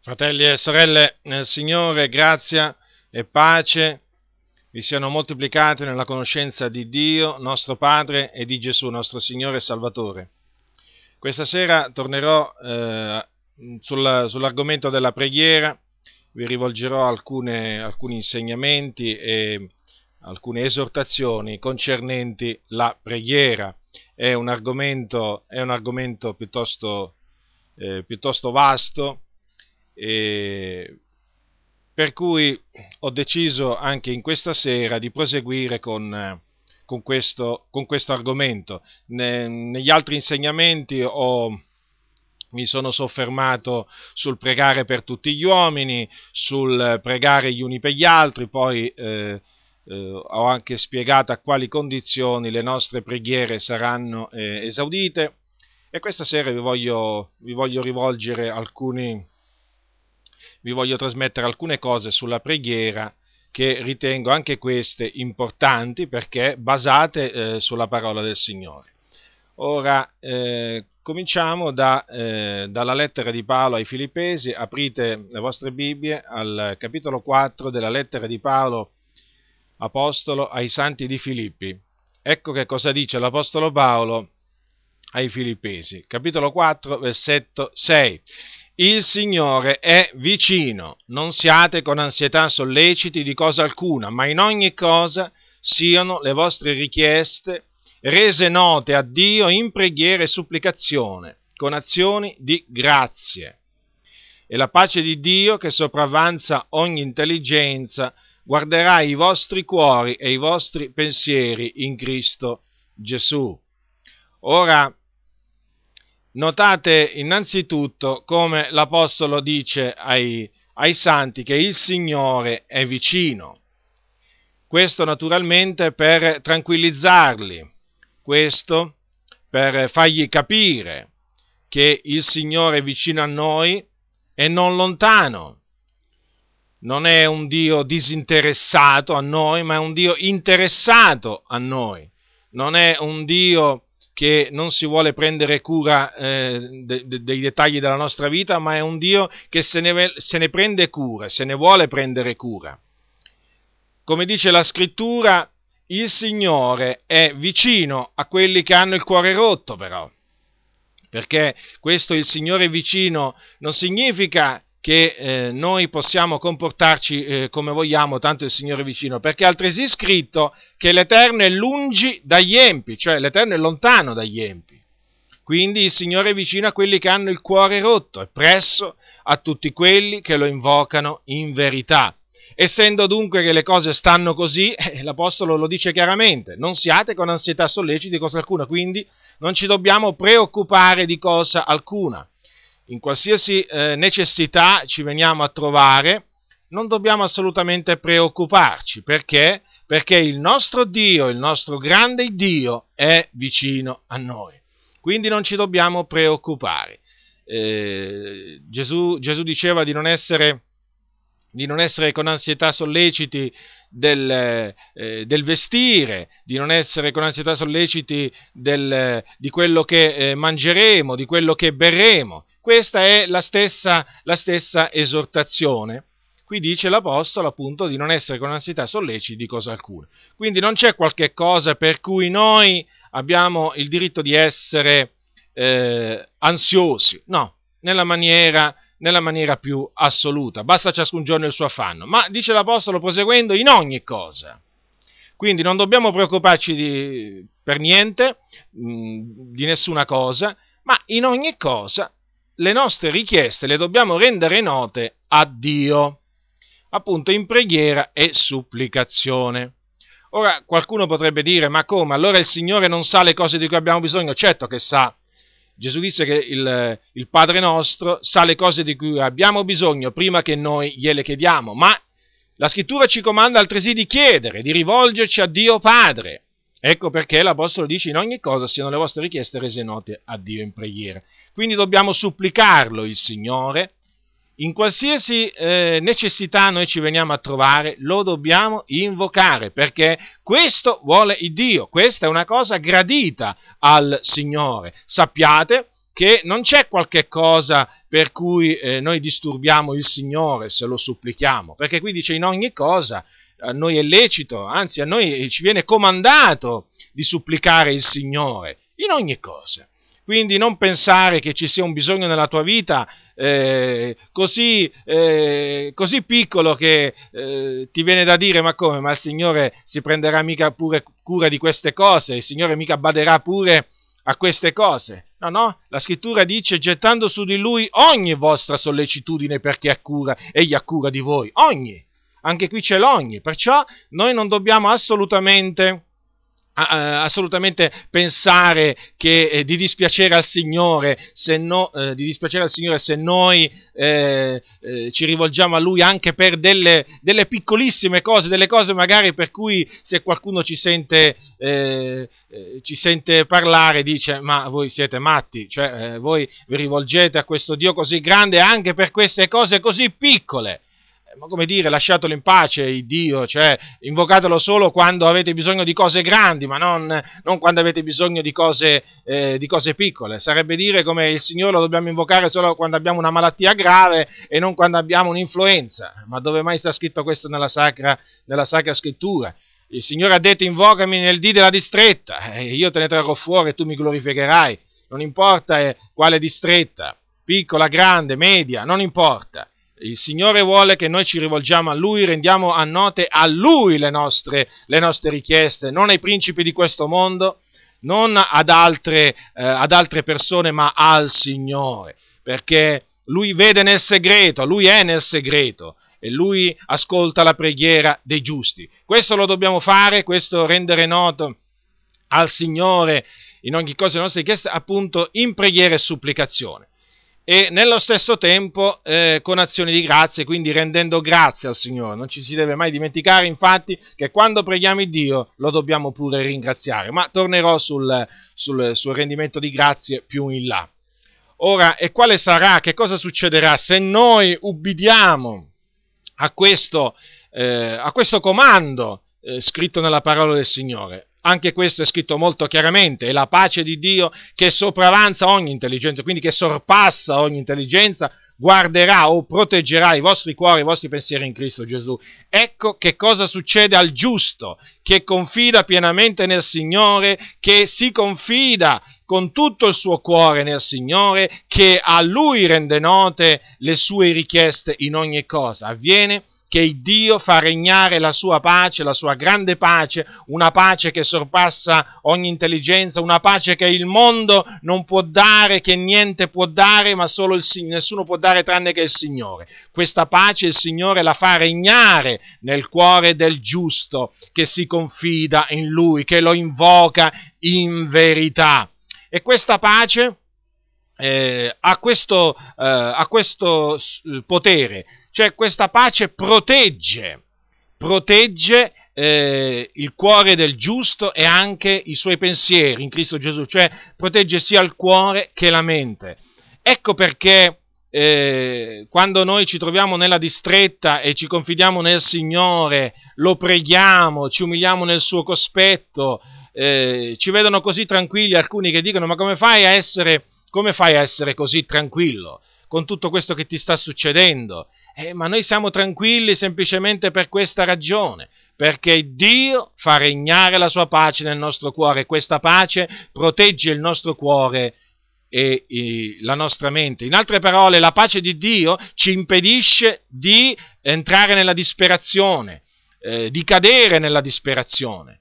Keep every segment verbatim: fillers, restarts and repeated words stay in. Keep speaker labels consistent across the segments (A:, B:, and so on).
A: Fratelli e sorelle, nel Signore grazia e pace vi siano moltiplicate nella conoscenza di Dio, nostro Padre, e di Gesù, nostro Signore e Salvatore. Questa sera tornerò eh, sul, sull'argomento della preghiera, vi rivolgerò alcune, alcuni insegnamenti e alcune esortazioni concernenti la preghiera. È un argomento, è un argomento piuttosto, eh, piuttosto vasto, e per cui ho deciso anche in questa sera di proseguire con, con, questo, con questo argomento. Ne, negli altri insegnamenti ho, mi sono soffermato sul pregare per tutti gli uomini, sul pregare gli uni per gli altri, poi eh, eh, ho anche spiegato a quali condizioni le nostre preghiere saranno eh, esaudite, e questa sera vi voglio, vi voglio rivolgere alcuni vi voglio trasmettere alcune cose sulla preghiera che ritengo anche queste importanti, perché basate eh, sulla parola del Signore. Ora eh, cominciamo da, eh, dalla lettera di Paolo ai Filippesi. Aprite le vostre Bibbie al capitolo quattro della lettera di Paolo apostolo ai santi di Filippi. Ecco che cosa dice l'apostolo Paolo ai Filippesi, capitolo quattro, versetto sei. Il Signore è vicino, non siate con ansietà solleciti di cosa alcuna, ma in ogni cosa siano le vostre richieste rese note a Dio in preghiera e supplicazione, con azioni di grazie. E la pace di Dio, che sopravvanza ogni intelligenza, guarderà i vostri cuori e i vostri pensieri in Cristo Gesù. Ora, notate innanzitutto come l'Apostolo dice ai, ai santi che il Signore è vicino. Questo naturalmente per tranquillizzarli, questo per fargli capire che il Signore è vicino a noi e non lontano. Non è un Dio disinteressato a noi, ma è un Dio interessato a noi. Non è un Dio che non si vuole prendere cura eh, de, de, dei dettagli della nostra vita, ma è un Dio che se ne, se ne prende cura, se ne vuole prendere cura. Come dice la Scrittura, il Signore è vicino a quelli che hanno il cuore rotto, però, perché questo il Signore vicino non significa che eh, noi possiamo comportarci eh, come vogliamo, tanto il Signore è vicino, perché è altresì scritto che l'Eterno è lungi dagli empi, cioè l'Eterno è lontano dagli empi. Quindi il Signore è vicino a quelli che hanno il cuore rotto e presso a tutti quelli che lo invocano in verità. Essendo dunque che le cose stanno così, eh, l'Apostolo lo dice chiaramente, non siate con ansietà solleciti di cosa alcuna, quindi non ci dobbiamo preoccupare di cosa alcuna. In qualsiasi eh, necessità ci veniamo a trovare, non dobbiamo assolutamente preoccuparci. Perché? Perché il nostro Dio, il nostro grande Dio, è vicino a noi. Quindi non ci dobbiamo preoccupare. Eh, Gesù, Gesù diceva di non essere, di non essere con ansietà solleciti del, eh, del vestire, di non essere con ansietà solleciti del, di quello che eh, mangeremo, di quello che berremo. Questa è la stessa, la stessa esortazione. Qui dice l'Apostolo appunto di non essere con ansietà solleciti di cosa alcuna. Quindi non c'è qualche cosa per cui noi abbiamo il diritto di essere eh, ansiosi, no, nella maniera, nella maniera più assoluta. Basta ciascun giorno il suo affanno. Ma dice l'Apostolo proseguendo, in ogni cosa. Quindi non dobbiamo preoccuparci di, per niente, mh, di nessuna cosa, ma in ogni cosa le nostre richieste le dobbiamo rendere note a Dio, appunto in preghiera e supplicazione. Ora qualcuno potrebbe dire, ma come? Allora il Signore non sa le cose di cui abbiamo bisogno? Certo che sa. Gesù disse che il, il Padre nostro sa le cose di cui abbiamo bisogno prima che noi gliele chiediamo, ma la Scrittura ci comanda altresì di chiedere, di rivolgerci a Dio Padre. Ecco perché l'Apostolo dice in ogni cosa siano le vostre richieste rese note a Dio in preghiera. Quindi dobbiamo supplicarlo il Signore, in qualsiasi eh, necessità noi ci veniamo a trovare, lo dobbiamo invocare, perché questo vuole il Dio, questa è una cosa gradita al Signore. Sappiate che non c'è qualche cosa per cui eh, noi disturbiamo il Signore se lo supplichiamo, perché qui dice in ogni cosa a noi è lecito, anzi a noi ci viene comandato di supplicare il Signore, in ogni cosa. Quindi non pensare che ci sia un bisogno nella tua vita eh, così, eh, così piccolo che eh, ti viene da dire: ma come? Ma il Signore si prenderà mica pure cura di queste cose? Il Signore mica baderà pure a queste cose? No, no, la Scrittura dice: gettando su di Lui ogni vostra sollecitudine, perché ha cura, Egli ha cura di voi. Ogni, anche qui c'è l'ogni, perciò noi non dobbiamo assolutamente... assolutamente pensare che eh, di dispiacere al Signore se no, eh, di dispiacere al Signore se noi eh, eh, ci rivolgiamo a Lui anche per delle, delle piccolissime cose, delle cose magari per cui se qualcuno ci sente eh, eh, ci sente parlare dice: ma voi siete matti, cioè eh, voi vi rivolgete a questo Dio così grande anche per queste cose così piccole. Ma come dire, lasciatelo in pace il Dio, cioè invocatelo solo quando avete bisogno di cose grandi, ma non, non quando avete bisogno di cose, eh, di cose piccole. Sarebbe dire come il Signore lo dobbiamo invocare solo quando abbiamo una malattia grave e non quando abbiamo un'influenza. Ma dove mai sta scritto questo nella Sacra, nella Sacra Scrittura? Il Signore ha detto: invocami nel dì della distretta, e io te ne trarrò fuori e tu mi glorificherai. Non importa eh, quale distretta, piccola, grande, media, non importa. Il Signore vuole che noi ci rivolgiamo a Lui, rendiamo a note a Lui le nostre, le nostre richieste, non ai principi di questo mondo, non ad altre, eh, ad altre persone, ma al Signore, perché Lui vede nel segreto, Lui è nel segreto e Lui ascolta la preghiera dei giusti. Questo lo dobbiamo fare, questo rendere noto al Signore in ogni cosa le nostre richieste, appunto in preghiera e supplicazione. E nello stesso tempo eh, con azioni di grazie, quindi rendendo grazie al Signore. Non ci si deve mai dimenticare, infatti, che quando preghiamo il Dio lo dobbiamo pure ringraziare, ma tornerò sul, sul, sul rendimento di grazie più in là. Ora, e quale sarà, che cosa succederà se noi ubbidiamo a questo, eh, a questo comando eh, scritto nella parola del Signore? Anche questo è scritto molto chiaramente: è la pace di Dio che sopravanza ogni intelligenza, quindi che sorpassa ogni intelligenza, guarderà o proteggerà i vostri cuori, i vostri pensieri in Cristo Gesù. Ecco che cosa succede al giusto, che confida pienamente nel Signore, che si confida con tutto il suo cuore nel Signore, che a Lui rende note le sue richieste in ogni cosa. Avviene che il Dio fa regnare la sua pace, la sua grande pace, una pace che sorpassa ogni intelligenza, una pace che il mondo non può dare, che niente può dare, ma solo il Signore, nessuno può dare tranne che il Signore. Questa pace il Signore la fa regnare nel cuore del giusto, che si confida in Lui, che lo invoca in verità. E questa pace Eh, ha questo, eh, ha questo potere, cioè questa pace protegge, protegge eh, il cuore del giusto e anche i suoi pensieri in Cristo Gesù, cioè protegge sia il cuore che la mente. Ecco perché eh, quando noi ci troviamo nella distretta e ci confidiamo nel Signore, lo preghiamo, ci umiliamo nel suo cospetto, eh, ci vedono così tranquilli alcuni che dicono: ma come fai a essere Come fai a essere così tranquillo con tutto questo che ti sta succedendo? Eh, ma noi siamo tranquilli semplicemente per questa ragione, perché Dio fa regnare la sua pace nel nostro cuore e questa pace protegge il nostro cuore e, e la nostra mente. In altre parole, la pace di Dio ci impedisce di entrare nella disperazione, eh, di cadere nella disperazione.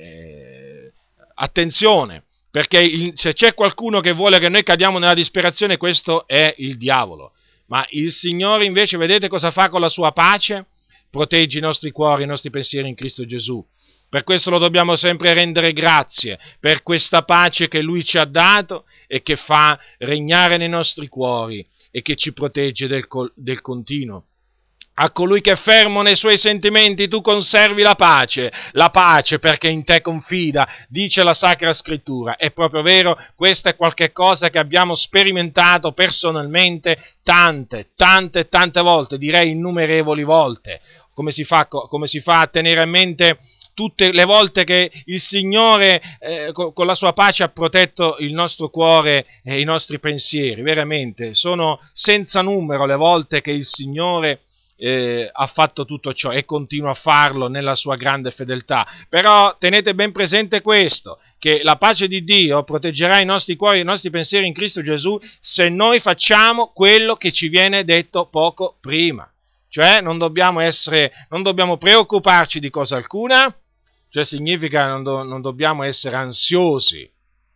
A: Eh, attenzione! Perché il, se c'è qualcuno che vuole che noi cadiamo nella disperazione, questo è il diavolo. Ma il Signore invece, vedete cosa fa con la sua pace? Protegge i nostri cuori, i nostri pensieri in Cristo Gesù. Per questo lo dobbiamo sempre rendere grazie, per questa pace che Lui ci ha dato e che fa regnare nei nostri cuori e che ci protegge del, del continuo. A colui che è fermo nei suoi sentimenti tu conservi la pace, la pace perché in te confida, dice la Sacra Scrittura. È proprio vero, questo è qualche cosa che abbiamo sperimentato personalmente tante, tante, tante volte, direi innumerevoli volte. Come si fa, come si fa a tenere a mente tutte le volte che il Signore eh, con, con la sua pace ha protetto il nostro cuore e i nostri pensieri. Veramente, sono senza numero le volte che il Signore Eh, ha fatto tutto ciò e continua a farlo nella sua grande fedeltà. Però tenete ben presente questo, che la pace di Dio proteggerà i nostri cuori e i nostri pensieri in Cristo Gesù se noi facciamo quello che ci viene detto poco prima. Cioè non dobbiamo essere, non dobbiamo preoccuparci di cosa alcuna, cioè significa non, do, non dobbiamo essere ansiosi,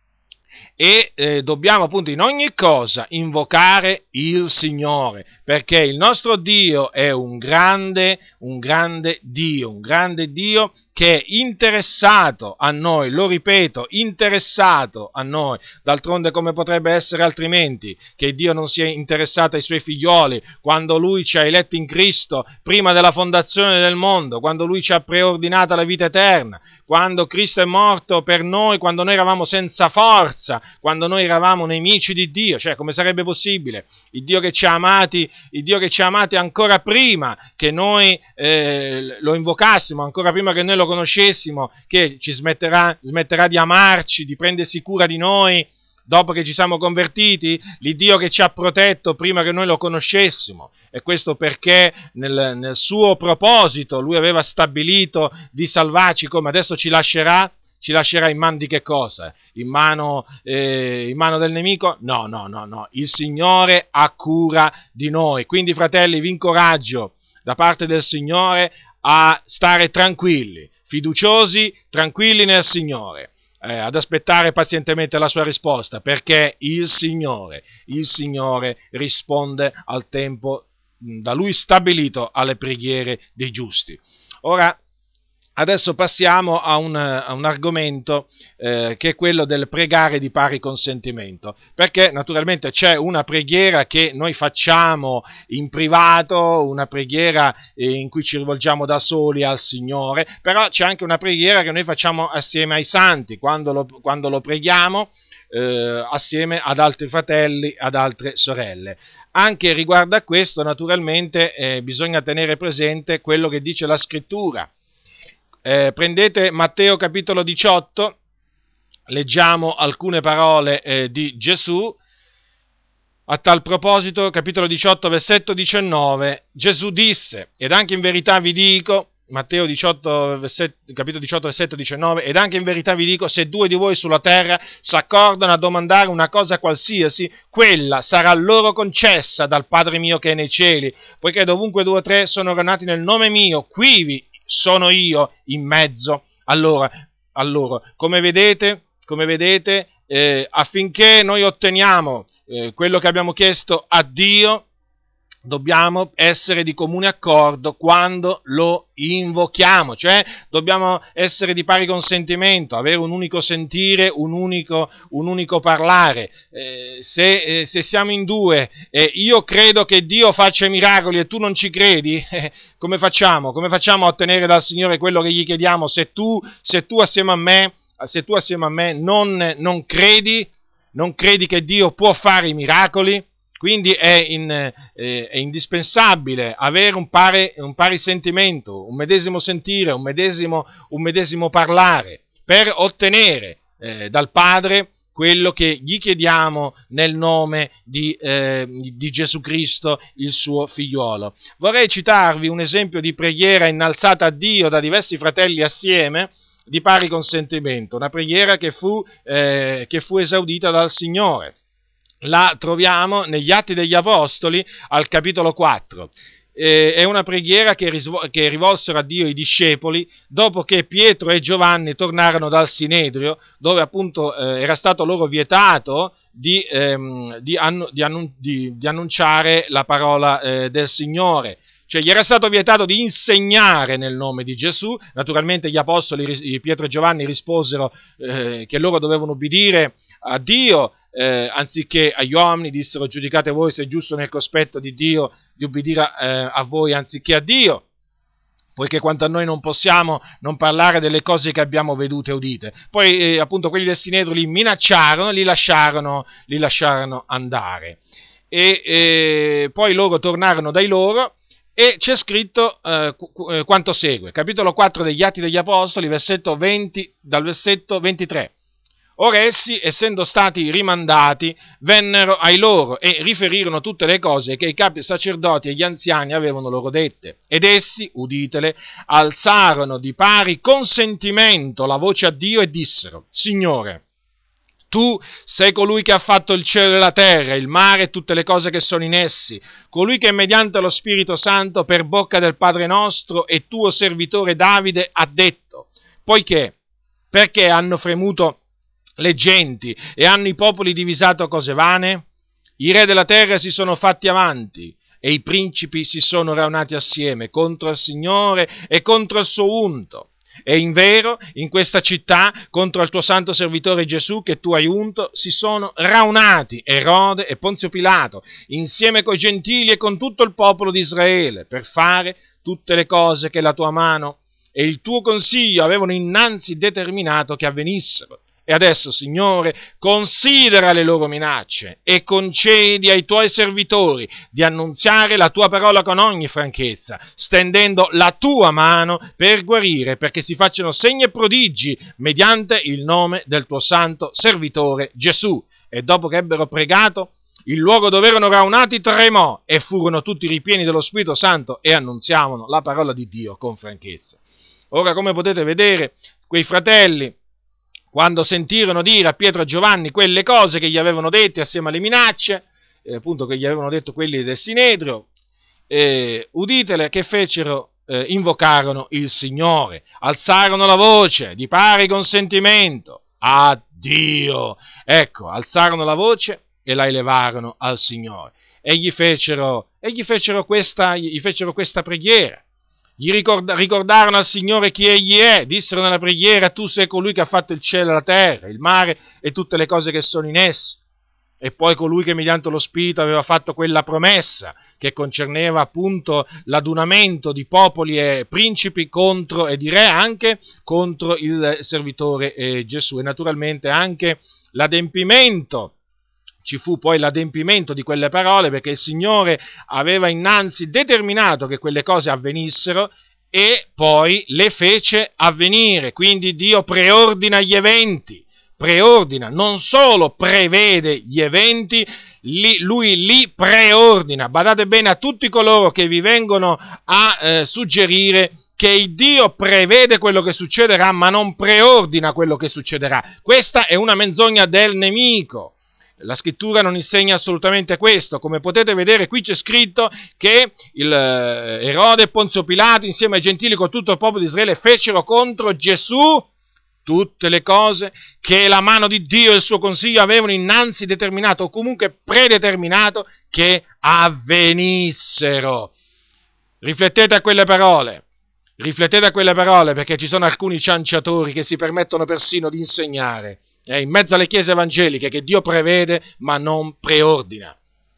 A: e eh, dobbiamo appunto in ogni cosa invocare il Signore, perché il nostro Dio è un grande, un grande Dio, un grande Dio che è interessato a noi, lo ripeto, interessato a noi. D'altronde come potrebbe essere altrimenti che Dio non sia interessato ai suoi figlioli quando Lui ci ha eletti in Cristo prima della fondazione del mondo, quando Lui ci ha preordinata la vita eterna, quando Cristo è morto per noi, quando noi eravamo senza forza, quando noi eravamo nemici di Dio. Cioè, come sarebbe possibile? Il Dio che ci ha amati, il Dio che ci ha amati ancora prima che noi eh, lo invocassimo, ancora prima che noi lo conoscessimo, che ci smetterà, smetterà di amarci, di prendersi cura di noi dopo che ci siamo convertiti? L'Iddio che ci ha protetto prima che noi lo conoscessimo. E questo perché nel, nel suo proposito Lui aveva stabilito di salvarci. Come adesso ci lascerà? Ci lascerà in mano di che cosa? In mano, eh, in mano del nemico? No, no, no, no. Il Signore ha cura di noi. Quindi, fratelli, vi incoraggio da parte del Signore a stare tranquilli, fiduciosi, tranquilli nel Signore, eh, ad aspettare pazientemente la sua risposta, perché il Signore, il Signore risponde al tempo da Lui stabilito alle preghiere dei giusti. Ora, adesso passiamo a un, a un argomento eh, che è quello del pregare di pari consentimento, perché naturalmente c'è una preghiera che noi facciamo in privato, una preghiera eh, in cui ci rivolgiamo da soli al Signore, però c'è anche una preghiera che noi facciamo assieme ai santi, quando lo, quando lo preghiamo eh, assieme ad altri fratelli, ad altre sorelle. Anche riguardo a questo, naturalmente, eh, bisogna tenere presente quello che dice la Scrittura. Eh, prendete Matteo capitolo diciotto, leggiamo alcune parole eh, di Gesù. A tal proposito, capitolo diciotto, versetto diciannove, Gesù disse: ed anche in verità vi dico, Matteo diciotto, versetto, capitolo diciotto, versetto diciannove, ed anche in verità vi dico, se due di voi sulla terra s'accordano a domandare una cosa qualsiasi, quella sarà loro concessa dal Padre mio che è nei cieli, poiché dovunque due o tre sono radunati nel nome mio, quivi sono io in mezzo a loro. Allora, come vedete, come vedete eh, affinché noi otteniamo eh, quello che abbiamo chiesto a Dio, dobbiamo essere di comune accordo quando lo invochiamo, cioè dobbiamo essere di pari consentimento, avere un unico sentire, un unico, un unico parlare. Eh, se, eh, se siamo in due e eh, io credo che Dio faccia miracoli e tu non ci credi, eh, come facciamo? Come facciamo a ottenere dal Signore quello che gli chiediamo se tu, se tu assieme a me, se tu assieme a me non, non credi, non credi che Dio può fare i miracoli? Quindi è, in, eh, è indispensabile avere un pari, un pari sentimento, un medesimo sentire, un medesimo, un medesimo parlare, per ottenere eh, dal Padre quello che gli chiediamo nel nome di, eh, di Gesù Cristo, il suo figliuolo. Vorrei citarvi un esempio di preghiera innalzata a Dio da diversi fratelli assieme, di pari consentimento, una preghiera che fu, eh, che fu esaudita dal Signore. La troviamo negli Atti degli Apostoli al capitolo quattro. Eh, è una preghiera che, risvo- che rivolsero a Dio i discepoli dopo che Pietro e Giovanni tornarono dal Sinedrio, dove appunto eh, era stato loro vietato di, ehm, di, annu- di, annun- di, di annunciare la parola eh, del Signore. Cioè gli era stato vietato di insegnare nel nome di Gesù. Naturalmente gli apostoli, Pietro e Giovanni, risposero eh, che loro dovevano ubbidire a Dio eh, anziché agli uomini, dissero: giudicate voi se è giusto nel cospetto di Dio di ubbidire eh, a voi anziché a Dio, poiché quanto a noi non possiamo non parlare delle cose che abbiamo vedute e udite. Poi eh, appunto quelli del Sinedrio li minacciarono, li lasciarono, li lasciarono andare. E eh, poi loro tornarono dai loro, E c'è scritto eh, qu- quanto segue, capitolo quattro degli Atti degli Apostoli, versetto venti, dal versetto ventitré. Ora essi, essendo stati rimandati, vennero ai loro e riferirono tutte le cose che i capi sacerdoti e gli anziani avevano loro dette. Ed essi, uditele, alzarono di pari consentimento la voce a Dio e dissero: Signore, tu sei colui che ha fatto il cielo e la terra, il mare e tutte le cose che sono in essi, colui che mediante lo Spirito Santo per bocca del Padre nostro e tuo servitore Davide ha detto, poiché, perché hanno fremuto le genti e hanno i popoli divisato a cose vane? I re della terra si sono fatti avanti e i principi si sono raunati assieme contro il Signore e contro il suo unto. E invero, in questa città, contro il tuo santo servitore Gesù che tu hai unto, si sono raunati Erode e Ponzio Pilato, insieme coi gentili e con tutto il popolo di Israele, per fare tutte le cose che la tua mano e il tuo consiglio avevano innanzi determinato che avvenissero. E adesso, Signore, considera le loro minacce e concedi ai tuoi servitori di annunziare la tua parola con ogni franchezza, stendendo la tua mano per guarire, perché si facciano segni e prodigi mediante il nome del tuo santo servitore Gesù. E dopo che ebbero pregato, il luogo dove erano raunati tremò e furono tutti ripieni dello Spirito Santo e annunziavano la parola di Dio con franchezza. Ora, come potete vedere, quei fratelli, quando sentirono dire a Pietro e a Giovanni quelle cose che gli avevano dette assieme alle minacce, eh, appunto che gli avevano detto quelli del Sinedrio, eh, uditele che fecero, eh, invocarono il Signore, alzarono la voce di pari consentimento a Dio. Ecco, alzarono la voce e la elevarono al Signore e gli fecero, e gli fecero, questa, gli fecero questa preghiera. Gli ricorda, ricordarono al Signore chi Egli è, dissero nella preghiera: tu sei colui che ha fatto il cielo e la terra, il mare e tutte le cose che sono in essi. E poi colui che mediante lo Spirito aveva fatto quella promessa che concerneva appunto l'adunamento di popoli e principi contro, e di re anche contro il servitore eh, Gesù, e naturalmente anche l'adempimento. Ci fu poi l'adempimento di quelle parole, perché il Signore aveva innanzi determinato che quelle cose avvenissero e poi le fece avvenire. Quindi Dio preordina gli eventi, preordina, non solo prevede gli eventi, li, lui li preordina. Badate bene a tutti coloro che vi vengono a eh, suggerire che il Dio prevede quello che succederà, ma non preordina quello che succederà. Questa è una menzogna del nemico. La scrittura non insegna assolutamente questo. Come potete vedere, qui c'è scritto che il Erode e Ponzio Pilato, insieme ai gentili con tutto il popolo di Israele, fecero contro Gesù tutte le cose che la mano di Dio e il suo consiglio avevano innanzi determinato, o comunque predeterminato, che avvenissero. Riflettete a quelle parole. Riflettete a quelle parole, perché ci sono alcuni cianciatori che si permettono persino di insegnare Eh, in mezzo alle chiese evangeliche che Dio prevede ma non preordina.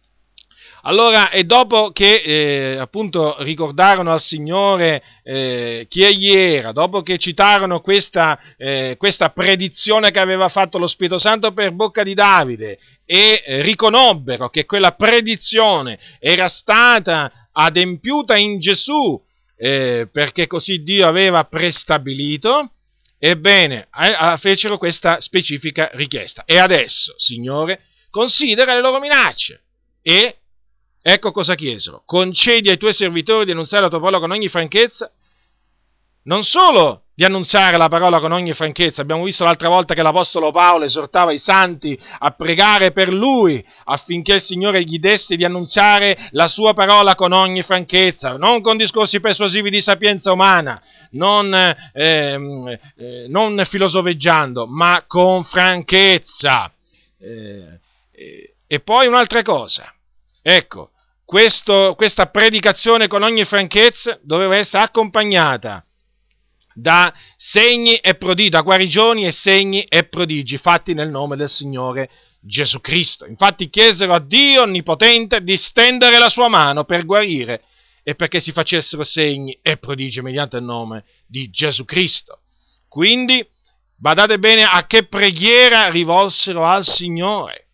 A: Allora, e dopo che eh, appunto ricordarono al Signore eh, chi Egli era, dopo che citarono questa, eh, questa predizione che aveva fatto lo Spirito Santo per bocca di Davide e eh, riconobbero che quella predizione era stata adempiuta in Gesù, eh, perché così Dio aveva prestabilito, ebbene, fecero questa specifica richiesta. E adesso, Signore, considera le loro minacce. E ecco cosa chiesero: concedi ai tuoi servitori di annunziare la tua parola con ogni franchezza. Non solo di annunziare la parola con ogni franchezza, abbiamo visto l'altra volta che l'Apostolo Paolo esortava i santi a pregare per lui affinché il Signore gli desse di annunziare la sua parola con ogni franchezza, non con discorsi persuasivi di sapienza umana, non, eh, eh, non filosofeggiando, ma con franchezza. Eh, eh, e poi un'altra cosa, ecco, questo, questa predicazione con ogni franchezza doveva essere accompagnata da segni e prodigi, da guarigioni e segni e prodigi fatti nel nome del Signore Gesù Cristo. Infatti chiesero a Dio Onnipotente di stendere la sua mano per guarire e perché si facessero segni e prodigi mediante il nome di Gesù Cristo. Quindi badate bene a che preghiera rivolsero al Signore.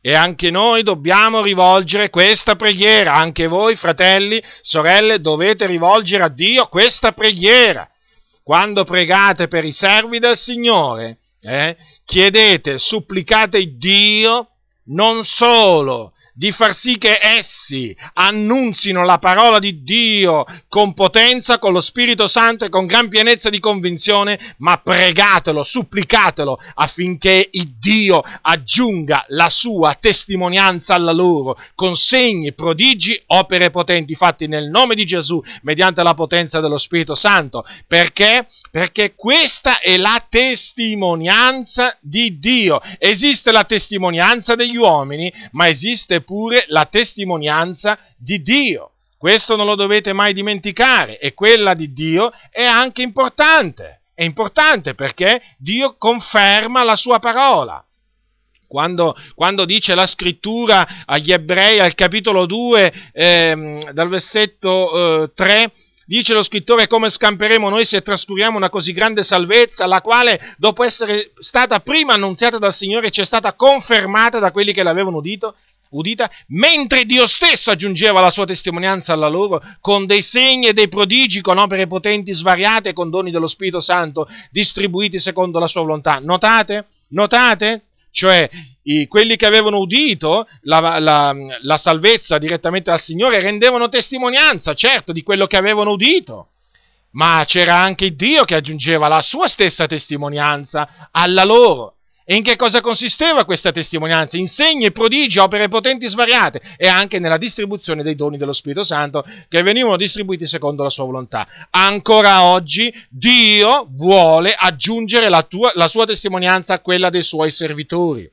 A: E anche noi dobbiamo rivolgere questa preghiera, anche voi, fratelli, sorelle, dovete rivolgere a Dio questa preghiera. Quando pregate per i servi del Signore, eh, chiedete, supplicate Dio non solo di far sì che essi annunzino la parola di Dio con potenza, con lo Spirito Santo e con gran pienezza di convinzione, ma pregatelo, supplicatelo affinché il Dio aggiunga la sua testimonianza alla loro, con segni, prodigi, opere potenti fatti nel nome di Gesù, mediante la potenza dello Spirito Santo. Perché? Perché questa è la testimonianza di Dio. Esiste la testimonianza degli uomini, ma esiste pure la testimonianza di Dio. Questo non lo dovete mai dimenticare, e quella di Dio è anche importante. È importante perché Dio conferma la sua parola. Quando, quando dice la scrittura agli Ebrei al capitolo due, ehm, dal versetto eh, tre, dice lo scrittore: come scamperemo noi se trascuriamo una così grande salvezza, la quale dopo essere stata prima annunziata dal Signore ci è stata confermata da quelli che l'avevano udito? udita, mentre Dio stesso aggiungeva la sua testimonianza alla loro con dei segni e dei prodigi, con opere potenti svariate, con doni dello Spirito Santo distribuiti secondo la sua volontà. Notate? Notate? Cioè, i, quelli che avevano udito la, la, la salvezza direttamente dal Signore rendevano testimonianza, certo, di quello che avevano udito, ma c'era anche Dio che aggiungeva la sua stessa testimonianza alla loro. E in che cosa consisteva questa testimonianza? In segni, prodigi, opere potenti svariate, e anche nella distribuzione dei doni dello Spirito Santo che venivano distribuiti secondo la sua volontà. Ancora oggi Dio vuole aggiungere la, tua, la sua testimonianza a quella dei suoi servitori.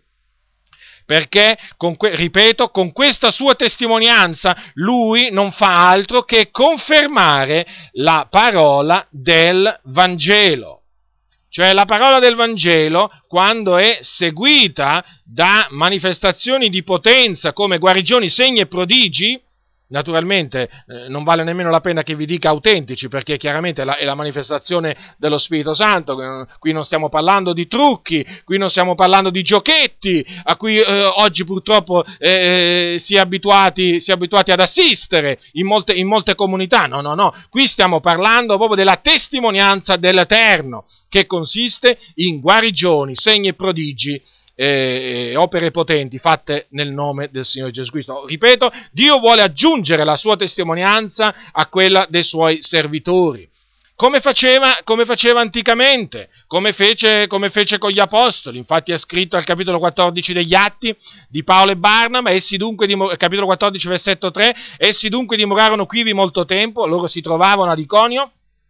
A: Perché, con que- ripeto, con questa sua testimonianza Lui non fa altro che confermare la parola del Vangelo. Cioè la parola del Vangelo, quando è seguita da manifestazioni di potenza come guarigioni, segni e prodigi, naturalmente eh, non vale nemmeno la pena che vi dica autentici, perché chiaramente la, è la manifestazione dello Spirito Santo. Qui non stiamo parlando di trucchi, qui non stiamo parlando di giochetti a cui eh, oggi purtroppo eh, si, è abituati, si è abituati ad assistere in molte, in molte comunità. No, no, no, qui stiamo parlando proprio della testimonianza dell'Eterno, che consiste in guarigioni, segni e prodigi, Eh, opere potenti fatte nel nome del Signore Gesù Cristo. Ripeto, Dio vuole aggiungere la sua testimonianza a quella dei suoi servitori, come faceva, come faceva anticamente, come fece, come fece con gli apostoli. Infatti è scritto al capitolo quattordici degli Atti di Paolo e Barnaba, essi dunque, capitolo quattordici versetto tre, essi dunque dimorarono quivi molto tempo, loro si trovavano ad Iconio,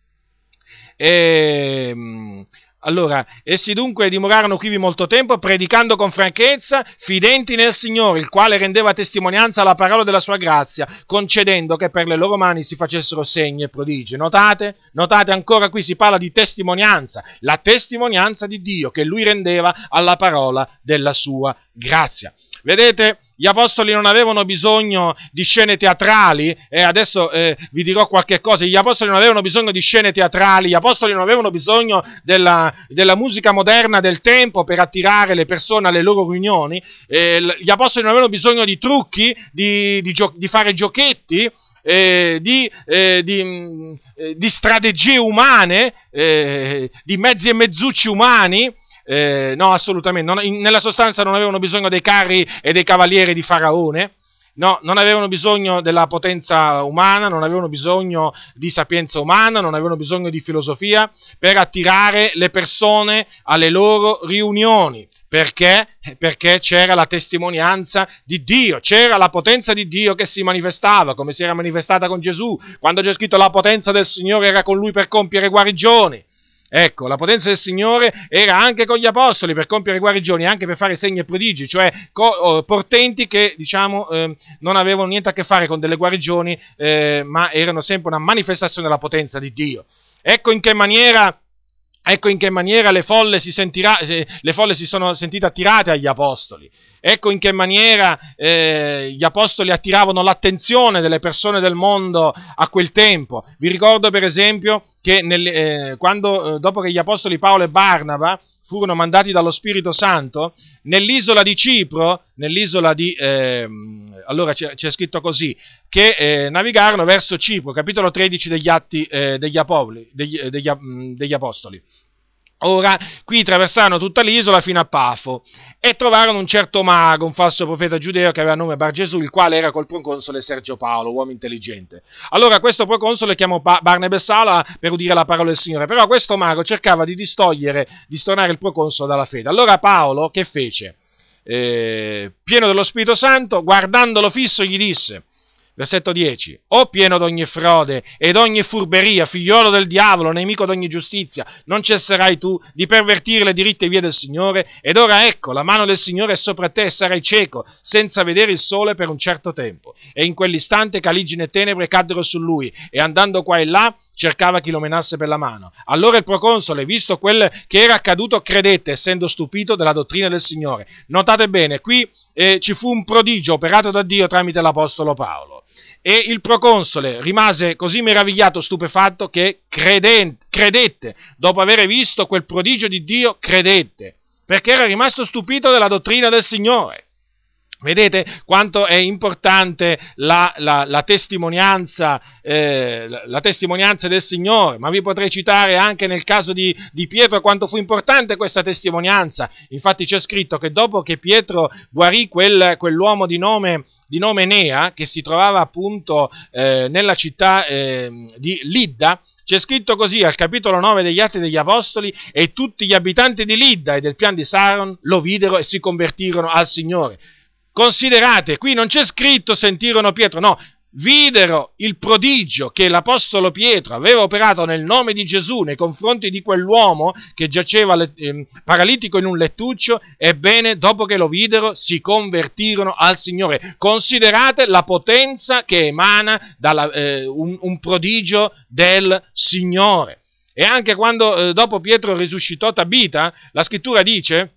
A: e Allora, essi dunque dimorarono quivi molto tempo, predicando con franchezza, fidenti nel Signore, il quale rendeva testimonianza alla parola della sua grazia, concedendo che per le loro mani si facessero segni e prodigi. Notate? Notate, ancora qui si parla di testimonianza, la testimonianza di Dio che Lui rendeva alla parola della sua grazia. Vedete, gli apostoli non avevano bisogno di scene teatrali, e adesso eh, vi dirò qualche cosa. Gli apostoli non avevano bisogno di scene teatrali, gli apostoli non avevano bisogno della, della musica moderna del tempo per attirare le persone alle loro riunioni, eh, gli apostoli non avevano bisogno di trucchi, di, di, gio- di fare giochetti, Eh, di, eh, di, eh, di strategie umane, eh, di mezzi e mezzucci umani. Eh, no, assolutamente, non, in, nella sostanza non avevano bisogno dei carri e dei cavalieri di Faraone, no, non avevano bisogno della potenza umana, non avevano bisogno di sapienza umana, non avevano bisogno di filosofia per attirare le persone alle loro riunioni. Perché? Perché c'era la testimonianza di Dio, c'era la potenza di Dio che si manifestava, come si era manifestata con Gesù, quando c'è scritto la potenza del Signore era con lui per compiere guarigioni. Ecco, la potenza del Signore era anche con gli apostoli per compiere guarigioni, anche per fare segni e prodigi, cioè co- portenti che, diciamo, eh, non avevano niente a che fare con delle guarigioni, eh, ma erano sempre una manifestazione della potenza di Dio. Ecco in che maniera... Ecco in che maniera le folle si sentirà, le folle si sono sentite attirate agli apostoli. ecco in che maniera eh, gli apostoli attiravano l'attenzione delle persone del mondo a quel tempo. Vi ricordo per esempio che nel, eh, quando, eh, dopo che gli apostoli Paolo e Barnaba furono mandati dallo Spirito Santo, nell'isola di Cipro, nell'isola di, eh, allora c'è, c'è scritto così, che eh, navigarono verso Cipro, capitolo tredici degli Atti eh, degli, Apostoli, degli, degli, degli Apostoli. Ora, qui attraversarono tutta l'isola fino a Pafo e trovarono un certo mago, un falso profeta giudeo che aveva nome Bar Gesù, il quale era col proconsole Sergio Paolo, uomo intelligente. Allora questo proconsole chiamò Barnaba e Sala per udire la parola del Signore, però questo mago cercava di distogliere, di stornare il proconsole dalla fede. Allora Paolo che fece? Eh, pieno dello Spirito Santo, guardandolo fisso gli disse, versetto dieci, o pieno d'ogni frode ed ogni furberia, figliolo del diavolo, nemico d'ogni giustizia, non cesserai tu di pervertire le diritte vie del Signore? Ed ora ecco, la mano del Signore è sopra te e sarai cieco, senza vedere il sole per un certo tempo. E in quell'istante caligine e tenebre caddero su lui, e andando qua e là cercava chi lo menasse per la mano. Allora il proconsole, visto quel che era accaduto, credette, essendo stupito della dottrina del Signore. Notate bene, qui eh, ci fu un prodigio operato da Dio tramite l'apostolo Paolo. E il proconsole rimase così meravigliato, stupefatto, che credente, credette, dopo aver visto quel prodigio di Dio, credette, perché era rimasto stupito della dottrina del Signore. Vedete quanto è importante la, la, la, testimonianza, eh, la, la testimonianza del Signore, ma vi potrei citare anche nel caso di, di Pietro quanto fu importante questa testimonianza. Infatti c'è scritto che dopo che Pietro guarì quel, quell'uomo di nome, di nome Enea, che si trovava appunto eh, nella città eh, di Lidda, c'è scritto così al capitolo nove degli Atti degli Apostoli, e tutti gli abitanti di Lidda e del pian di Saron lo videro e si convertirono al Signore. Considerate, qui non c'è scritto sentirono Pietro, no, videro il prodigio che l'apostolo Pietro aveva operato nel nome di Gesù nei confronti di quell'uomo che giaceva eh, paralitico in un lettuccio. Ebbene, dopo che lo videro, si convertirono al Signore. Considerate la potenza che emana da eh, un, un prodigio del Signore. E anche quando eh, dopo Pietro risuscitò Tabita, la scrittura dice...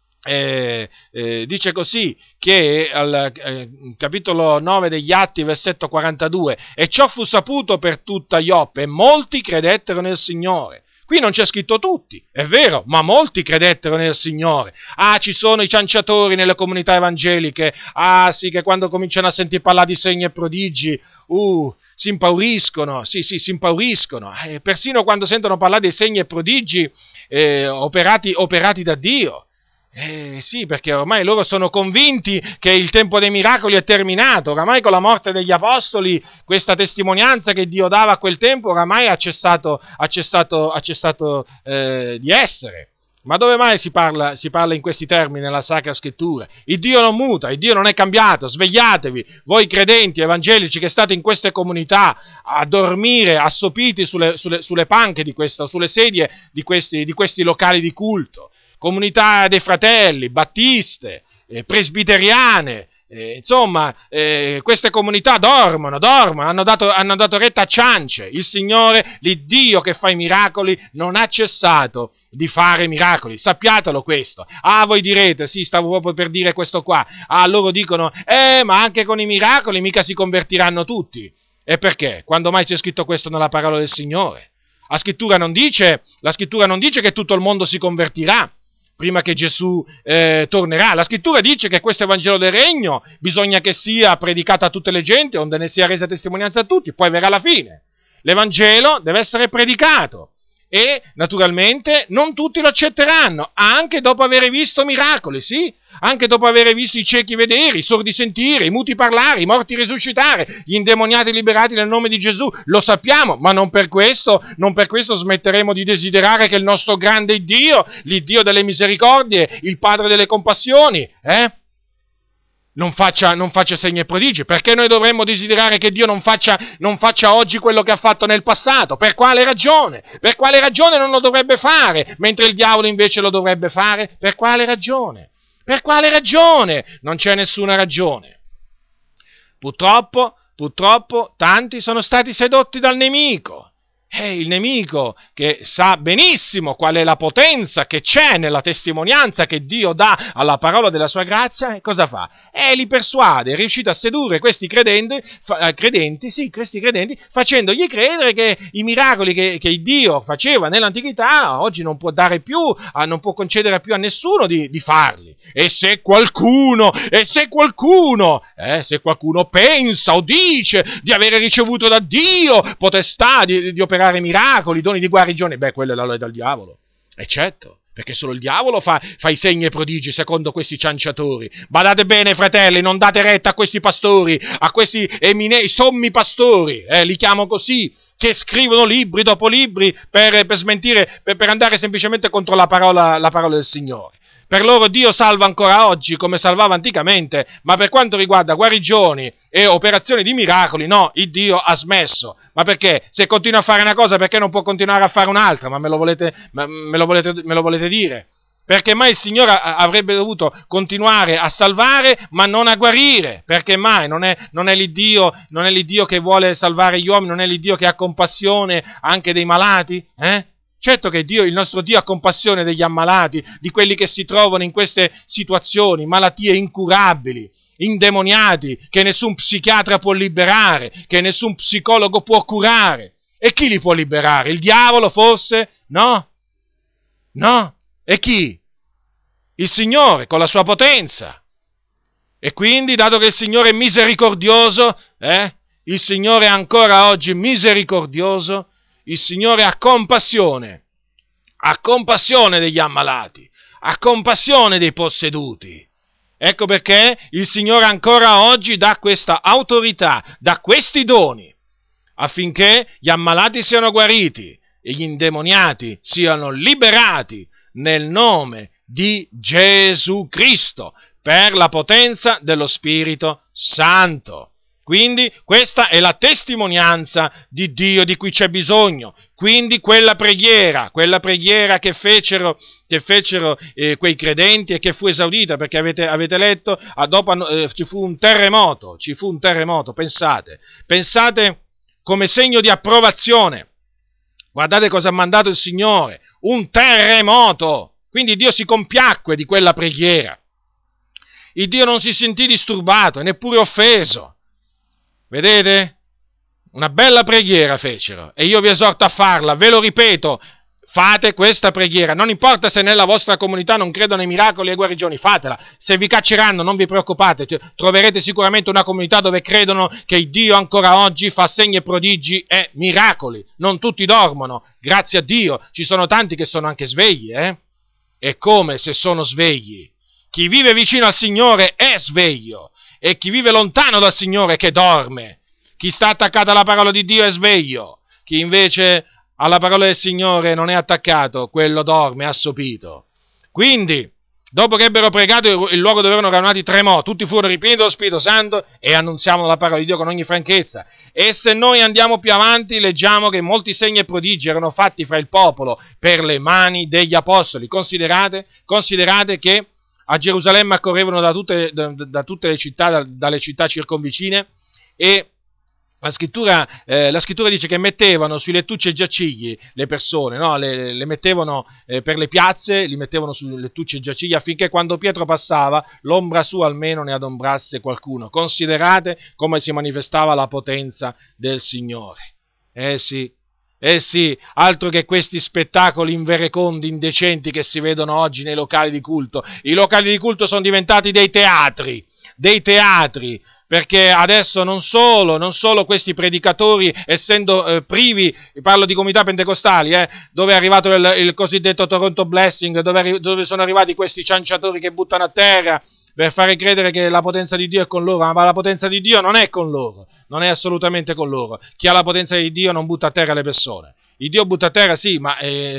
A: Eh, eh, dice così, che al eh, capitolo nove degli Atti, versetto quarantadue, e ciò fu saputo per tutta Ioppe, e molti credettero nel Signore. Qui non c'è scritto tutti, è vero, ma molti credettero nel Signore. Ah, ci sono i cianciatori nelle comunità evangeliche, ah sì, che quando cominciano a sentir parlare di segni e prodigi, uh, si impauriscono, sì, sì, si impauriscono, eh, persino quando sentono parlare dei segni e prodigi eh, operati, operati da Dio. Eh sì, perché ormai loro sono convinti che il tempo dei miracoli è terminato. Oramai con la morte degli apostoli questa testimonianza che Dio dava a quel tempo oramai ha cessato, ha cessato, ha cessato eh, di essere. Ma dove mai si parla, si parla in questi termini nella Sacra Scrittura? Il Dio non muta, il Dio non è cambiato. Svegliatevi, voi credenti evangelici che state in queste comunità a dormire assopiti sulle, sulle, sulle panche di questo, sulle sedie di questi, di questi locali di culto. Comunità dei fratelli, battiste, eh, presbiteriane, eh, insomma, eh, queste comunità dormono, dormono, hanno dato, hanno dato retta a ciance. Il Signore, l'Iddio che fa i miracoli, non ha cessato di fare miracoli, sappiatelo questo. Ah, voi direte, sì, stavo proprio per dire questo qua, ah, loro dicono, eh, ma anche con i miracoli mica si convertiranno tutti. E perché? Quando mai c'è scritto questo nella parola del Signore? La scrittura non dice, la scrittura non dice che tutto il mondo si convertirà prima che Gesù eh, tornerà. La scrittura dice che questo Evangelo del Regno bisogna che sia predicato a tutte le genti, onde ne sia resa testimonianza a tutti, poi verrà la fine. L'Evangelo deve essere predicato e naturalmente non tutti lo accetteranno, anche dopo aver visto miracoli, sì? Anche dopo aver visto i ciechi vedere, i sordi sentire, i muti parlare, i morti risuscitare, gli indemoniati liberati nel nome di Gesù, lo sappiamo, ma non per questo, non per questo smetteremo di desiderare che il nostro grande Dio, l'Iddio delle misericordie, il Padre delle compassioni, eh? Non faccia, non faccia segni e prodigi. Perché noi dovremmo desiderare che Dio non faccia, non faccia oggi quello che ha fatto nel passato? Per quale ragione? Per quale ragione non lo dovrebbe fare, mentre il diavolo invece lo dovrebbe fare? Per quale ragione? Per quale ragione? Non c'è nessuna ragione. Purtroppo, purtroppo, tanti sono stati sedotti dal nemico. È il nemico che sa benissimo qual è la potenza che c'è nella testimonianza che Dio dà alla parola della sua grazia, e cosa fa? E li persuade, è riuscito a sedurre questi credenti, fa, credenti, sì, questi credenti, facendogli credere che i miracoli che, che Dio faceva nell'antichità oggi non può dare più, non può concedere più a nessuno di, di farli. E se qualcuno, e se qualcuno, eh, se qualcuno pensa o dice di avere ricevuto da Dio potestà di, di operare miracoli, doni di guarigione, beh, quello è la lode del diavolo, e certo, perché solo il diavolo fa, fa i segni e prodigi secondo questi cianciatori. Badate bene, fratelli, non date retta a questi pastori, a questi eminei sommi pastori, eh, li chiamo così, che scrivono libri dopo libri per, per smentire, per, per andare semplicemente contro la parola, la parola del Signore. Per loro Dio salva ancora oggi come salvava anticamente, ma per quanto riguarda guarigioni e operazioni di miracoli, no, il Dio ha smesso. Ma perché? Se continua a fare una cosa, perché non può continuare a fare un'altra? Ma me lo volete, ma me lo volete, me lo volete dire? Perché mai il Signore avrebbe dovuto continuare a salvare, ma non a guarire? Perché mai? Non è, non è l'Iddio, non è l'Iddio che vuole salvare gli uomini, non è l'Iddio che ha compassione anche dei malati? Eh? Certo che Dio, il nostro Dio ha compassione degli ammalati, di quelli che si trovano in queste situazioni, malattie incurabili, indemoniati, che nessun psichiatra può liberare, che nessun psicologo può curare. E chi li può liberare? Il diavolo forse? No? No? E chi? Il Signore, con la sua potenza. E quindi, dato che il Signore è misericordioso, eh, il Signore è ancora oggi misericordioso, il Signore ha compassione, ha compassione degli ammalati, ha compassione dei posseduti. Ecco perché il Signore ancora oggi dà questa autorità, dà questi doni, affinché gli ammalati siano guariti e gli indemoniati siano liberati nel nome di Gesù Cristo, per la potenza dello Spirito Santo. Quindi questa è la testimonianza di Dio di cui c'è bisogno. Quindi quella preghiera, quella preghiera che fecero, che fecero eh, quei credenti e che fu esaudita, perché avete, avete letto, ah, dopo eh, ci fu un terremoto, ci fu un terremoto, pensate, pensate come segno di approvazione. Guardate cosa ha mandato il Signore, un terremoto. Quindi Dio si compiacque di quella preghiera. Il Dio non si sentì disturbato e neppure offeso. Vedete? Una bella preghiera fecero, e io vi esorto a farla, ve lo ripeto, fate questa preghiera, non importa se nella vostra comunità non credono ai miracoli e guarigioni, fatela, se vi cacceranno non vi preoccupate, troverete sicuramente una comunità dove credono che Dio ancora oggi fa segni e prodigi e miracoli, non tutti dormono, grazie a Dio, ci sono tanti che sono anche svegli, eh? E come se sono svegli? Chi vive vicino al Signore è sveglio, e chi vive lontano dal Signore che dorme. Chi sta attaccato alla parola di Dio è sveglio, chi invece alla parola del Signore non è attaccato, quello dorme, assopito. Quindi, dopo che ebbero pregato, il luogo dove erano radunati tremò, tutti furono ripieni dello Spirito Santo e annunziavano la parola di Dio con ogni franchezza. E se noi andiamo più avanti, leggiamo che molti segni e prodigi erano fatti fra il popolo per le mani degli apostoli. Considerate, considerate che a Gerusalemme accorrevano da tutte, da, da tutte le città, da, dalle città circonvicine, e la scrittura, eh, la scrittura dice che mettevano sui lettucci e giacigli le persone, no? le, le mettevano eh, per le piazze, li mettevano sui lettucci e giacigli affinché quando Pietro passava l'ombra sua almeno ne adombrasse qualcuno. Considerate come si manifestava la potenza del Signore. Eh sì. Eh sì, altro che questi spettacoli inverecondi, indecenti che si vedono oggi nei locali di culto. I locali di culto sono diventati dei teatri, dei teatri, perché adesso non solo, non solo questi predicatori, essendo eh, privi, parlo di comunità pentecostali, eh, dove è arrivato il, il cosiddetto Toronto Blessing, dove, dove sono arrivati questi cianciatori che buttano a terra per fare credere che la potenza di Dio è con loro, ma la potenza di Dio non è con loro, non è assolutamente con loro. Chi ha la potenza di Dio non butta a terra le persone. Il Dio butta a terra sì, ma eh,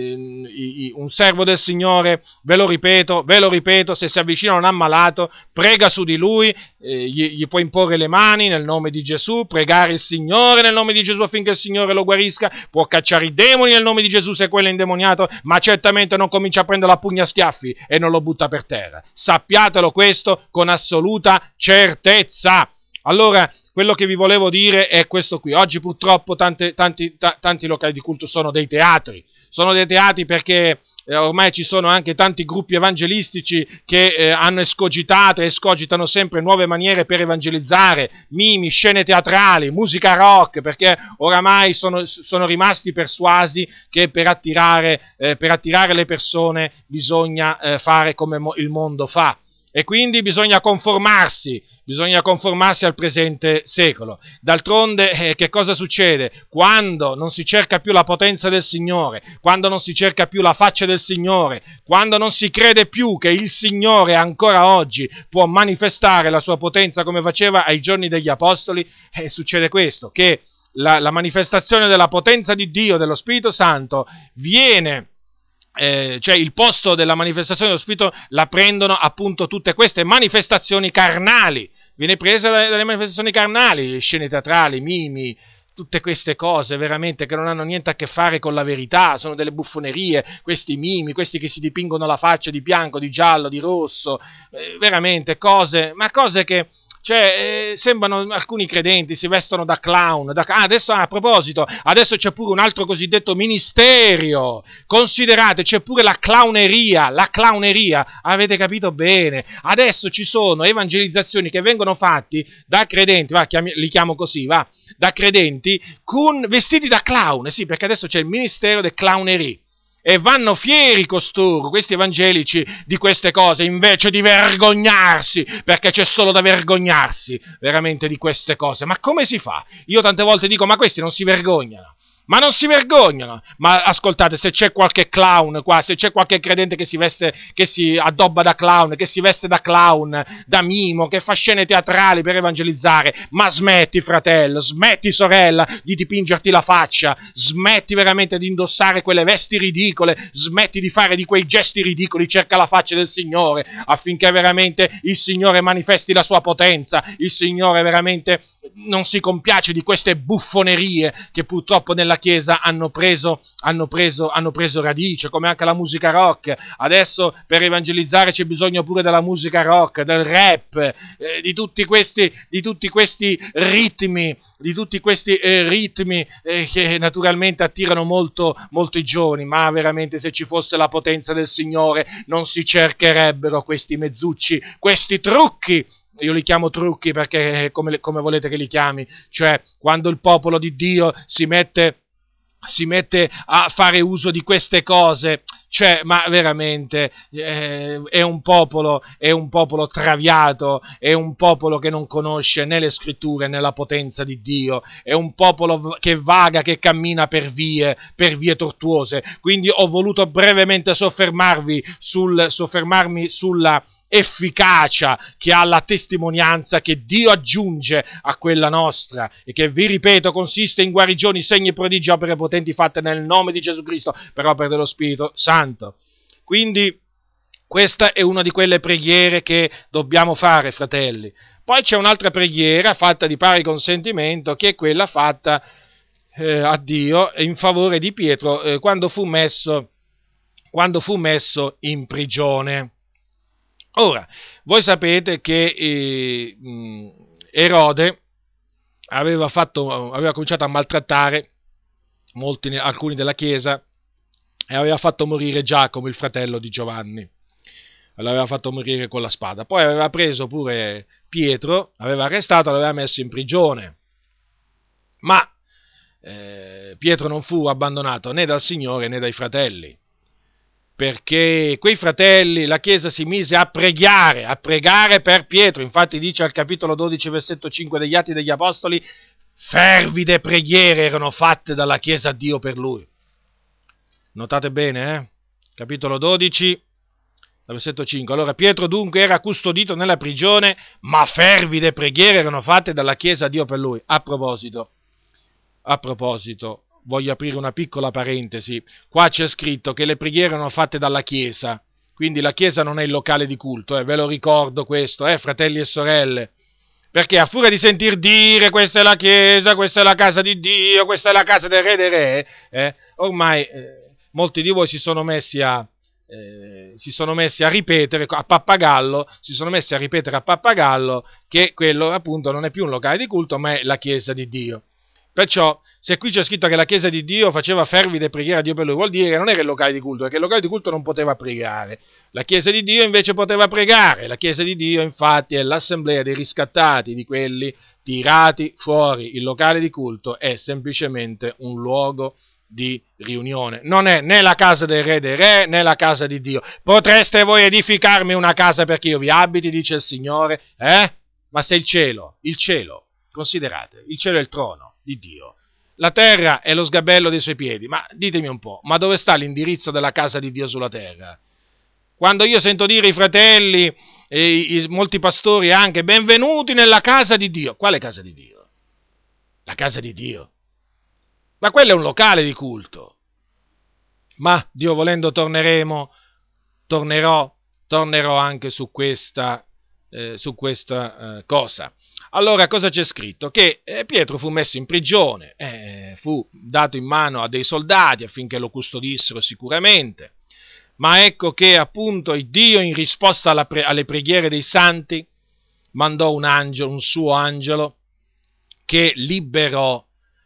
A: eh, un servo del Signore, ve lo ripeto, ve lo ripeto, se si avvicina a un ammalato, prega su di lui, eh, gli, gli può imporre le mani nel nome di Gesù, pregare il Signore nel nome di Gesù affinché il Signore lo guarisca, può cacciare i demoni nel nome di Gesù se quello è indemoniato, ma certamente non comincia a prendere la pugna a schiaffi e non lo butta per terra. Sappiatelo questo con assoluta certezza. Allora, quello che vi volevo dire è questo qui. Oggi purtroppo tante, tanti, ta, tanti locali di culto sono dei teatri. Sono dei teatri perché eh, ormai ci sono anche tanti gruppi evangelistici che eh, hanno escogitato e escogitano sempre nuove maniere per evangelizzare, mimi, scene teatrali, musica rock, perché oramai sono, sono rimasti persuasi che per attirare, eh, per attirare le persone bisogna eh, fare come mo- il mondo fa. E quindi bisogna conformarsi, bisogna conformarsi al presente secolo. D'altronde, eh, che cosa succede? Quando non si cerca più la potenza del Signore, quando non si cerca più la faccia del Signore, quando non si crede più che il Signore ancora oggi può manifestare la sua potenza come faceva ai giorni degli Apostoli, eh, succede questo, che la, la manifestazione della potenza di Dio, dello Spirito Santo, viene... Eh, cioè il posto della manifestazione dello Spirito la prendono appunto tutte queste manifestazioni carnali, viene presa dalle, dalle manifestazioni carnali, scene teatrali, mimi, tutte queste cose veramente che non hanno niente a che fare con la verità, sono delle buffonerie, questi mimi, questi che si dipingono la faccia di bianco, di giallo, di rosso, eh, veramente cose, ma cose che... Cioè, eh, sembrano alcuni credenti, si vestono da clown. Da, ah, adesso, ah, a proposito, adesso c'è pure un altro cosiddetto ministerio. Considerate, c'è pure la clowneria, la clowneria, avete capito bene. Adesso ci sono evangelizzazioni che vengono fatti da credenti, va, chiami, li chiamo così, va, da credenti con vestiti da clown, sì, perché adesso c'è il ministero delle clownerie. E vanno fieri costoro, questi evangelici, di queste cose, invece di vergognarsi, perché c'è solo da vergognarsi, veramente, di queste cose. Ma come si fa? Io tante volte dico, ma questi non si vergognano. Ma non si vergognano! Ma ascoltate, se c'è qualche clown qua, se c'è qualche credente che si veste, che si addobba da clown, che si veste da clown, da mimo, che fa scene teatrali per evangelizzare, ma smetti, fratello, smetti, sorella, di dipingerti la faccia, smetti veramente di indossare quelle vesti ridicole, smetti di fare di quei gesti ridicoli, cerca la faccia del Signore, affinché veramente il Signore manifesti la sua potenza, il Signore veramente non si compiace di queste buffonerie che purtroppo nella Chiesa hanno preso, hanno preso, hanno preso radice, come anche la musica rock. Adesso per evangelizzare c'è bisogno pure della musica rock, del rap, eh, di tutti questi, di tutti questi ritmi, di tutti questi eh, ritmi eh, che naturalmente attirano molto, molto i giovani, ma veramente se ci fosse la potenza del Signore non si cercherebbero questi mezzucci, questi trucchi. Io li chiamo trucchi perché come, come volete che li chiami, cioè quando il popolo di Dio si mette si mette a fare uso di queste cose, cioè, ma veramente eh, è un popolo, è un popolo traviato, è un popolo che non conosce né le scritture né la potenza di Dio, è un popolo che vaga, che cammina per vie, per vie tortuose. Quindi ho voluto brevemente soffermarvi sul, soffermarmi sulla efficacia che ha la testimonianza che Dio aggiunge a quella nostra e che, vi ripeto, consiste in guarigioni, segni, prodigi, opere potenti fatte nel nome di Gesù Cristo per opera dello Spirito Santo. Quindi questa è una di quelle preghiere che dobbiamo fare, fratelli. Poi c'è un'altra preghiera fatta di pari consentimento, che è quella fatta eh, a Dio in favore di Pietro eh, quando fu messo, quando fu messo in prigione. Ora, voi sapete che eh, Erode aveva, fatto, aveva cominciato a maltrattare molti, alcuni della Chiesa e aveva fatto morire Giacomo, il fratello di Giovanni. L'aveva fatto morire con la spada. Poi aveva preso pure Pietro, l'aveva arrestato e l'aveva messo in prigione. Ma eh, Pietro non fu abbandonato né dal Signore né dai fratelli, perché quei fratelli, la Chiesa si mise a pregare, a pregare per Pietro. Infatti dice al capitolo dodici, versetto cinque degli Atti degli Apostoli, fervide preghiere erano fatte dalla Chiesa a Dio per lui. Notate bene, eh? Capitolo dodici, versetto cinque. Allora, Pietro dunque era custodito nella prigione, ma fervide preghiere erano fatte dalla Chiesa a Dio per lui. A proposito, a proposito, voglio aprire una piccola parentesi. Qua c'è scritto che le preghiere erano fatte dalla Chiesa, quindi la Chiesa non è il locale di culto, eh, ve lo ricordo questo, eh, fratelli e sorelle, perché a furia di sentir dire questa è la Chiesa, questa è la casa di Dio, questa è la casa del Re dei Re, eh, ormai eh, molti di voi si sono messi a, eh, si sono messi a ripetere a pappagallo, si sono messi a ripetere a pappagallo che quello appunto non è più un locale di culto, ma è la chiesa di Dio. Perciò, se qui c'è scritto che la chiesa di Dio faceva fervide preghiere a Dio per lui, vuol dire che non era il locale di culto, perché il locale di culto non poteva pregare. La chiesa di Dio invece poteva pregare. La chiesa di Dio, infatti, è l'assemblea dei riscattati, di quelli tirati fuori. Il locale di culto è semplicemente un luogo di riunione. Non è né la casa del re dei re, né la casa di Dio. Potreste voi edificarmi una casa perché io vi abiti, dice il Signore? Eh? Ma se il cielo, il cielo, considerate, il cielo è il trono di Dio, la terra è lo sgabello dei suoi piedi, ma ditemi un po', ma dove sta l'indirizzo della casa di Dio sulla terra? Quando io sento dire i fratelli e i, molti pastori anche, benvenuti nella casa di Dio, quale casa di Dio? La casa di Dio, ma quello è un locale di culto. Ma Dio volendo torneremo, tornerò, tornerò anche su questa, eh, su questa eh, cosa. Allora, cosa c'è scritto? Che eh, Pietro fu messo in prigione, eh, fu dato in mano a dei soldati affinché lo custodissero sicuramente, ma ecco che appunto il Dio, in risposta alla pre- alle preghiere dei santi, mandò un angelo, un suo angelo, che liberò,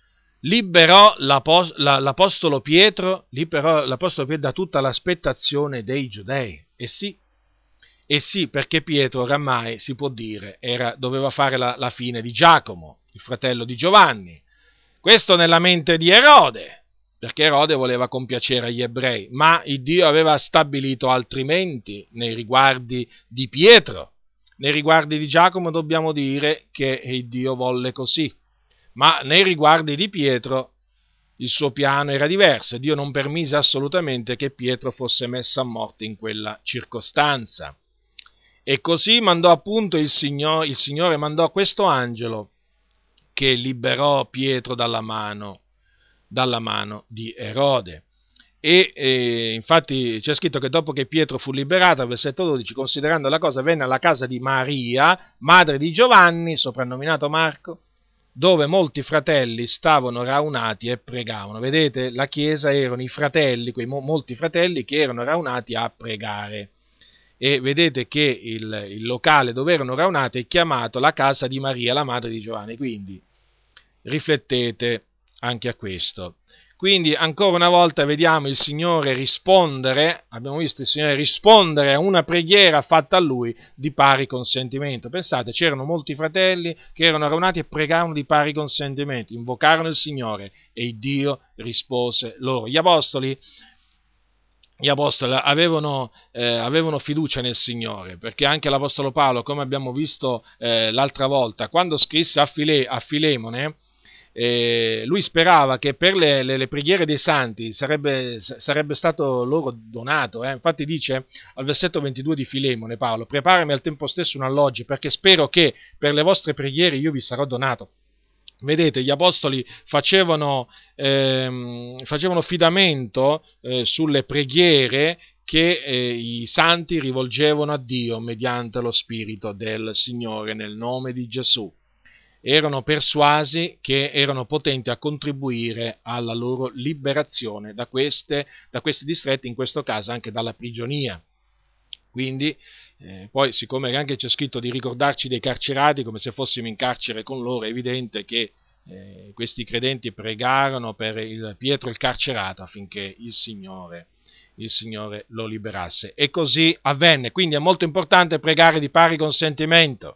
A: liberò l'apos- la- l'apostolo Pietro, liberò l'apostolo Pietro da tutta l'aspettazione dei giudei. E sì, E sì, perché Pietro oramai, si può dire, era, doveva fare la, la fine di Giacomo, il fratello di Giovanni. Questo nella mente di Erode, perché Erode voleva compiacere agli ebrei, ma il Dio aveva stabilito altrimenti nei riguardi di Pietro. Nei riguardi di Giacomo dobbiamo dire che il Dio volle così, ma nei riguardi di Pietro il suo piano era diverso. Dio non permise assolutamente che Pietro fosse messo a morte in quella circostanza. E così mandò appunto il Signore, il Signore mandò questo angelo che liberò Pietro dalla mano, dalla mano di Erode. E eh, infatti c'è scritto che dopo che Pietro fu liberato, al versetto dodici, considerando la cosa, venne alla casa di Maria, madre di Giovanni, soprannominato Marco, dove molti fratelli stavano raunati e pregavano. Vedete, la chiesa erano i fratelli, quei mo- molti fratelli che erano raunati a pregare. E vedete che il, il locale dove erano raunati è chiamato la casa di Maria, la madre di Giovanni, quindi riflettete anche a questo. Quindi ancora una volta vediamo il Signore rispondere, abbiamo visto il Signore rispondere a una preghiera fatta a Lui di pari consentimento. Pensate, c'erano molti fratelli che erano raunati e pregavano di pari consentimento, invocarono il Signore e il Dio rispose loro. Gli apostoli Gli apostoli avevano, eh, avevano fiducia nel Signore, perché anche l'apostolo Paolo, come abbiamo visto eh, l'altra volta, quando scrisse a, File, a Filemone, eh, lui sperava che per le, le, le preghiere dei santi sarebbe, sarebbe stato loro donato. Eh. Infatti dice al versetto ventidue di Filemone, Paolo, preparami al tempo stesso un alloggio, perché spero che per le vostre preghiere io vi sarò donato. Vedete, gli apostoli facevano, ehm, facevano affidamento eh, sulle preghiere che eh, i santi rivolgevano a Dio mediante lo Spirito del Signore nel nome di Gesù. Erano persuasi che erano potenti a contribuire alla loro liberazione da, queste, da questi distretti, in questo caso anche dalla prigionia. Quindi, eh, poi, siccome anche c'è scritto di ricordarci dei carcerati come se fossimo in carcere con loro, è evidente che eh, questi credenti pregarono per il Pietro il carcerato affinché il Signore, il Signore lo liberasse. E così avvenne. Quindi è molto importante pregare di pari consentimento.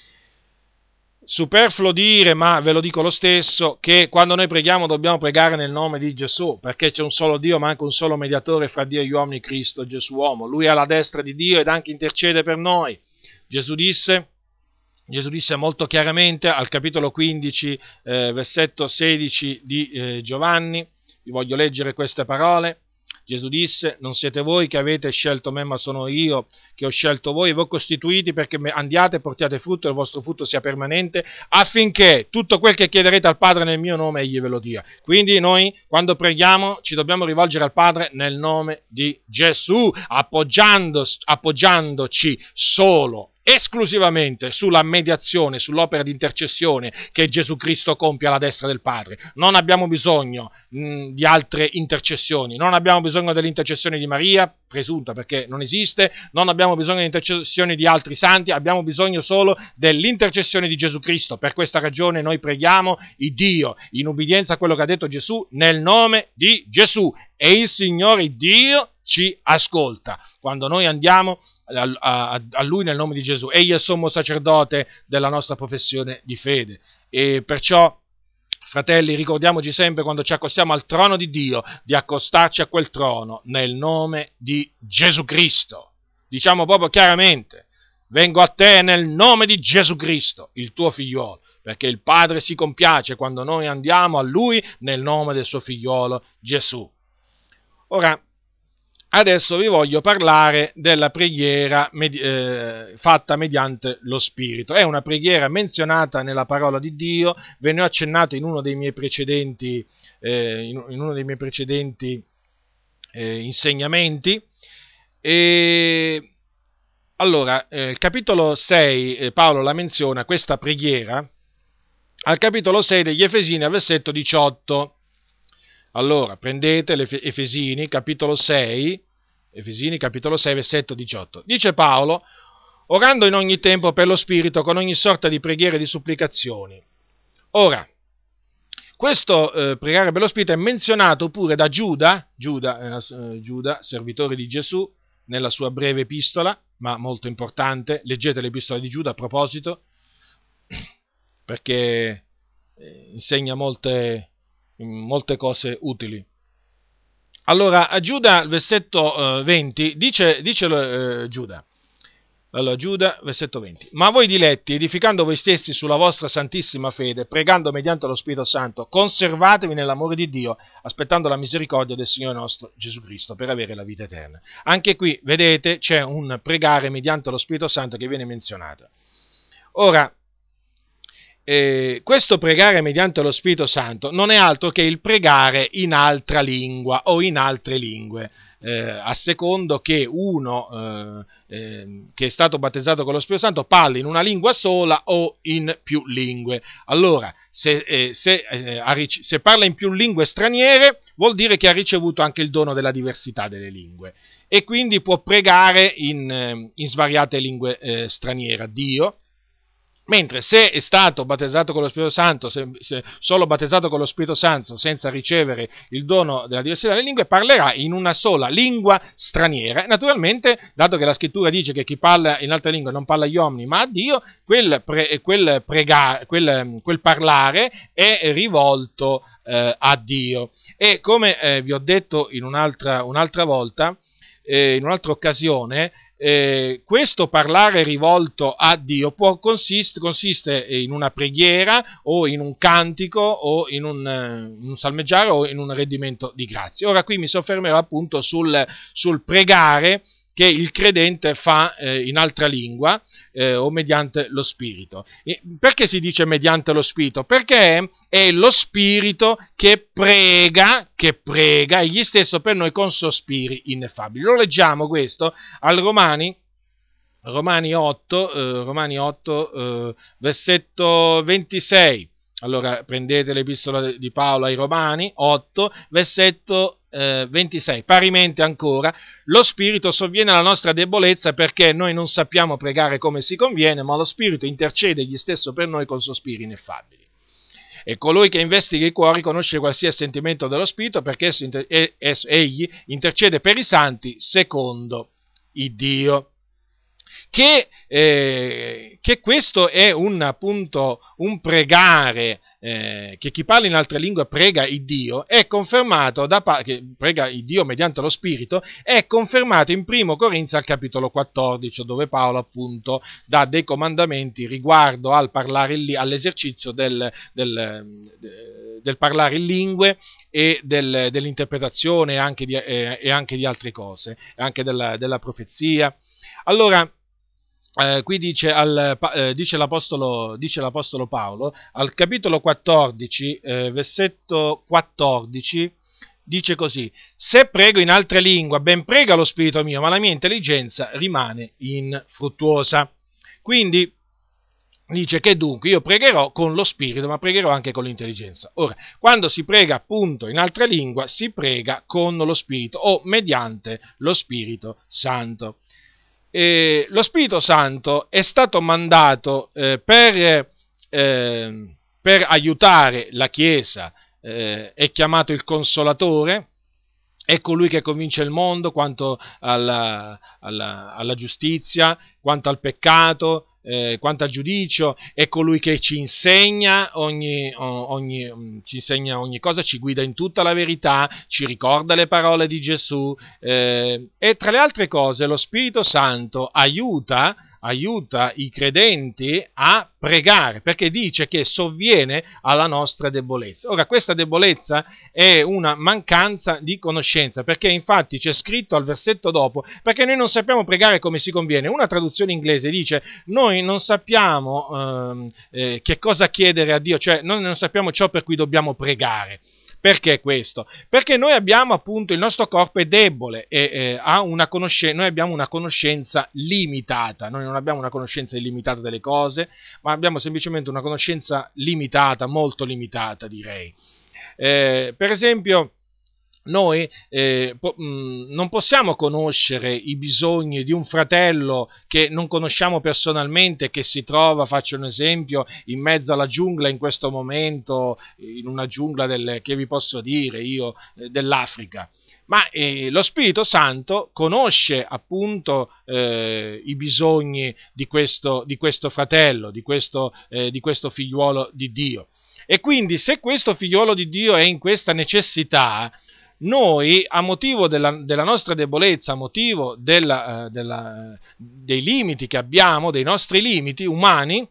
A: Superfluo dire, ma ve lo dico lo stesso, che quando noi preghiamo dobbiamo pregare nel nome di Gesù, perché c'è un solo Dio, ma anche un solo mediatore fra Dio e gli uomini, Cristo Gesù uomo. Lui è alla destra di Dio ed anche intercede per noi. Gesù disse, Gesù disse molto chiaramente al capitolo quindici, eh, versetto sedici di eh, Giovanni, vi voglio leggere queste parole. Gesù disse, non siete voi che avete scelto me, ma sono io che ho scelto voi e voi costituiti perché andiate e portiate frutto e il vostro frutto sia permanente, affinché tutto quel che chiederete al Padre nel mio nome egli ve lo dia. Quindi noi, quando preghiamo, ci dobbiamo rivolgere al Padre nel nome di Gesù, appoggiando, appoggiandoci solo esclusivamente sulla mediazione, sull'opera di intercessione che Gesù Cristo compie alla destra del Padre. Non abbiamo bisogno mh, di altre intercessioni, non abbiamo bisogno dell'intercessione di Maria, presunta perché non esiste, non abbiamo bisogno dell'intercessione di altri santi, abbiamo bisogno solo dell'intercessione di Gesù Cristo. Per questa ragione noi preghiamo il Dio, in ubbidienza a quello che ha detto Gesù, nel nome di Gesù, e il Signore Dio ci ascolta quando noi andiamo a, a, a Lui nel nome di Gesù. Egli è il sommo sacerdote della nostra professione di fede, e perciò, fratelli, ricordiamoci sempre, quando ci accostiamo al trono di Dio, di accostarci a quel trono nel nome di Gesù Cristo. Diciamo proprio chiaramente: vengo a te nel nome di Gesù Cristo, il tuo figliuolo, perché il Padre si compiace quando noi andiamo a Lui nel nome del suo figliuolo Gesù. Ora, adesso vi voglio parlare della preghiera med- eh, fatta mediante lo Spirito. È una preghiera menzionata nella parola di Dio, ve ne ho accennato in uno dei miei precedenti, eh, in, in uno dei miei precedenti eh, insegnamenti. E allora, eh, il capitolo sei, eh, Paolo la menziona, questa preghiera, al capitolo sei degli Efesini, al versetto diciotto. Allora, prendete Efesini, capitolo sei, Efesini, capitolo sei, versetto diciotto. Dice Paolo: orando in ogni tempo per lo Spirito, con ogni sorta di preghiere e di supplicazioni. Ora, questo eh, pregare per lo Spirito è menzionato pure da Giuda, Giuda, eh, Giuda, servitore di Gesù, nella sua breve epistola, ma molto importante. Leggete l'epistola di Giuda a proposito, perché eh, insegna molte... molte cose utili. Allora, a Giuda, versetto eh, venti, dice, dice eh, Giuda, allora, Giuda, versetto venti, ma voi diletti, edificando voi stessi sulla vostra santissima fede, pregando mediante lo Spirito Santo, conservatevi nell'amore di Dio, aspettando la misericordia del Signore nostro Gesù Cristo, per avere la vita eterna. Anche qui, vedete, c'è un pregare mediante lo Spirito Santo che viene menzionato. Ora, Eh, questo pregare mediante lo Spirito Santo non è altro che il pregare in altra lingua o in altre lingue, eh, a secondo che uno eh, eh, che è stato battezzato con lo Spirito Santo parli in una lingua sola o in più lingue. Allora, se, eh, se, eh, se parla in più lingue straniere, vuol dire che ha ricevuto anche il dono della diversità delle lingue, e quindi può pregare in, in svariate lingue eh, straniere a Dio. Mentre se è stato battezzato con lo Spirito Santo, se, se solo battezzato con lo Spirito Santo senza ricevere il dono della diversità delle lingue, parlerà in una sola lingua straniera. Naturalmente, dato che la Scrittura dice che chi parla in altre lingue non parla agli uomini ma a Dio, quel, pre, quel, prega, quel, quel parlare è rivolto eh, a Dio. E come eh, vi ho detto in un'altra, un'altra volta, eh, in un'altra occasione, Eh, questo parlare rivolto a Dio può consiste, consiste in una preghiera o in un cantico o in un, in un salmeggiare o in un rendimento di grazie. Ora qui mi soffermerò appunto sul, sul pregare che il credente fa eh, in altra lingua eh, o mediante lo Spirito. E perché si dice mediante lo Spirito? Perché è lo Spirito che prega, che prega egli stesso per noi con sospiri ineffabili. Lo leggiamo questo al Romani, Romani otto, eh, Romani otto eh, versetto ventisei. Allora prendete l'epistola di Paolo ai Romani otto, versetto eh, ventisei. Parimente ancora, lo Spirito sovviene alla nostra debolezza, perché noi non sappiamo pregare come si conviene, ma lo Spirito intercede egli stesso per noi con sospiri ineffabili. E colui che investiga i cuori conosce qualsiasi sentimento dello Spirito, perché esso, esso, egli intercede per i santi secondo il Dio. Che, eh, che questo è un, appunto, un pregare, eh, che chi parla in altre lingue prega il Dio, è confermato, da, che prega il Dio mediante lo Spirito, è confermato in primo Corinzi al capitolo quattordici, dove Paolo appunto dà dei comandamenti riguardo al parlare in, all'esercizio del, del, del parlare in lingue e del, dell'interpretazione anche di, eh, e anche di altre cose, anche della, della profezia. Allora, Eh, qui dice, al, eh, dice, l'apostolo, dice l'apostolo Paolo, al capitolo quattordici, eh, versetto quattordici, dice così: se prego in altre lingue, ben prega lo spirito mio, ma la mia intelligenza rimane infruttuosa. Quindi dice che dunque io pregherò con lo spirito, ma pregherò anche con l'intelligenza. Ora, quando si prega appunto in altra lingua, si prega con lo spirito o mediante lo Spirito Santo. Eh, lo Spirito Santo è stato mandato eh, per, eh, per aiutare la Chiesa, eh, è chiamato il Consolatore. È colui che convince il mondo quanto alla, alla, alla giustizia, quanto al peccato, eh, quanto al giudizio, è colui che ci insegna ogni, ogni, ci insegna ogni cosa, ci guida in tutta la verità, ci ricorda le parole di Gesù, eh, e tra le altre cose lo Spirito Santo aiuta, aiuta i credenti a pregare, perché dice che sovviene alla nostra debolezza. Ora, questa debolezza è una mancanza di conoscenza, perché infatti c'è scritto al versetto dopo, perché noi non sappiamo pregare come si conviene. Una traduzione inglese dice: noi non sappiamo ehm, eh, che cosa chiedere a Dio, cioè noi non sappiamo ciò per cui dobbiamo pregare. Perché questo? Perché noi abbiamo appunto, il nostro corpo è debole e eh, ha una conoscenza, noi abbiamo una conoscenza limitata, noi non abbiamo una conoscenza illimitata delle cose, ma abbiamo semplicemente una conoscenza limitata, molto limitata direi. Eh, per esempio, noi eh, po- mh, non possiamo conoscere i bisogni di un fratello che non conosciamo personalmente, che si trova, faccio un esempio, in mezzo alla giungla in questo momento, in una giungla del, che vi posso dire io, eh, dell'Africa. Ma eh, lo Spirito Santo conosce appunto eh, i bisogni di questo, di questo fratello, di questo, eh, di questo figliuolo di Dio. E quindi se questo figliuolo di Dio è in questa necessità, noi, a motivo della, della nostra debolezza, a motivo della, della, dei limiti che abbiamo, dei nostri limiti umani,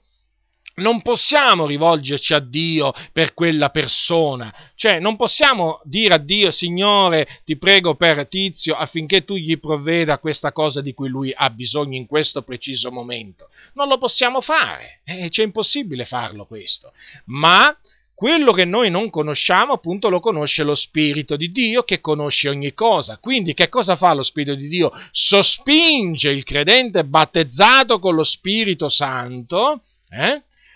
A: non possiamo rivolgerci a Dio per quella persona, cioè non possiamo dire a Dio: Signore, ti prego per Tizio affinché tu gli provveda questa cosa di cui lui ha bisogno in questo preciso momento. Non lo possiamo fare, eh, c'è impossibile farlo questo, ma quello che noi non conosciamo, appunto, lo conosce lo Spirito di Dio, che conosce ogni cosa. Quindi che cosa fa lo Spirito di Dio? Sospinge il credente battezzato con lo Spirito Santo eh,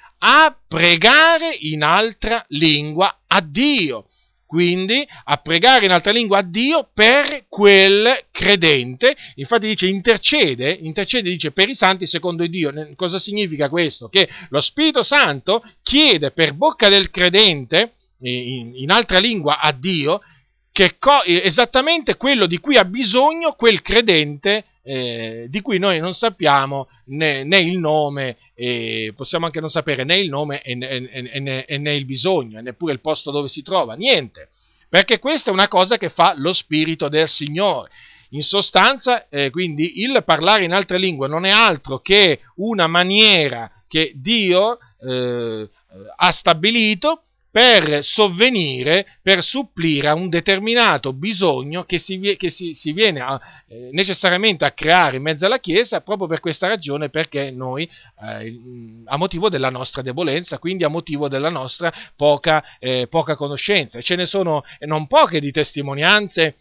A: a pregare in altra lingua a Dio. Quindi a pregare in altra lingua a Dio per quel credente. Infatti dice intercede, intercede dice per i santi secondo Dio. Cosa significa questo? Che lo Spirito Santo chiede per bocca del credente in, in altra lingua a Dio che co- esattamente quello di cui ha bisogno quel credente, eh, di cui noi non sappiamo né, né il nome, eh, possiamo anche non sapere né il nome e, e, e, né, e né il bisogno, e neppure il posto dove si trova, niente, perché questa è una cosa che fa lo Spirito del Signore. In sostanza, eh, quindi, il parlare in altre lingue non è altro che una maniera che Dio eh, ha stabilito per sovvenire, per supplire a un determinato bisogno che si, che si, si viene a, eh, necessariamente a creare in mezzo alla Chiesa, proprio per questa ragione, perché noi, eh, a motivo della nostra debolezza, quindi a motivo della nostra poca, eh, poca conoscenza. E ce ne sono non poche di testimonianze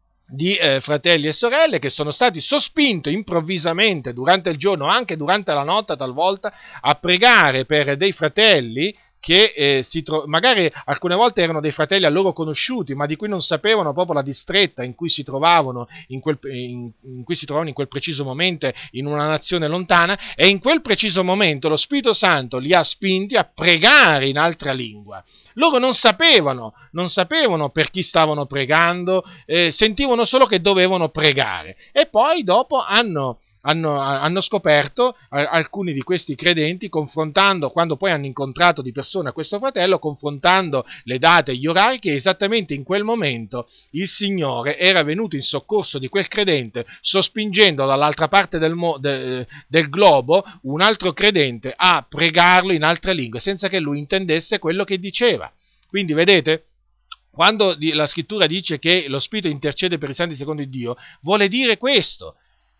A: di eh, fratelli e sorelle che sono stati sospinti improvvisamente durante il giorno, anche durante la notte talvolta, a pregare per dei fratelli che eh, si tro- magari alcune volte erano dei fratelli a loro conosciuti, ma di cui non sapevano proprio la distretta in cui si trovavano, in, quel, in, in cui si trovavano in quel preciso momento in una nazione lontana, e in quel preciso momento lo Spirito Santo li ha spinti a pregare in altra lingua. Loro non sapevano, non sapevano per chi stavano pregando, eh, sentivano solo che dovevano pregare, e poi dopo hanno Hanno, hanno scoperto eh, alcuni di questi credenti, confrontando, quando poi hanno incontrato di persona questo fratello, confrontando le date e gli orari, che esattamente in quel momento il Signore era venuto in soccorso di quel credente, sospingendo dall'altra parte del, mo- de- del globo un altro credente a pregarlo in altre lingue, senza che lui intendesse quello che diceva. Quindi vedete, quando la Scrittura dice che lo Spirito intercede per i santi secondo Dio, vuole dire questo.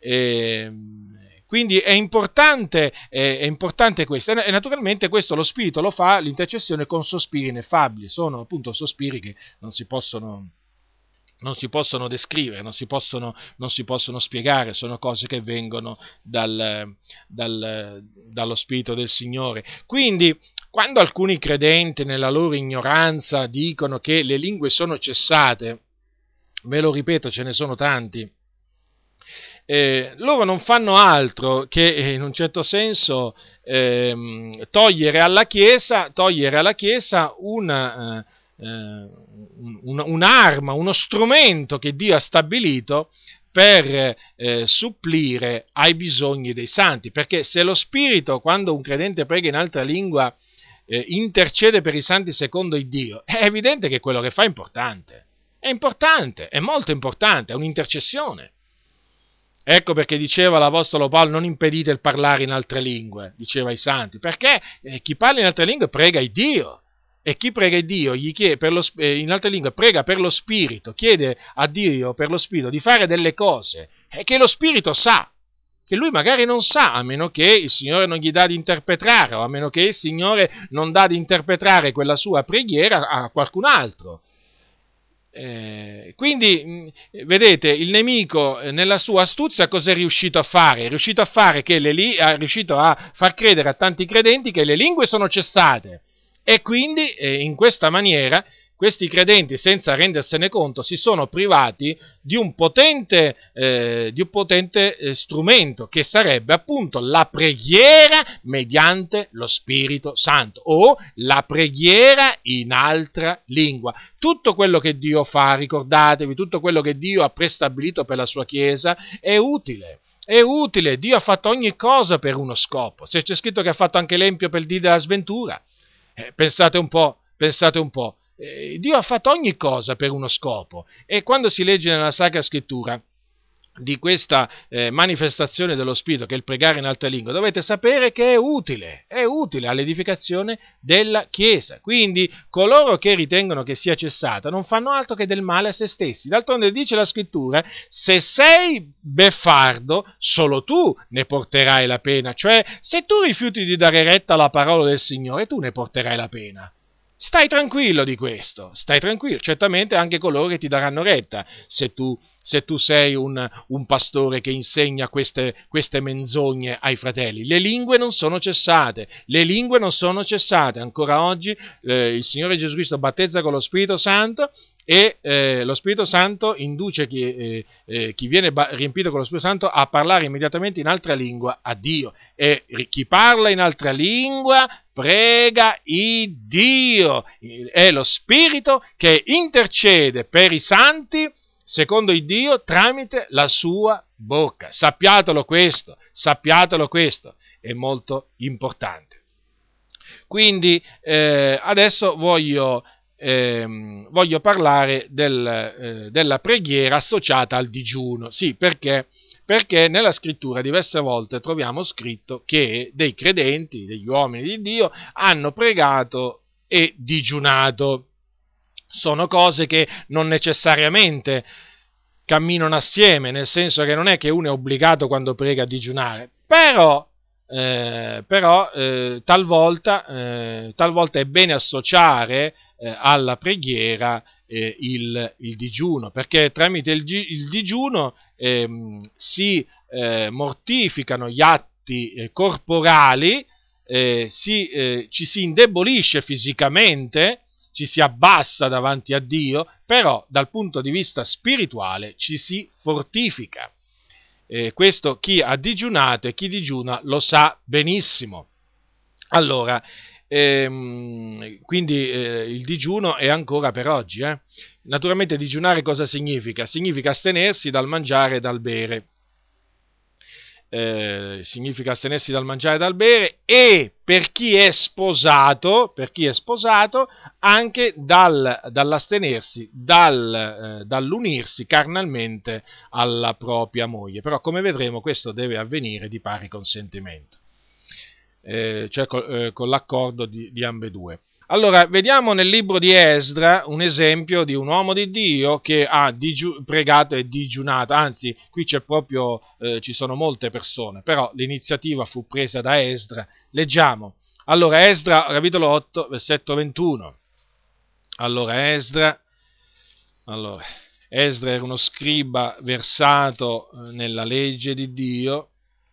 A: Eh, quindi è importante, eh, è importante questo, e naturalmente questo lo Spirito lo fa, l'intercessione, con sospiri ineffabili. Sono appunto sospiri che non si possono non si possono descrivere, non si possono, non si possono spiegare, sono cose che vengono dal, dal, dallo Spirito del Signore. Quindi, quando alcuni credenti nella loro ignoranza dicono che le lingue sono cessate, ve lo ripeto, ce ne sono tanti, eh, loro non fanno altro che, in un certo senso, ehm, togliere alla Chiesa, togliere alla Chiesa una... Eh, Uh, un, un'arma, uno strumento che Dio ha stabilito per eh, supplire ai bisogni dei santi, perché se lo Spirito, quando un credente prega in altra lingua, eh, intercede per i santi secondo il Dio, è evidente che quello che fa è importante, è importante, è molto importante, è un'intercessione. Ecco perché diceva l'Apostolo Paolo: non impedite il parlare in altre lingue, diceva ai santi, perché eh, chi parla in altre lingue prega il Dio. E chi prega Dio gli chiede per lo, eh, in altre lingue prega per lo Spirito, chiede a Dio per lo Spirito di fare delle cose eh, che lo Spirito sa, che lui magari non sa, a meno che il Signore non gli dà di interpretare, o a meno che il Signore non dà di interpretare quella sua preghiera a qualcun altro. Eh, quindi, vedete, il nemico nella sua astuzia cosa è riuscito a fare? È riuscito a fare che le li- è riuscito a far credere a tanti credenti che le lingue sono cessate. E quindi, eh, in questa maniera, questi credenti, senza rendersene conto, si sono privati di un potente, eh, di un potente eh, strumento, che sarebbe appunto la preghiera mediante lo Spirito Santo, o la preghiera in altra lingua. Tutto quello che Dio fa, ricordatevi, tutto quello che Dio ha prestabilito per la sua Chiesa è utile. È utile, Dio ha fatto ogni cosa per uno scopo. Se c'è scritto che ha fatto anche l'empio per il dì della sventura, Eh, pensate un po', pensate un po', eh, Dio ha fatto ogni cosa per uno scopo, e quando si legge nella Sacra Scrittura di questa eh, manifestazione dello Spirito, che è il pregare in altre lingue, dovete sapere che è utile, è utile all'edificazione della Chiesa. Quindi coloro che ritengono che sia cessata non fanno altro che del male a se stessi. D'altronde dice la Scrittura: se sei beffardo, solo tu ne porterai la pena. Cioè, se tu rifiuti di dare retta alla parola del Signore, tu ne porterai la pena. Stai tranquillo di questo, stai tranquillo. Certamente anche coloro che ti daranno retta, se tu, se tu sei un, un pastore che insegna queste, queste menzogne ai fratelli. Le lingue non sono cessate, le lingue non sono cessate. Ancora oggi eh, il Signore Gesù Cristo battezza con lo Spirito Santo, e eh, lo Spirito Santo induce chi, eh, eh, chi viene ba- riempito con lo Spirito Santo a parlare immediatamente in altra lingua a Dio, e chi parla in altra lingua prega il Dio, è lo Spirito che intercede per i santi secondo il Dio tramite la sua bocca. Sappiatelo questo, sappiatelo questo, è molto importante. Quindi eh, adesso voglio Eh, voglio parlare del, eh, della preghiera associata al digiuno. Sì, perché? Perché nella scrittura diverse volte troviamo scritto che dei credenti, degli uomini di Dio, hanno pregato e digiunato. Sono cose che non necessariamente camminano assieme, nel senso che non è che uno è obbligato quando prega a digiunare, però Eh, però eh, talvolta, eh, talvolta è bene associare eh, alla preghiera eh, il, il digiuno, perché tramite il, il digiuno eh, si eh, mortificano gli atti eh, corporali, eh, si, eh, ci si indebolisce fisicamente, ci si abbassa davanti a Dio, però dal punto di vista spirituale ci si fortifica. Eh, questo chi ha digiunato e chi digiuna lo sa benissimo. Allora, ehm, quindi eh, il digiuno è ancora per oggi. Eh? Naturalmente digiunare cosa significa? Significa astenersi dal mangiare e dal bere. Eh, significa astenersi dal mangiare e dal bere, e per chi è sposato, per chi è sposato anche dal, dall'astenersi, dal, eh, dall'unirsi carnalmente alla propria moglie. Però, come vedremo, questo deve avvenire di pari consentimento, eh, cioè con, eh, con l'accordo di, di ambedue. Allora, vediamo nel libro di Esdra un esempio di un uomo di Dio che ha digiu- pregato e digiunato, anzi, qui c'è proprio, eh, ci sono molte persone, però l'iniziativa fu presa da Esdra. Leggiamo. Allora, Esdra, capitolo otto, versetto ventuno. Allora, Esdra, allora, Esdra era uno scriba versato nella legge di Dio,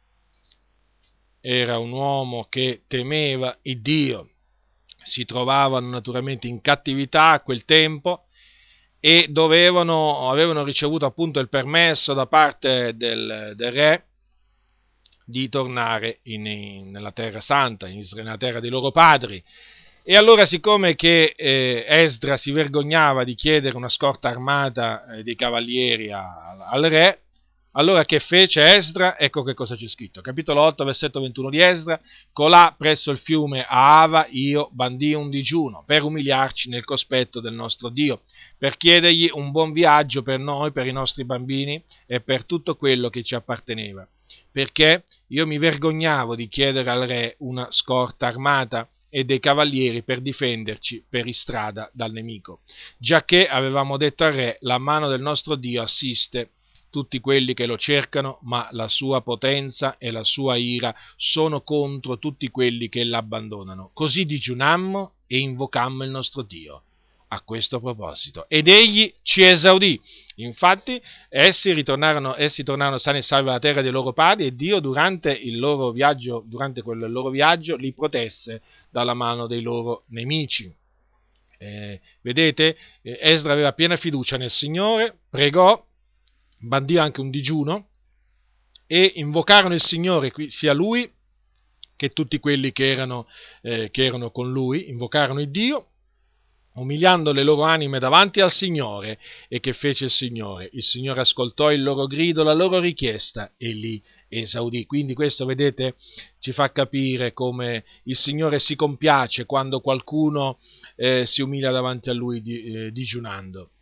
A: era un uomo che temeva il Dio, si trovavano naturalmente in cattività a quel tempo e dovevano, avevano ricevuto appunto il permesso da parte del, del re di tornare in, in, nella terra santa, in Israele, nella terra dei loro padri. E allora, siccome che eh, Esdra si vergognava di chiedere una scorta armata eh, dei cavalieri a, al re, allora che fece Esdra? Ecco che cosa c'è scritto. Capitolo otto, versetto ventuno di Esdra: colà presso il fiume Ahava io bandii un digiuno per umiliarci nel cospetto del nostro Dio, per chiedergli un buon viaggio per noi, per i nostri bambini e per tutto quello che ci apparteneva, perché io mi vergognavo di chiedere al re una scorta armata e dei cavalieri per difenderci per istrada dal nemico, giacché avevamo detto al re: la mano del nostro Dio assiste tutti quelli che lo cercano, ma la sua potenza e la sua ira sono contro tutti quelli che l'abbandonano. Così digiunammo e invocammo il nostro Dio a questo proposito, ed egli ci esaudì. Infatti essi ritornarono, essi tornarono sani e salvi alla terra dei loro padri, e Dio durante il loro viaggio, durante quel loro viaggio, li protesse dalla mano dei loro nemici. Eh, vedete, Esdra aveva piena fiducia nel Signore, pregò, bandì anche un digiuno e invocarono il Signore, sia lui che tutti quelli che erano, eh, che erano con lui, invocarono il Dio, umiliando le loro anime davanti al Signore. E che fece il Signore? Il Signore ascoltò il loro grido, la loro richiesta, e li esaudì. Quindi questo, vedete, ci fa capire come il Signore si compiace quando qualcuno eh, si umilia davanti a Lui di, eh, digiunando.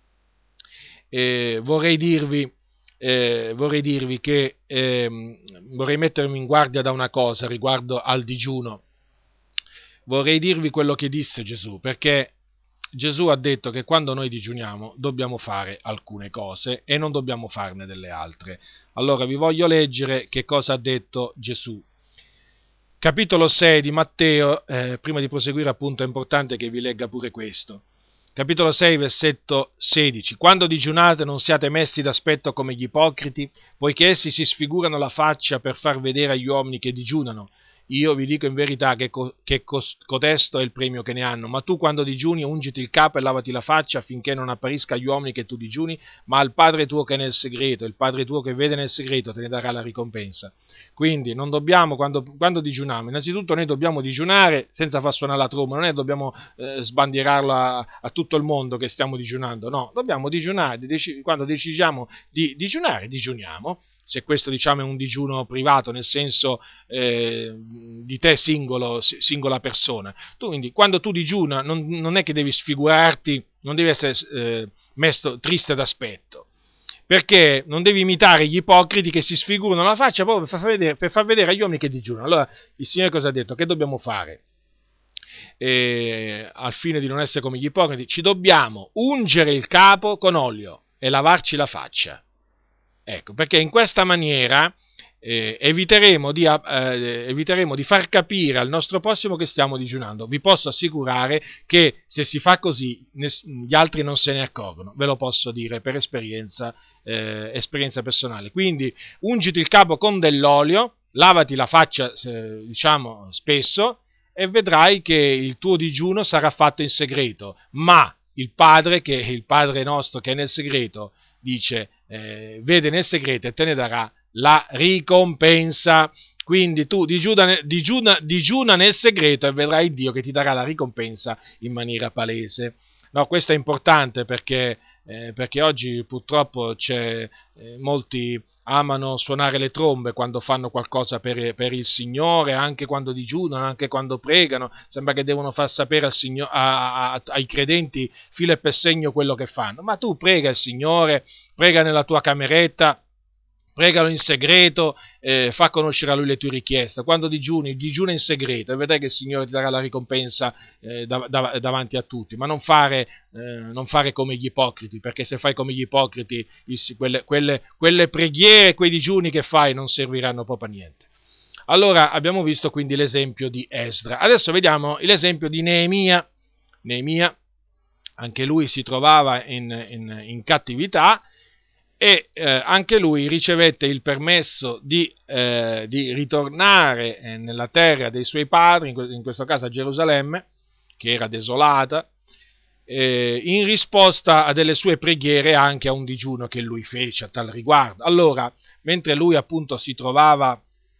A: Eh, vorrei dirvi, eh, vorrei dirvi che eh, vorrei mettermi in guardia da una cosa riguardo al digiuno. Vorrei dirvi quello che disse Gesù, perché Gesù ha detto che quando noi digiuniamo dobbiamo fare alcune cose e non dobbiamo farne delle altre. Allora vi voglio leggere che cosa ha detto Gesù. Capitolo sei di Matteo, eh, prima di proseguire appunto è importante che vi legga pure questo. Capitolo sei, versetto sedici. Quando digiunate non siate messi d'aspetto come gli ipocriti, poiché essi si sfigurano la faccia per far vedere agli uomini che digiunano. Io vi dico in verità che, co- che cos- cotesto è il premio che ne hanno. Ma tu, quando digiuni, ungiti il capo e lavati la faccia, affinché non apparisca agli uomini che tu digiuni, ma al Padre tuo che è nel segreto. Il Padre tuo che vede nel segreto te ne darà la ricompensa. Quindi non dobbiamo, quando, quando digiuniamo, innanzitutto noi dobbiamo digiunare senza far suonare la tromba, non è che dobbiamo eh, sbandierarlo a, a tutto il mondo che stiamo digiunando, no, dobbiamo digiunare, dec- quando decidiamo di digiunare, digiuniamo. Se questo, diciamo, è un digiuno privato, nel senso eh, di te singolo, singola persona. Tu, quindi, quando tu digiuna, non, non è che devi sfigurarti, non devi essere eh, messo triste d'aspetto, perché non devi imitare gli ipocriti che si sfigurano la faccia proprio per far vedere, per far vedere agli uomini che digiunano. Allora, il Signore cosa ha detto? Che dobbiamo fare? E, al fine di non essere come gli ipocriti, ci dobbiamo ungere il capo con olio e lavarci la faccia. Ecco, perché in questa maniera eh, eviteremo, di, eh, eviteremo di far capire al nostro prossimo che stiamo digiunando. Vi posso assicurare che se si fa così ness- gli altri non se ne accorgono, ve lo posso dire per esperienza, eh, esperienza personale. Quindi ungiti il capo con dell'olio, lavati la faccia, eh, diciamo, spesso, e vedrai che il tuo digiuno sarà fatto in segreto, ma il Padre, che è il Padre nostro che è nel segreto, dice, eh, vede nel segreto e te ne darà la ricompensa. Quindi tu digiuna, digiuna, digiuna nel segreto e vedrai Dio che ti darà la ricompensa in maniera palese. No, questo è importante perché, eh, perché oggi purtroppo c'è, eh, molti amano suonare le trombe quando fanno qualcosa per, per il Signore, anche quando digiunano, anche quando pregano. Sembra che devono far sapere al Signore, a, a, ai credenti filo e per segno quello che fanno. Ma tu prega il Signore, prega nella tua cameretta, pregalo in segreto, eh, fa conoscere a Lui le tue richieste. Quando digiuni, digiuna in segreto e vedrai che il Signore ti darà la ricompensa eh, dav- dav- davanti a tutti. Ma non fare, eh, non fare come gli ipocriti, perché se fai come gli ipocriti, il, quelle, quelle, quelle preghiere, quei digiuni che fai non serviranno proprio a niente. Allora, abbiamo visto quindi l'esempio di Esdra. Adesso vediamo l'esempio di Neemia. Neemia, anche lui si trovava in, in, in cattività, e eh, anche lui ricevette il permesso di, eh, di ritornare eh, nella terra dei suoi padri, in, in questo caso a Gerusalemme, che era desolata, eh, in risposta a delle sue preghiere, anche a un digiuno che lui fece a tal riguardo. Allora, mentre lui appunto si trovava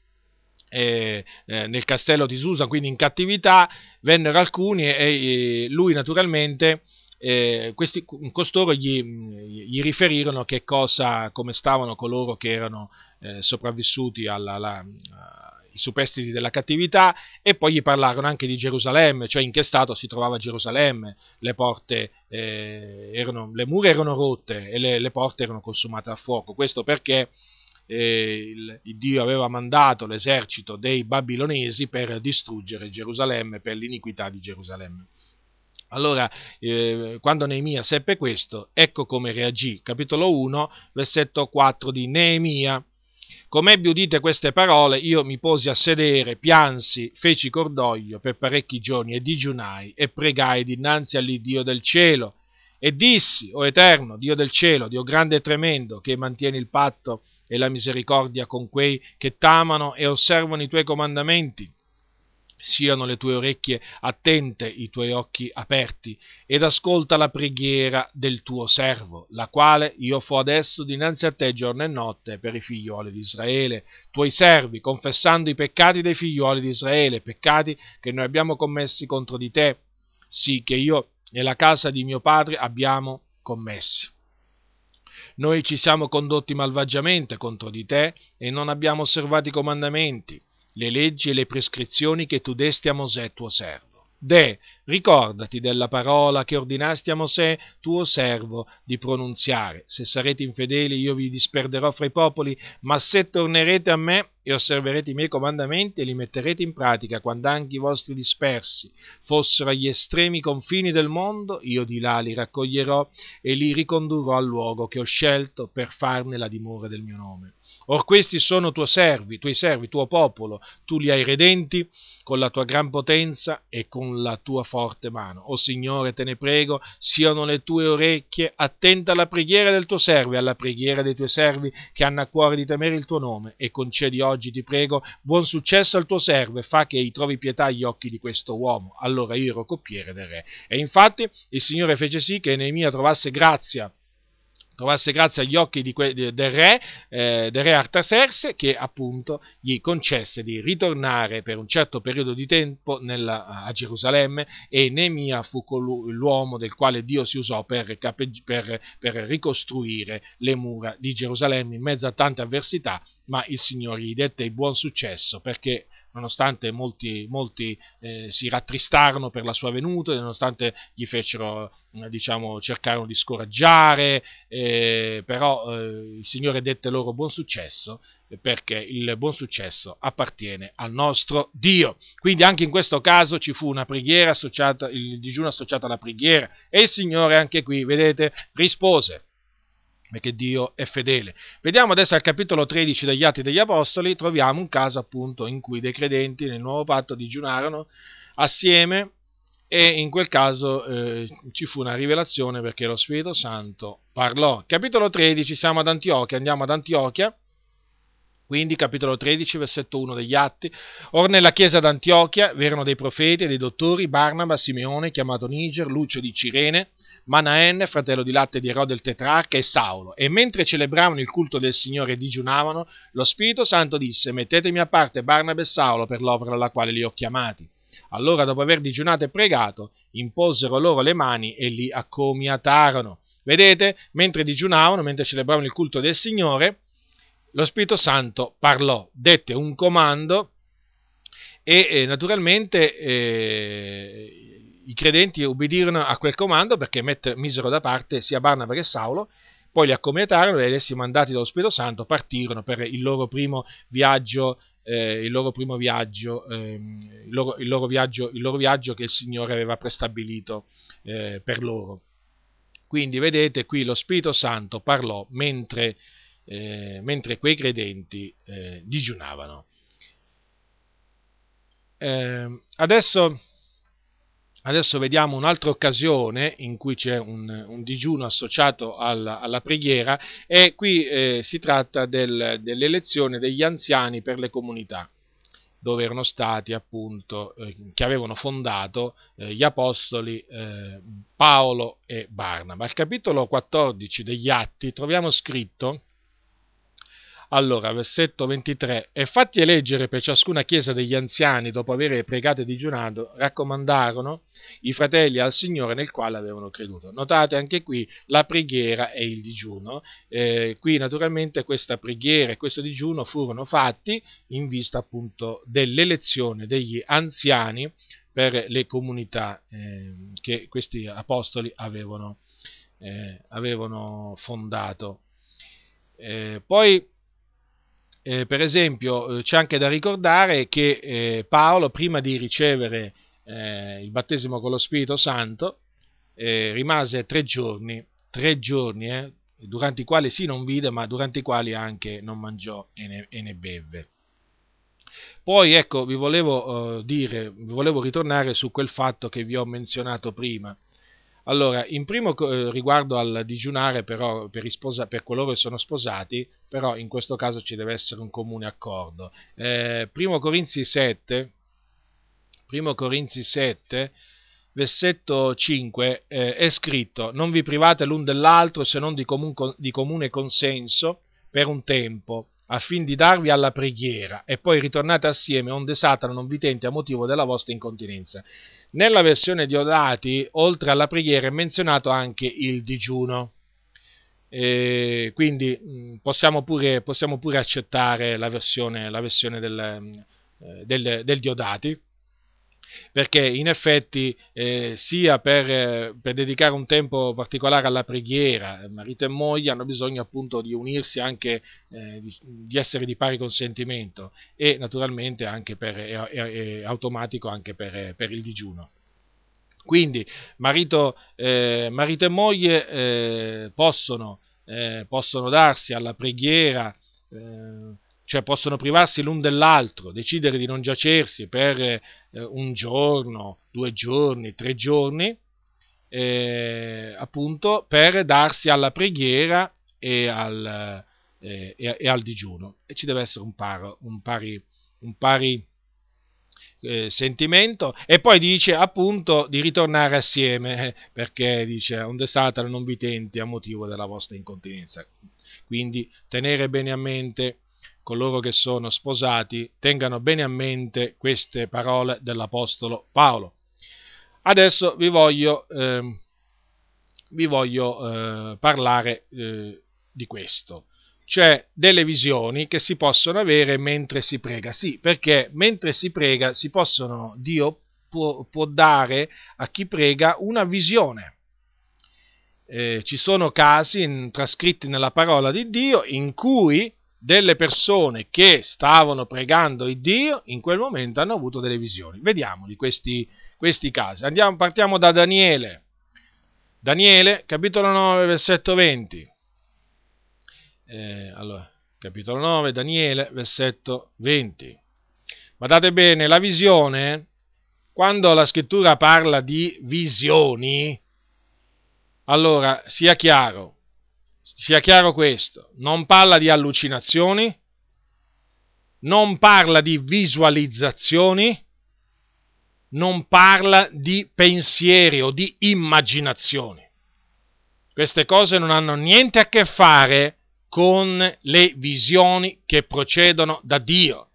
A: eh, eh, nel castello di Susa, quindi in cattività, vennero alcuni e, e lui naturalmente Eh, questi, costoro gli, gli riferirono che cosa, come stavano coloro che erano eh, sopravvissuti alla, alla, ai superstiti della cattività, e poi gli parlarono anche di Gerusalemme, cioè in che stato si trovava Gerusalemme. Le porte eh, erano, le mura erano rotte e le, le porte erano consumate a fuoco. Questo perché eh, il, il Dio aveva mandato l'esercito dei babilonesi per distruggere Gerusalemme per l'iniquità di Gerusalemme. Allora, eh, quando Neemia seppe questo, ecco come reagì. Capitolo uno, versetto quattro di Neemia. Come ebbi udite queste parole, io mi posi a sedere, piansi, feci cordoglio per parecchi giorni e digiunai e pregai dinanzi all'Iddio del cielo. E dissi, o Eterno, Dio del cielo, Dio grande e tremendo, che mantieni il patto e la misericordia con quei che t'amano e osservano i tuoi comandamenti, siano le tue orecchie attente, i tuoi occhi aperti, ed ascolta la preghiera del tuo servo, la quale io fo adesso dinanzi a te giorno e notte per i figlioli di Israele, tuoi servi, confessando i peccati dei figlioli di Israele, peccati che noi abbiamo commessi contro di te, sì che io e la casa di mio padre abbiamo commessi. Noi ci siamo condotti malvagiamente contro di te e non abbiamo osservato i comandamenti, le leggi e le prescrizioni che tu desti a Mosè tuo servo. De, ricordati della parola che ordinasti a Mosè tuo servo di pronunziare. Se sarete infedeli io vi disperderò fra i popoli, ma se tornerete a me e osserverete i miei comandamenti e li metterete in pratica, quando anche i vostri dispersi fossero agli estremi confini del mondo, io di là li raccoglierò e li ricondurrò al luogo che ho scelto per farne la dimora del mio nome. Or questi sono tuoi servi, tuoi servi, tuo popolo, tu li hai redenti con la tua gran potenza e con la tua forte mano. O Signore, te ne prego, siano le tue orecchie attente alla preghiera del tuo servo e alla preghiera dei tuoi servi che hanno a cuore di temere il tuo nome, e concedi oggi, ti prego, buon successo al tuo servo e fa che ei trovi pietà agli occhi di questo uomo. Allora io ero coppiere del re. E infatti il Signore fece sì che Neemia trovasse grazia trovasse grazia agli occhi di que- del re, eh, del re Artaserse, che appunto gli concesse di ritornare per un certo periodo di tempo nella, a Gerusalemme, e Neemia fu colui, l'uomo del quale Dio si usò per, capeg- per, per ricostruire le mura di Gerusalemme in mezzo a tante avversità, ma il Signore gli dette il buon successo, perché nonostante molti, molti eh, si rattristarono per la sua venuta, nonostante gli fecero, eh, diciamo, cercarono di scoraggiare, eh, però eh, il Signore dette loro buon successo, eh, perché il buon successo appartiene al nostro Dio. Quindi anche in questo caso ci fu una preghiera associata, il digiuno associato alla preghiera, e il Signore anche qui, vedete, rispose, perché Dio è fedele. Vediamo adesso al capitolo tredici degli Atti degli Apostoli, troviamo un caso appunto in cui dei credenti nel nuovo patto digiunarono assieme, e in quel caso eh, ci fu una rivelazione perché lo Spirito Santo parlò. Capitolo tredici, siamo ad Antiochia, andiamo ad Antiochia. Quindi, capitolo tredici, versetto uno degli Atti. Or nella chiesa d'Antiochia v'erano dei profeti e dei dottori, Barnaba, Simeone, chiamato Niger, Lucio di Cirene, Manaenne, fratello di latte di Erode il tetrarca, e Saulo. E mentre celebravano il culto del Signore e digiunavano, lo Spirito Santo disse: mettetemi a parte Barnaba e Saulo per l'opera alla quale li ho chiamati. Allora, dopo aver digiunato e pregato, imposero loro le mani e li accomiatarono. Vedete, mentre digiunavano, mentre celebravano il culto del Signore, lo Spirito Santo parlò, dette un comando, e eh, naturalmente eh, i credenti ubbidirono a quel comando, perché mette, misero da parte sia Barnaba che Saulo, poi li accomiatarono e essi, mandati dallo Spirito Santo, partirono per il loro primo viaggio, eh, il loro primo viaggio, eh, il, loro, il, loro viaggio il loro viaggio che il Signore aveva prestabilito eh, per loro. Quindi vedete, qui lo Spirito Santo parlò mentre Eh, mentre quei credenti eh, digiunavano. Eh, adesso Adesso vediamo un'altra occasione in cui c'è un, un digiuno associato alla, alla preghiera, e qui eh, si tratta del, dell'elezione degli anziani per le comunità, dove erano stati appunto, eh, che avevano fondato eh, gli apostoli eh, Paolo e Barnaba. Al capitolo quattordici degli Atti troviamo scritto: allora, versetto ventitré: e fatti eleggere per ciascuna chiesa degli anziani, dopo aver pregato e digiunato, raccomandarono i fratelli al Signore nel quale avevano creduto. Notate anche qui la preghiera e il digiuno. Eh, qui naturalmente questa preghiera e questo digiuno furono fatti in vista appunto dell'elezione degli anziani per le comunità eh, che questi apostoli avevano, eh, avevano fondato. Eh, poi Eh, per esempio, eh, c'è anche da ricordare che eh, Paolo, prima di ricevere eh, il battesimo con lo Spirito Santo, eh, rimase tre giorni, tre giorni, eh, durante i quali sì non vide, ma durante i quali anche non mangiò e ne, e ne bevve. Poi ecco, vi volevo eh, dire, vi volevo ritornare su quel fatto che vi ho menzionato prima. Allora, in primo eh, riguardo al digiunare, però, per, sposa, per coloro che sono sposati, però in questo caso ci deve essere un comune accordo. Eh, primo Corinzi sette, primo Corinzi sette, versetto cinque, eh, è scritto: non vi private l'un dell'altro se non di, comun, di comune consenso per un tempo, affin di darvi alla preghiera, e poi ritornate assieme, onde Satana non vi tenti a motivo della vostra incontinenza. Nella versione di Diodati, oltre alla preghiera, è menzionato anche il digiuno. E quindi mh, possiamo, pure, possiamo pure accettare la versione, la versione del, eh, del, del Diodati, perché in effetti eh, sia per, eh, per dedicare un tempo particolare alla preghiera, marito e moglie hanno bisogno appunto di unirsi, anche eh, di, di essere di pari consentimento, e naturalmente anche per, è, è, è automatico anche per, per il digiuno. Quindi marito, eh, marito e moglie eh, possono, eh, possono darsi alla preghiera, eh, cioè possono privarsi l'un dell'altro, decidere di non giacersi per eh, un giorno, due giorni, tre giorni, eh, appunto per darsi alla preghiera e al, eh, e, e al digiuno. E ci deve essere un, paro, un pari, un pari eh, sentimento. E poi dice appunto di ritornare assieme, eh, perché dice: onde Satana non vi tenti a motivo della vostra incontinenza. Quindi tenere bene a mente, coloro che sono sposati tengano bene a mente queste parole dell'Apostolo Paolo. Adesso vi voglio, eh, vi voglio eh, parlare eh, di questo, cioè delle visioni che si possono avere mentre si prega. Sì, perché mentre si prega si possono, Dio può, può dare a chi prega una visione. Eh, ci sono casi in, trascritti nella parola di Dio in cui delle persone che stavano pregando il Dio in quel momento hanno avuto delle visioni. Vediamoli questi, questi casi. Andiamo, partiamo da Daniele. Daniele, capitolo nove, versetto venti. Eh, allora, capitolo nove, Daniele, versetto venti. Guardate bene, la visione, quando la scrittura parla di visioni, allora sia chiaro, sia chiaro questo, non parla di allucinazioni, non parla di visualizzazioni, non parla di pensieri o di immaginazioni. Queste cose non hanno niente a che fare con le visioni che procedono da Dio.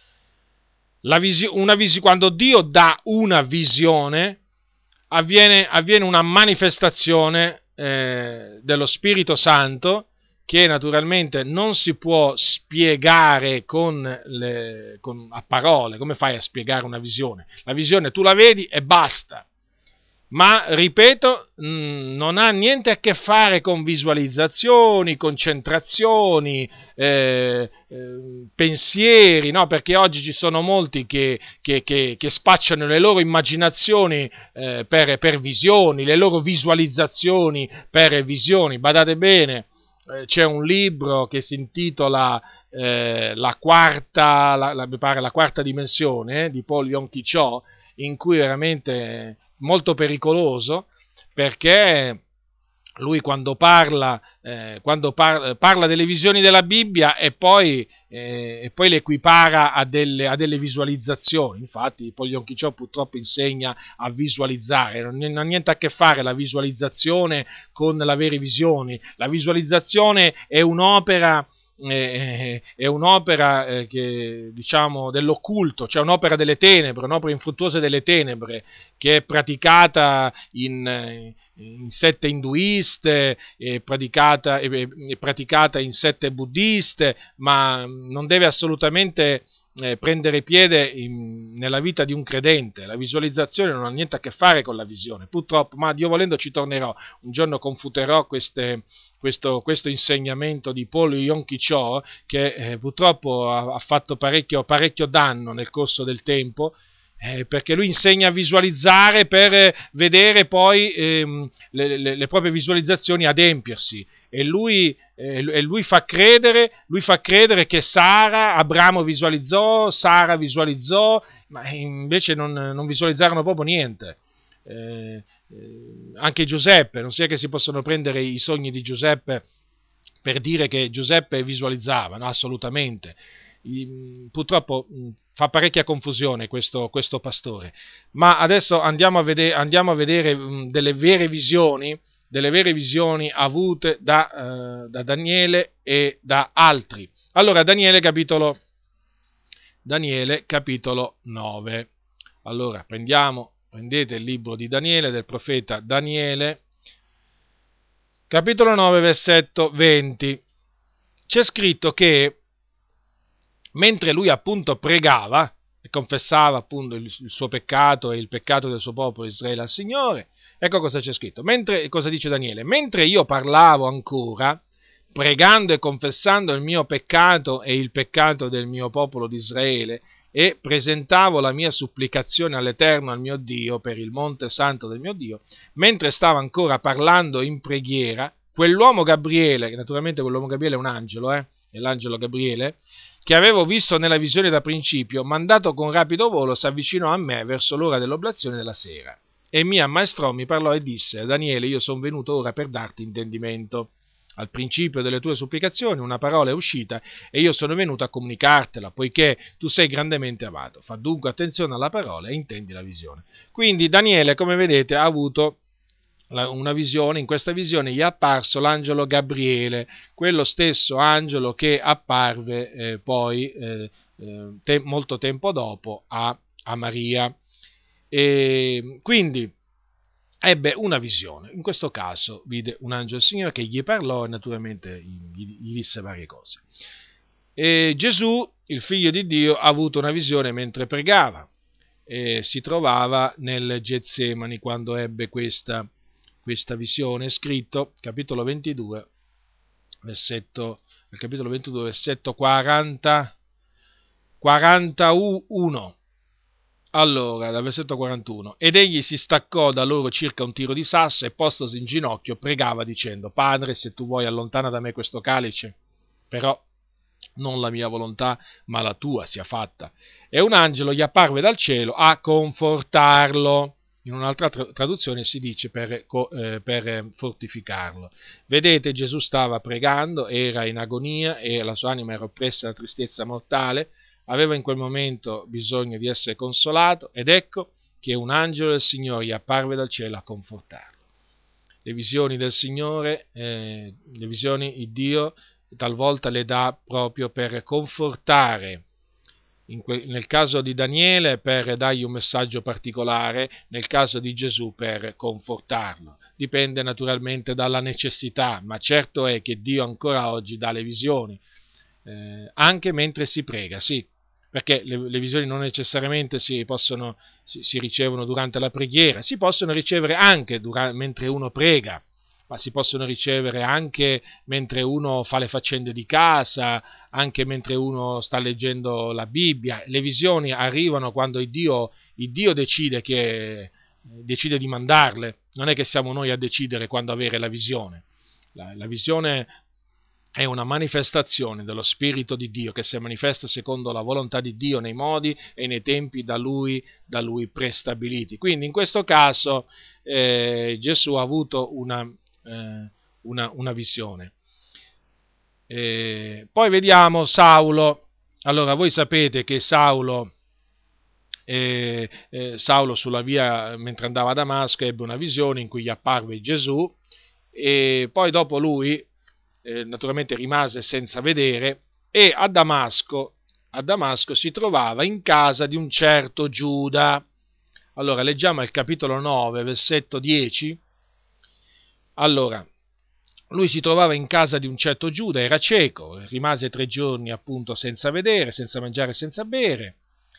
A: La visio- una visi- quando Dio dà una visione, avviene, avviene una manifestazione eh, dello Spirito Santo, che naturalmente non si può spiegare con le, con, a parole. Come fai a spiegare una visione? La visione tu la vedi e basta. Ma, ripeto, mh, non ha niente a che fare con visualizzazioni, concentrazioni, eh, eh, pensieri, no? Perché oggi ci sono molti che, che, che, che spacciano le loro immaginazioni eh, per, per visioni, le loro visualizzazioni per visioni. Badate bene, eh, c'è un libro che si intitola eh, La quarta, la, la, mi pare, la quarta dimensione, eh, di Paul Yong-Chi Cho, in cui veramente molto pericoloso, perché lui quando parla, eh, quando par- parla delle visioni della Bibbia e poi, eh, e poi le equipara a delle, a delle visualizzazioni. Infatti Paul Yong Ki Cho purtroppo insegna a visualizzare, non ha niente a che fare la visualizzazione con l'avere visioni. La visualizzazione è un'opera è un'opera eh, che, diciamo, dell'occulto, cioè un'opera delle tenebre, un'opera infruttuosa delle tenebre, che è praticata in, in sette induiste, è praticata, è, è praticata in sette buddiste, ma non deve assolutamente eh, prendere piede in, nella vita di un credente. La visualizzazione non ha niente a che fare con la visione, purtroppo, ma Dio volendo ci tornerò, un giorno confuterò queste Questo, questo insegnamento di Paul Yong Ki Cho, che eh, purtroppo ha, ha fatto parecchio, parecchio danno nel corso del tempo, eh, perché lui insegna a visualizzare per eh, vedere poi ehm, le, le, le proprie visualizzazioni adempiersi, e lui, eh, e lui, fa credere, lui fa credere che Sara, Abramo visualizzò, Sara visualizzò, ma invece non, non visualizzarono proprio niente. Eh, eh, anche Giuseppe, non sia che si possono prendere i sogni di Giuseppe per dire che Giuseppe visualizzava, no, assolutamente. I, purtroppo mh, fa parecchia confusione questo, questo pastore. Ma adesso andiamo a vedere, andiamo a vedere mh, delle vere visioni, delle vere visioni avute da, uh, da Daniele e da altri. Allora, Daniele capitolo, Daniele capitolo nove. Allora, prendiamo Prendete il libro di Daniele, del profeta Daniele, capitolo nove, versetto venti. C'è scritto che mentre lui appunto pregava e confessava appunto il, il suo peccato e il peccato del suo popolo Israele al Signore, ecco cosa c'è scritto. Mentre, cosa dice Daniele? Mentre io parlavo ancora, pregando e confessando il mio peccato e il peccato del mio popolo di Israele, e presentavo la mia supplicazione all'Eterno, al mio Dio, per il monte santo del mio Dio, mentre stavo ancora parlando in preghiera, quell'uomo Gabriele, che naturalmente quell'uomo Gabriele è un angelo, eh, è l'angelo Gabriele, che avevo visto nella visione da principio, mandato con rapido volo, si avvicinò a me verso l'ora dell'oblazione della sera, e mi ammaestrò, mi parlò e disse: Daniele, io sono venuto ora per darti intendimento. Al principio delle tue supplicazioni una parola è uscita e io sono venuto a comunicartela, poiché tu sei grandemente amato. Fa dunque attenzione alla parola e intendi la visione. Quindi Daniele, come vedete, ha avuto una visione. In questa visione gli è apparso l'angelo Gabriele, quello stesso angelo che apparve eh, poi eh, te- molto tempo dopo a, a Maria. E quindi ebbe una visione. In questo caso vide un angelo del Signore che gli parlò e naturalmente gli, gli disse varie cose. E Gesù, il figlio di Dio, ha avuto una visione mentre pregava e si trovava nel Getsemani quando ebbe questa, questa visione. È scritto, capitolo ventidue, versetto, nel capitolo ventidue, versetto quaranta, quarantuno. Allora, dal versetto quarantuno, ed egli si staccò da loro circa un tiro di sasso e postosi in ginocchio pregava dicendo: Padre, se tu vuoi allontana da me questo calice, però non la mia volontà ma la tua sia fatta. E un angelo gli apparve dal cielo a confortarlo. In un'altra traduzione si dice per, eh, per fortificarlo. Vedete, Gesù stava pregando, era in agonia e la sua anima era oppressa da tristezza mortale. Aveva in quel momento bisogno di essere consolato, ed ecco che un angelo del Signore gli apparve dal cielo a confortarlo. Le visioni del Signore, eh, le visioni di Dio talvolta le dà proprio per confortare. In que- nel caso di Daniele per dargli un messaggio particolare, nel caso di Gesù per confortarlo. Dipende naturalmente dalla necessità, ma certo è che Dio ancora oggi dà le visioni, eh, anche mentre si prega, sì. Perché le, le visioni non necessariamente si, possono, si, si ricevono durante la preghiera, si possono ricevere anche durante, mentre uno prega, ma si possono ricevere anche mentre uno fa le faccende di casa, anche mentre uno sta leggendo la Bibbia. Le visioni arrivano quando il Dio, il Dio decide, che, decide di mandarle, non è che siamo noi a decidere quando avere la visione. La, la visione è una manifestazione dello Spirito di Dio che si manifesta secondo la volontà di Dio nei modi e nei tempi da Lui, da lui prestabiliti. Quindi in questo caso eh, Gesù ha avuto una, eh, una, una visione. Eh, poi vediamo Saulo. Allora voi sapete che Saulo, eh, eh, Saulo sulla via mentre andava a Damasco ebbe una visione in cui gli apparve Gesù e poi dopo lui Eh, naturalmente rimase senza vedere e a Damasco, a Damasco si trovava in casa di un certo Giuda. Allora leggiamo il capitolo nove, versetto dieci. Allora, lui si trovava in casa di un certo Giuda, era cieco, rimase tre giorni appunto senza vedere, senza mangiare, senza bere.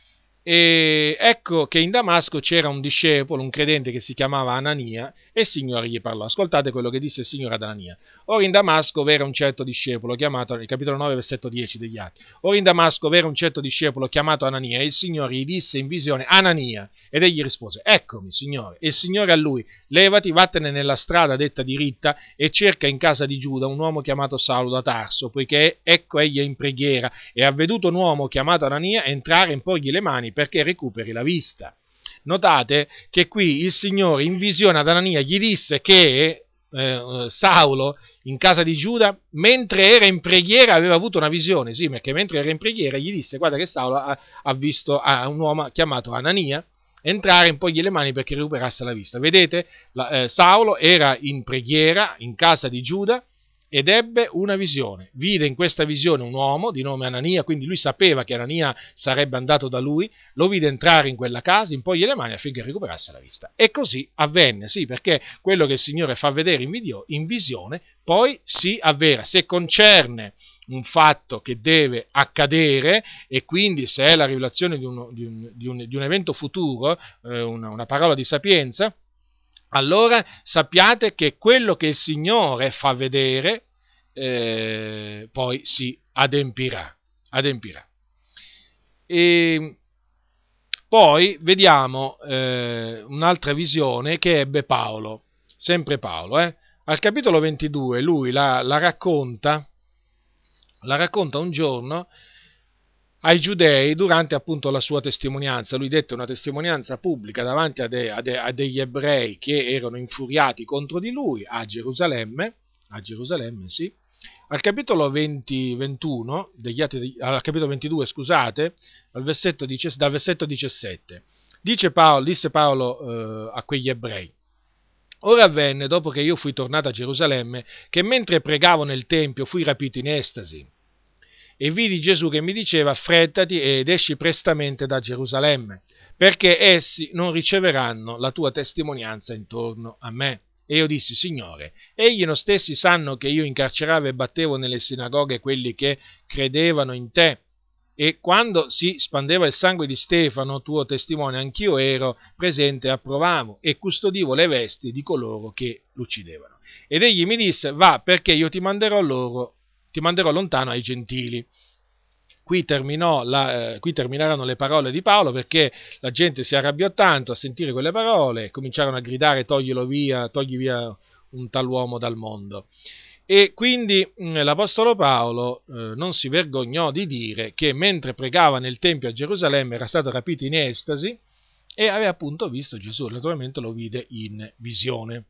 A: E ecco che in Damasco c'era un discepolo, un credente che si chiamava Anania, e il Signore gli parlò. Ascoltate quello che disse il Signore ad Anania. Ora in Damasco v'era un certo discepolo chiamato, nel capitolo nove, versetto dieci degli Atti. Ora in Damasco v'era un certo discepolo chiamato Anania, e il Signore gli disse in visione: Anania. Ed egli rispose: Eccomi, Signore. E il Signore a lui: Levati, vattene nella strada detta diritta e cerca in casa di Giuda un uomo chiamato Saulo da Tarso, poiché ecco egli è in preghiera, e ha veduto un uomo chiamato Anania entrare e imporgli le mani perché recuperi la vista. Notate che qui il Signore in visione ad Anania gli disse che eh, Saulo in casa di Giuda, mentre era in preghiera, aveva avuto una visione. Sì, perché mentre era in preghiera gli disse: guarda che Saulo ha, ha visto ha un uomo chiamato Anania entrare e imporgli le mani perché recuperasse la vista. Vedete, la, eh, Saulo era in preghiera in casa di Giuda ed ebbe una visione. Vide in questa visione un uomo di nome Anania, quindi lui sapeva che Anania sarebbe andato da lui, lo vide entrare in quella casa, impogli le mani affinché recuperasse la vista. E così avvenne, sì, perché quello che il Signore fa vedere in, video, in visione poi si avvera. Se concerne un fatto che deve accadere, e quindi se è la rivelazione di, uno, di, un, di, un, di un evento futuro, eh, una, una parola di sapienza, allora sappiate che quello che il Signore fa vedere eh, poi si adempirà. adempirà. E poi vediamo eh, un'altra visione che ebbe Paolo, sempre Paolo. Eh. Al capitolo ventidue lui la, la racconta, la racconta un giorno ai giudei durante appunto la sua testimonianza. Lui dette una testimonianza pubblica davanti a, de, a, de, a degli ebrei che erano infuriati contro di lui a Gerusalemme, a Gerusalemme sì. Al capitolo venti, ventuno, degli atti, al capitolo ventidue, scusate, al versetto, dal versetto diciassette, dice Paolo, disse Paolo eh, a quegli ebrei: Ora avvenne, dopo che io fui tornato a Gerusalemme, che mentre pregavo nel Tempio fui rapito in estasi, e vidi Gesù che mi diceva: affrettati ed esci prestamente da Gerusalemme, perché essi non riceveranno la tua testimonianza intorno a me. E io dissi: Signore, egli non stessi sanno che io incarceravo e battevo nelle sinagoghe quelli che credevano in te, e quando si spandeva il sangue di Stefano, tuo testimone, anch'io ero presente e approvavo, e custodivo le vesti di coloro che l'uccidevano. Ed egli mi disse: va, perché io ti manderò loro ti manderò lontano ai gentili. Qui, terminò la, eh, qui terminarono le parole di Paolo, perché la gente si arrabbiò tanto a sentire quelle parole, cominciarono a gridare: toglilo via, togli via un tal uomo dal mondo. E quindi mh, l'Apostolo Paolo eh, non si vergognò di dire che mentre pregava nel Tempio a Gerusalemme era stato rapito in estasi e aveva appunto visto Gesù. Naturalmente lo vide in visione.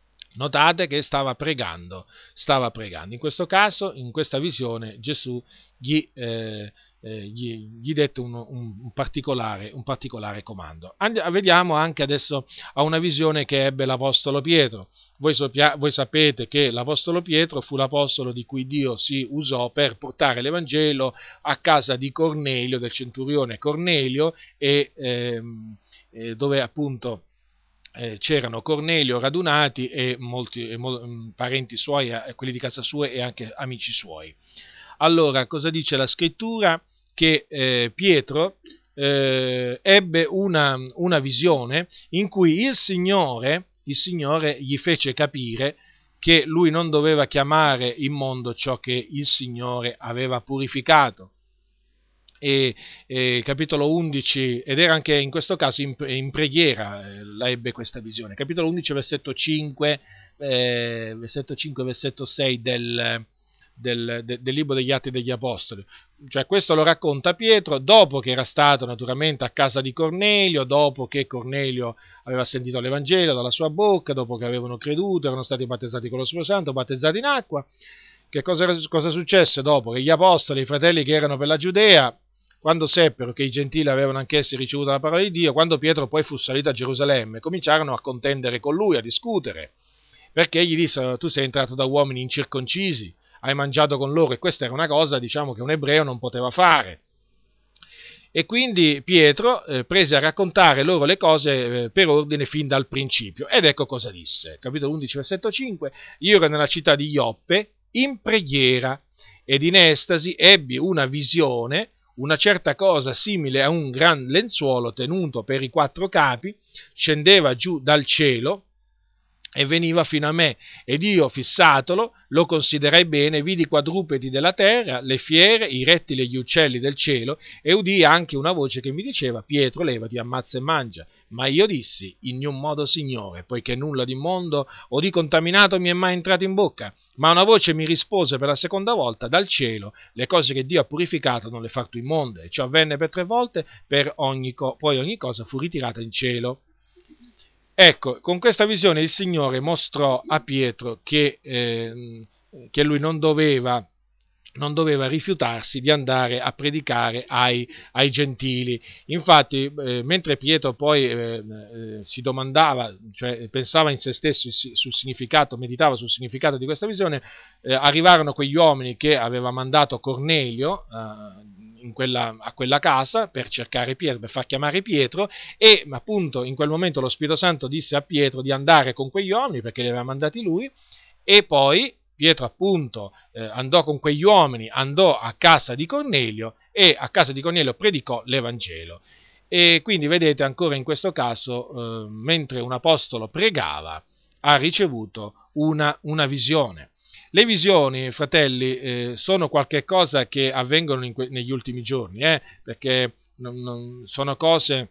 A: Notate che stava pregando, stava pregando. In questo caso, in questa visione, Gesù gli, eh, eh, gli, gli dette un, un, un, particolare, un particolare comando. Andiamo, vediamo anche adesso a una visione che ebbe l'Apostolo Pietro. Voi, sopia, voi sapete che l'Apostolo Pietro fu l'Apostolo di cui Dio si usò per portare l'Evangelo a casa di Cornelio, del centurione Cornelio, e ehm, eh, dove appunto Eh, c'erano Cornelio radunati e molti e mo, parenti suoi, eh, quelli di casa sua e anche amici suoi. Allora, cosa dice la scrittura? Che eh, Pietro eh, ebbe una, una visione in cui il Signore, il Signore gli fece capire che lui non doveva chiamare immondo ciò che il Signore aveva purificato. E, e capitolo undici, ed era anche in questo caso in, in preghiera, eh, la ebbe questa visione. Capitolo undici, versetto cinque, eh, versetto cinque, versetto sei del, del, de, del libro degli Atti degli Apostoli. Cioè, questo lo racconta Pietro dopo che era stato naturalmente a casa di Cornelio, dopo che Cornelio aveva sentito l'Evangelo dalla sua bocca, dopo che avevano creduto, erano stati battezzati con lo Spirito Santo, battezzati in acqua. Che cosa, cosa successe dopo? Che gli apostoli, i fratelli che erano per la Giudea, quando seppero che i gentili avevano anch'essi ricevuto la parola di Dio, quando Pietro poi fu salito a Gerusalemme, cominciarono a contendere con lui, a discutere, perché gli dissero: tu sei entrato da uomini incirconcisi, hai mangiato con loro, e questa era una cosa, diciamo, che un ebreo non poteva fare. E quindi Pietro eh, prese a raccontare loro le cose eh, per ordine fin dal principio. Ed ecco cosa disse, capitolo undici, versetto cinque: io ero nella città di Ioppe in preghiera, ed in estasi ebbi una visione, una certa cosa simile a un gran lenzuolo tenuto per i quattro capi, scendeva giù dal cielo e veniva fino a me, ed io, fissatolo, lo considerai bene, vidi i quadrupedi della terra, le fiere, i rettili e gli uccelli del cielo, e udii anche una voce che mi diceva: Pietro, levati, ammazza e mangia. Ma io dissi: in niun modo, Signore, poiché nulla di immondo o di contaminato mi è mai entrato in bocca. Ma una voce mi rispose per la seconda volta dal cielo: le cose che Dio ha purificato non le far tu immonde. E ciò avvenne per tre volte, per ogni co- poi ogni cosa fu ritirata in cielo. Ecco, con questa visione il Signore mostrò a Pietro che, eh, che lui non doveva, non doveva rifiutarsi di andare a predicare ai, ai gentili. Infatti, eh, mentre Pietro poi eh, eh, si domandava, cioè pensava in se stesso sul significato, meditava sul significato di questa visione, eh, arrivarono quegli uomini che aveva mandato Cornelio eh, in quella, a quella casa per cercare Pietro, per far chiamare Pietro, e appunto in quel momento lo Spirito Santo disse a Pietro di andare con quegli uomini perché li aveva mandati lui, e poi Pietro appunto eh, andò con quegli uomini, andò a casa di Cornelio e a casa di Cornelio predicò l'Evangelo. E quindi vedete, ancora in questo caso, eh, mentre un apostolo pregava, ha ricevuto una, una visione. Le visioni, fratelli, eh, sono qualche cosa che avvengono in que- negli ultimi giorni, eh, perché non, non, sono cose...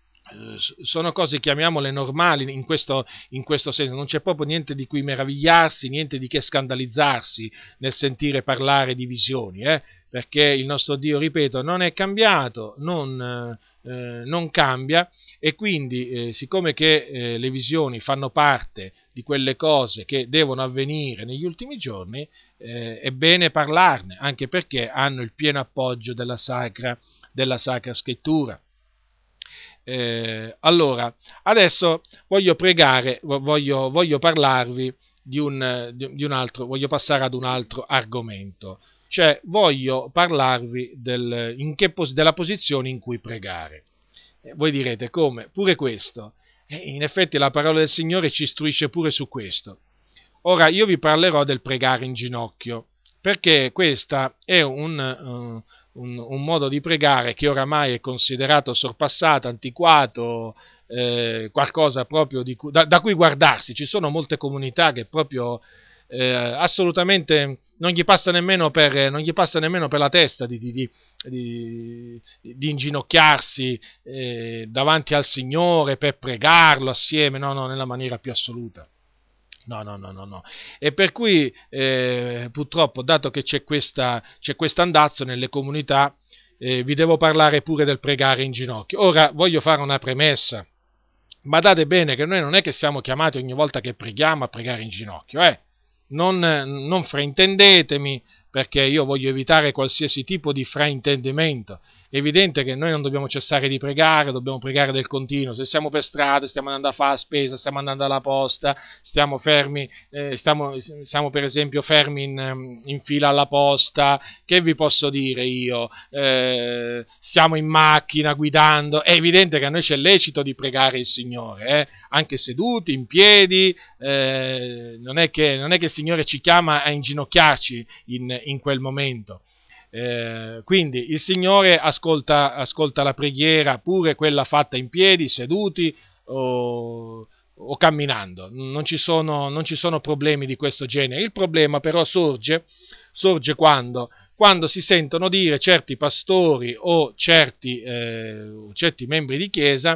A: sono cose, chiamiamole, normali in questo, in questo senso. Non c'è proprio niente di cui meravigliarsi, niente di che scandalizzarsi nel sentire parlare di visioni, eh? Perché il nostro Dio, ripeto, non è cambiato, non, eh, non cambia, e quindi eh, siccome che eh, le visioni fanno parte di quelle cose che devono avvenire negli ultimi giorni, eh, è bene parlarne, anche perché hanno il pieno appoggio della Sacra, della Sacra Scrittura. Eh, allora, adesso voglio pregare, voglio, voglio parlarvi di un, di un altro, voglio passare ad un altro argomento, cioè voglio parlarvi del, in che, della posizione in cui pregare. Eh, voi direte: come? Pure questo? Eh, in effetti la parola del Signore ci istruisce pure su questo. Ora io vi parlerò del pregare in ginocchio, perché questo è un, uh, un, un modo di pregare che oramai è considerato sorpassato, antiquato, eh, qualcosa proprio di, da, da cui guardarsi. Ci sono molte comunità che proprio eh, assolutamente non gli passa nemmeno per, non gli passa nemmeno per la testa di, di, di, di, di inginocchiarsi eh, davanti al Signore per pregarlo assieme, no, no, nella maniera più assoluta. No, no, no, no, no. E per cui eh, purtroppo, dato che c'è questa c'è questo andazzo nelle comunità, eh, vi devo parlare pure del pregare in ginocchio. Ora voglio fare una premessa. Badate bene che noi non è che siamo chiamati ogni volta che preghiamo a pregare in ginocchio, eh? Non, non fraintendetemi, perché io voglio evitare qualsiasi tipo di fraintendimento. È evidente che noi non dobbiamo cessare di pregare, dobbiamo pregare del continuo. Se siamo per strada, stiamo andando a fare la spesa, stiamo andando alla posta, stiamo fermi, eh, stiamo, siamo per esempio fermi in, in fila alla posta, che vi posso dire io? Eh, stiamo in macchina guidando, è evidente che a noi c'è lecito di pregare il Signore, eh? Anche seduti, in piedi, eh, non è che, non è che il Signore ci chiama a inginocchiarci in, in quel momento. Eh, quindi il Signore ascolta, ascolta la preghiera, pure quella fatta in piedi, seduti o, o camminando. Non ci sono, non ci sono problemi di questo genere. Il problema però sorge, sorge quando, quando si sentono dire certi pastori o certi, eh, certi membri di chiesa: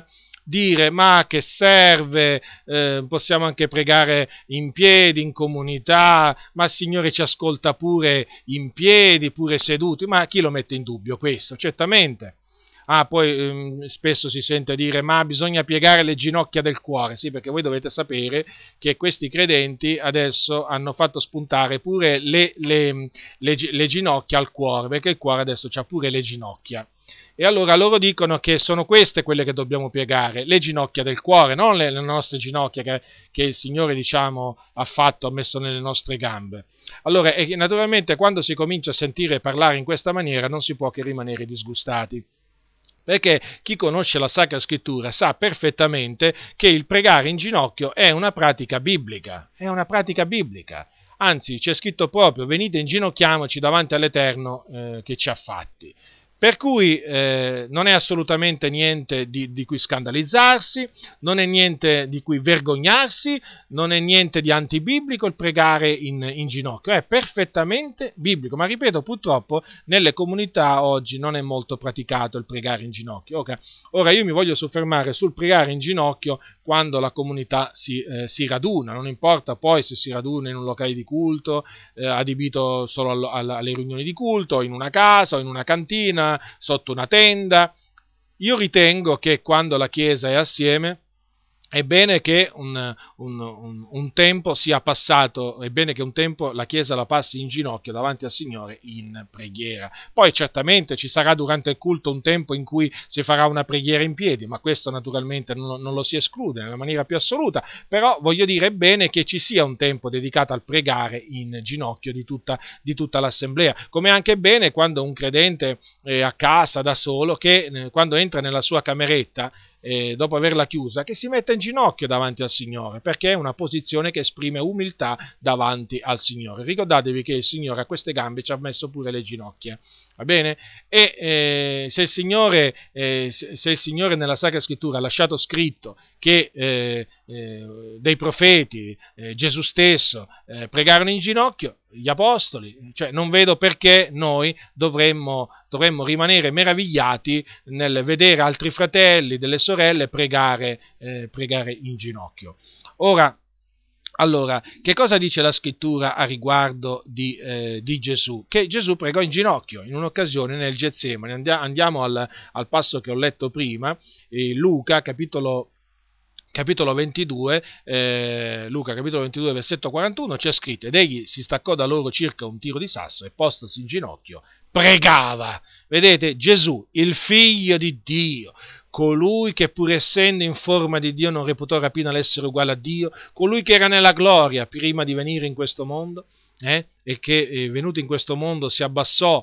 A: dire ma che serve, eh, possiamo anche pregare in piedi, in comunità, ma il Signore ci ascolta pure in piedi, pure seduti, ma chi lo mette in dubbio questo? Certamente. Ah, poi ehm, spesso si sente dire ma bisogna piegare le ginocchia del cuore, sì, perché voi dovete sapere che questi credenti adesso hanno fatto spuntare pure le, le, le, le ginocchia al cuore, perché il cuore adesso ha pure le ginocchia. E allora loro dicono che sono queste quelle che dobbiamo piegare, le ginocchia del cuore, non le, le nostre ginocchia che, che il Signore, diciamo, ha fatto, ha messo nelle nostre gambe. Allora, e naturalmente quando si comincia a sentire parlare in questa maniera non si può che rimanere disgustati. Perché chi conosce la Sacra Scrittura sa perfettamente che il pregare in ginocchio è una pratica biblica, è una pratica biblica. Anzi, c'è scritto proprio, venite inginocchiamoci davanti all'Eterno eh, che ci ha fatti. Per cui eh, non è assolutamente niente di, di cui scandalizzarsi, non è niente di cui vergognarsi, non è niente di antibiblico il pregare in, in ginocchio, è perfettamente biblico, ma ripeto, purtroppo nelle comunità oggi non è molto praticato il pregare in ginocchio. Okay? Ora io mi voglio soffermare sul pregare in ginocchio quando la comunità si, eh, si raduna, non importa poi se si raduna in un locale di culto, eh, adibito solo all, all, alle riunioni di culto, in una casa o in una cantina, sotto una tenda. Io ritengo che quando la Chiesa è assieme è bene che un, un, un, un tempo sia passato, è bene che un tempo la Chiesa la passi in ginocchio davanti al Signore in preghiera. Poi certamente ci sarà durante il culto un tempo in cui si farà una preghiera in piedi, ma questo naturalmente non, non lo si esclude nella maniera più assoluta, però voglio dire è bene che ci sia un tempo dedicato al pregare in ginocchio di tutta, di tutta l'assemblea, come anche bene quando un credente è a casa da solo, che eh, quando entra nella sua cameretta, Eh, dopo averla chiusa, che si metta in ginocchio davanti al Signore, perché è una posizione che esprime umiltà davanti al Signore. Ricordatevi che il Signore a queste gambe ci ha messo pure le ginocchia, va bene? E eh, se, il Signore, eh, se il Signore nella Sacra Scrittura ha lasciato scritto che eh, eh, dei profeti, eh, Gesù stesso, eh, pregarono in ginocchio, gli apostoli, cioè non vedo perché noi dovremmo, dovremmo rimanere meravigliati nel vedere altri fratelli, delle sorelle pregare, eh, pregare in ginocchio. Ora, allora, che cosa dice la Scrittura a riguardo di, eh, di Gesù? Che Gesù pregò in ginocchio in un'occasione nel Getsemani. Andiamo, andiamo al, al passo che ho letto prima, eh, Luca, capitolo Capitolo ventidue, eh, Luca capitolo ventidue, versetto quarantuno, c'è scritto: ed egli si staccò da loro circa un tiro di sasso e postosi in ginocchio pregava. Vedete, Gesù, il figlio di Dio, colui che pur essendo in forma di Dio non reputò rapina l'essere uguale a Dio, colui che era nella gloria prima di venire in questo mondo, eh, e che eh, venuto in questo mondo si abbassò,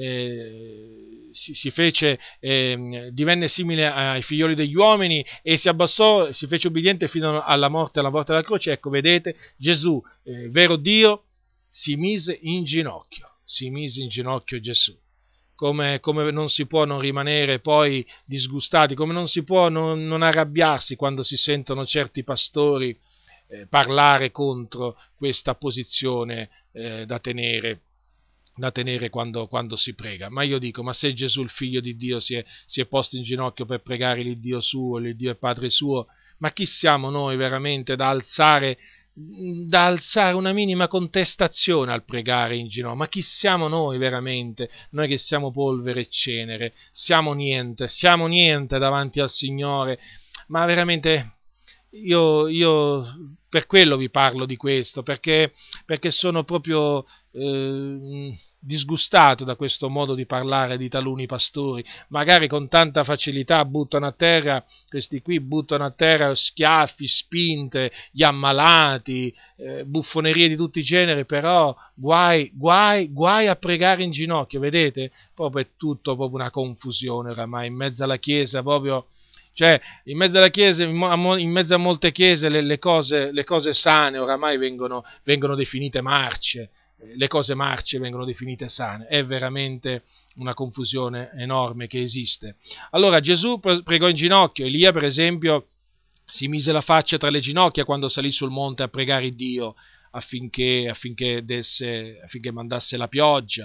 A: eh, si, si fece, eh, divenne simile ai figlioli degli uomini e si abbassò, si fece ubbidiente fino alla morte, alla morte della croce. Ecco, vedete, Gesù, eh, vero Dio, si mise in ginocchio, si mise in ginocchio Gesù. Come, come non si può non rimanere poi disgustati, come non si può non, non arrabbiarsi quando si sentono certi pastori eh, parlare contro questa posizione eh, da tenere, da tenere quando, quando si prega. Ma io dico, ma se Gesù il figlio di Dio si è, si è posto in ginocchio per pregare l'Iddio suo, l'Iddio e Padre suo, ma chi siamo noi veramente da alzare da alzare una minima contestazione al pregare in ginocchio? Ma chi siamo noi veramente? Noi che siamo polvere e cenere, siamo niente, siamo niente davanti al Signore, ma veramente io, io per quello vi parlo di questo, perché, perché sono proprio eh, disgustato da questo modo di parlare di taluni pastori. Magari con tanta facilità buttano a terra, questi qui buttano a terra schiaffi, spinte, gli ammalati, eh, buffonerie di tutti i generi, però guai, guai, guai a pregare in ginocchio, vedete? Proprio è tutto proprio una confusione oramai in mezzo alla Chiesa, proprio. Cioè, in mezzo alla Chiesa, in mezzo a molte chiese, le, le, cose, le cose sane oramai vengono, vengono definite marce, le cose marce vengono definite sane. È veramente una confusione enorme che esiste. Allora, Gesù pregò in ginocchio. Elia, per esempio, si mise la faccia tra le ginocchia quando salì sul monte a pregare Dio affinché, affinché, desse, affinché mandasse la pioggia.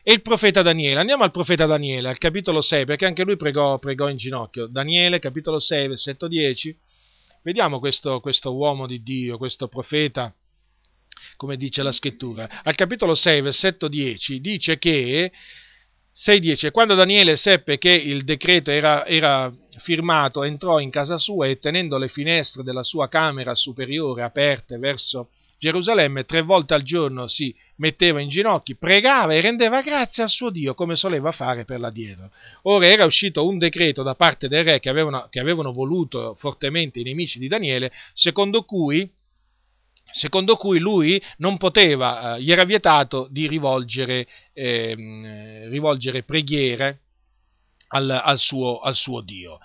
A: e il profeta Daniele. Andiamo al profeta Daniele, al capitolo sei, perché anche lui pregò, pregò in ginocchio. Daniele, capitolo sei, versetto dieci. Vediamo questo, questo uomo di Dio, questo profeta, come dice la scrittura. Al capitolo sei, versetto dieci, dice che, sei dieci, quando Daniele seppe che il decreto era, era firmato, entrò in casa sua e tenendo le finestre della sua camera superiore aperte verso Gerusalemme, tre volte al giorno si metteva in ginocchi, pregava e rendeva grazie al suo Dio, come soleva fare per l'addietro. Ora era uscito un decreto da parte del re che avevano, che avevano voluto fortemente i nemici di Daniele, secondo cui, secondo cui lui non poteva, eh, gli era vietato di rivolgere, eh, rivolgere preghiere al, al, suo, al suo Dio.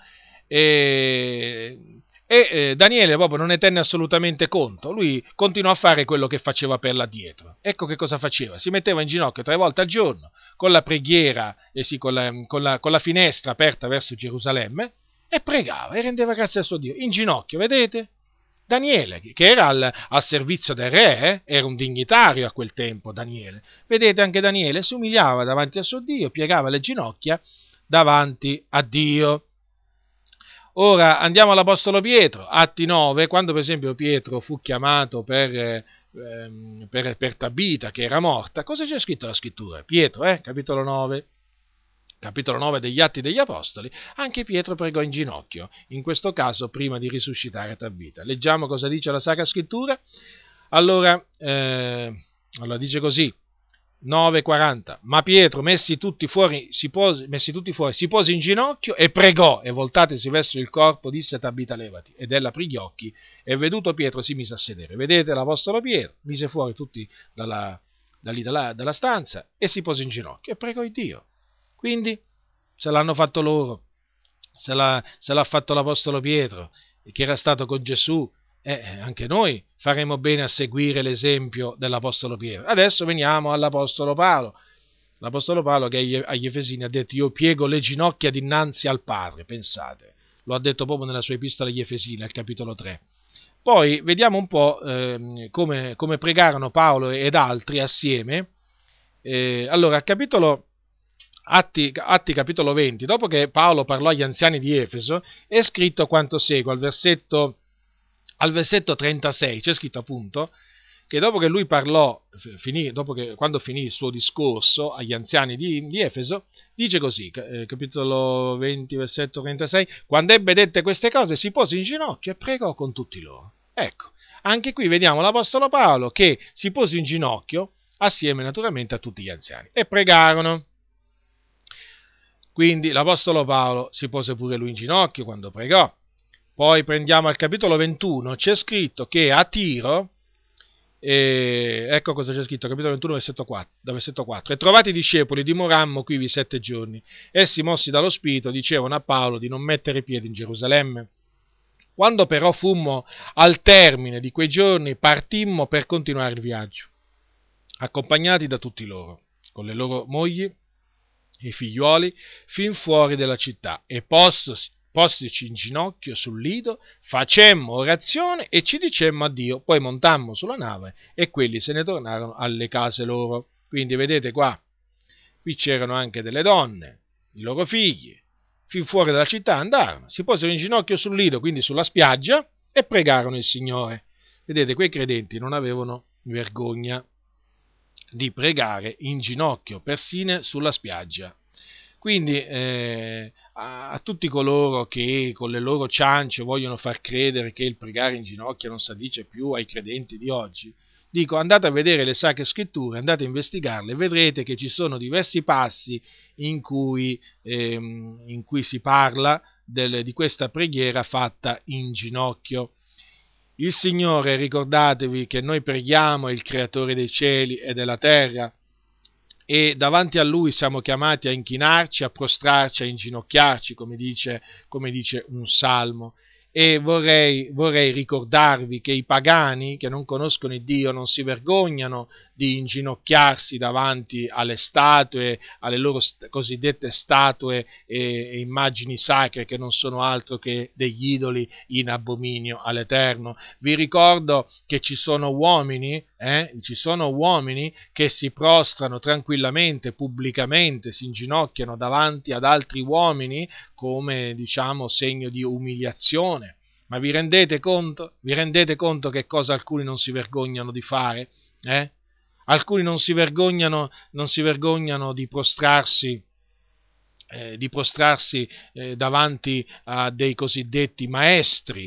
A: E, e eh, Daniele proprio non ne tenne assolutamente conto, lui continuò a fare quello che faceva per là dietro. Ecco che cosa faceva: si metteva in ginocchio tre volte al giorno con la preghiera, eh sì, con, la, con, la, con la finestra aperta verso Gerusalemme, e pregava e rendeva grazie al suo Dio in ginocchio, vedete? Daniele, che era al, al servizio del re, eh? Era un dignitario a quel tempo Daniele. Vedete, anche Daniele si umiliava davanti al suo Dio, piegava le ginocchia davanti a Dio. Ora andiamo all'Apostolo Pietro, Atti nove, quando per esempio Pietro fu chiamato per, eh, per, per Tabita, che era morta. Cosa c'è scritto nella scrittura? Pietro, eh? capitolo nove. Capitolo nove degli Atti degli Apostoli, anche Pietro pregò in ginocchio, in questo caso prima di risuscitare Tabita. Leggiamo cosa dice la Sacra Scrittura. Allora, eh, allora dice così, nove quaranta, ma Pietro, messi tutti fuori, si pose, messi tutti fuori, si pose in ginocchio e pregò, e voltatisi verso il corpo disse: Tabita, levati. Ed ella aprì gli occhi, e veduto Pietro si mise a sedere. Vedete, l'Apostolo Pietro mise fuori tutti dalla, da lì, dalla, dalla stanza, e si pose in ginocchio e pregò il Dio. Quindi, se l'hanno fatto loro, se, l'ha, se l'ha fatto l'Apostolo Pietro, che era stato con Gesù, eh, anche noi faremo bene a seguire l'esempio dell'Apostolo Pietro. Adesso veniamo all'Apostolo Paolo. L'Apostolo Paolo, che agli, agli Efesini ha detto: io piego le ginocchia dinanzi al Padre, pensate. Lo ha detto proprio nella sua epistola agli Efesini, al capitolo tre. Poi vediamo un po' eh, come, come pregarono Paolo ed altri assieme. Eh, allora, al capitolo Atti, Atti capitolo venti, dopo che Paolo parlò agli anziani di Efeso, è scritto quanto segue, al versetto, al versetto trentasei, c'è scritto appunto che dopo che lui parlò, finì, dopo che, quando finì il suo discorso agli anziani di, di Efeso, dice così, eh, capitolo venti, versetto trentasei, quando ebbe dette queste cose si pose in ginocchio e pregò con tutti loro. Ecco, anche qui vediamo l'Apostolo Paolo che si pose in ginocchio assieme naturalmente a tutti gli anziani e pregarono. Quindi l'Apostolo Paolo si pose pure lui in ginocchio quando pregò. Poi prendiamo al capitolo ventuno, c'è scritto che a Tiro, eh, ecco cosa c'è scritto, capitolo ventuno, versetto quattro, versetto quattro, e trovati i discepoli dimorammo quivi sette giorni. Essi, mossi dallo Spirito, dicevano a Paolo di non mettere piede in Gerusalemme. Quando però fummo al termine di quei giorni, partimmo per continuare il viaggio, accompagnati da tutti loro, con le loro mogli, i figliuoli, fin fuori della città, e postosi, postici in ginocchio sul lido, facemmo orazione e ci dicemmo a Dio, poi montammo sulla nave e quelli se ne tornarono alle case loro. Quindi vedete qua, qui c'erano anche delle donne, i loro figli, fin fuori dalla città andarono, si posero in ginocchio sul lido, quindi sulla spiaggia, e pregarono il Signore. Vedete, quei credenti non avevano vergogna di pregare in ginocchio, persino sulla spiaggia. Quindi eh, a, a tutti coloro che con le loro ciance vogliono far credere che il pregare in ginocchio non si addice più ai credenti di oggi, dico: andate a vedere le Sacre Scritture, andate a investigarle e vedrete che ci sono diversi passi in cui, ehm, in cui si parla del, di questa preghiera fatta in ginocchio. Il Signore, ricordatevi che noi preghiamo, è il creatore dei cieli e della terra, e davanti a Lui siamo chiamati a inchinarci, a prostrarci, a inginocchiarci, come dice, come dice un salmo. E vorrei, vorrei ricordarvi che i pagani che non conoscono il Dio non si vergognano di inginocchiarsi davanti alle statue, alle loro st- cosiddette statue e, e immagini sacre che non sono altro che degli idoli in abominio all'Eterno. Vi ricordo che ci sono uomini, eh, ci sono uomini che si prostrano tranquillamente, pubblicamente, si inginocchiano davanti ad altri uomini come, diciamo, segno di umiliazione. Ma vi rendete conto? Vi rendete conto che cosa alcuni non si vergognano di fare? Eh? Alcuni non si vergognano, non si vergognano di prostrarsi, eh, di prostrarsi eh, davanti a dei cosiddetti maestri.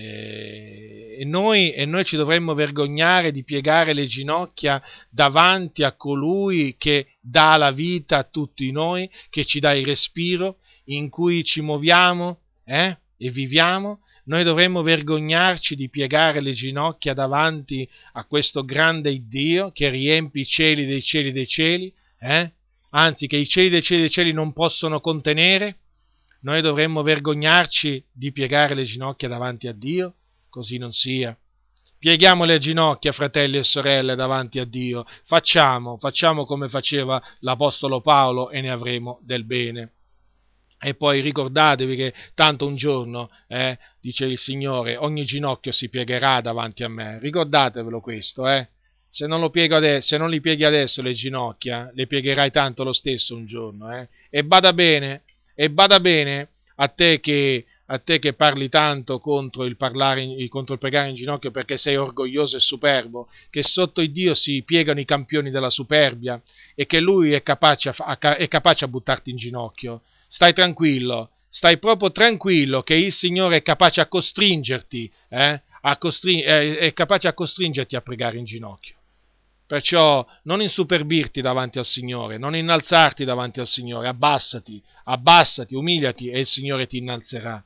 A: Eh, e, noi, e noi ci dovremmo vergognare di piegare le ginocchia davanti a colui che dà la vita a tutti noi, che ci dà il respiro, in cui ci muoviamo, eh? E viviamo. Noi dovremmo vergognarci di piegare le ginocchia davanti a questo grande Dio che riempie i cieli dei cieli dei cieli, eh? Anzi, che i cieli dei cieli dei cieli non possono contenere. Noi dovremmo vergognarci di piegare le ginocchia davanti a Dio? Così non sia. Pieghiamo le ginocchia, fratelli e sorelle, davanti a Dio. Facciamo, facciamo come faceva l'Apostolo Paolo e ne avremo del bene. E poi ricordatevi che tanto un giorno, eh, dice il Signore, ogni ginocchio si piegherà davanti a me. Ricordatevelo questo, eh. Se non, lo piego adesso, se non li pieghi adesso le ginocchia, le piegherai tanto lo stesso un giorno, eh. E bada bene, e bada bene a te che, a te che parli tanto contro il, parlare in, contro il pregare in ginocchio perché sei orgoglioso e superbo, che sotto il Dio si piegano i campioni della superbia e che Lui è capace a, è capace a buttarti in ginocchio. Stai tranquillo, stai proprio tranquillo che il Signore è capace a costringerti, eh, a costring- è capace a costringerti a pregare in ginocchio. Perciò non insuperbirti davanti al Signore, non innalzarti davanti al Signore, abbassati, abbassati, umiliati e il Signore ti innalzerà.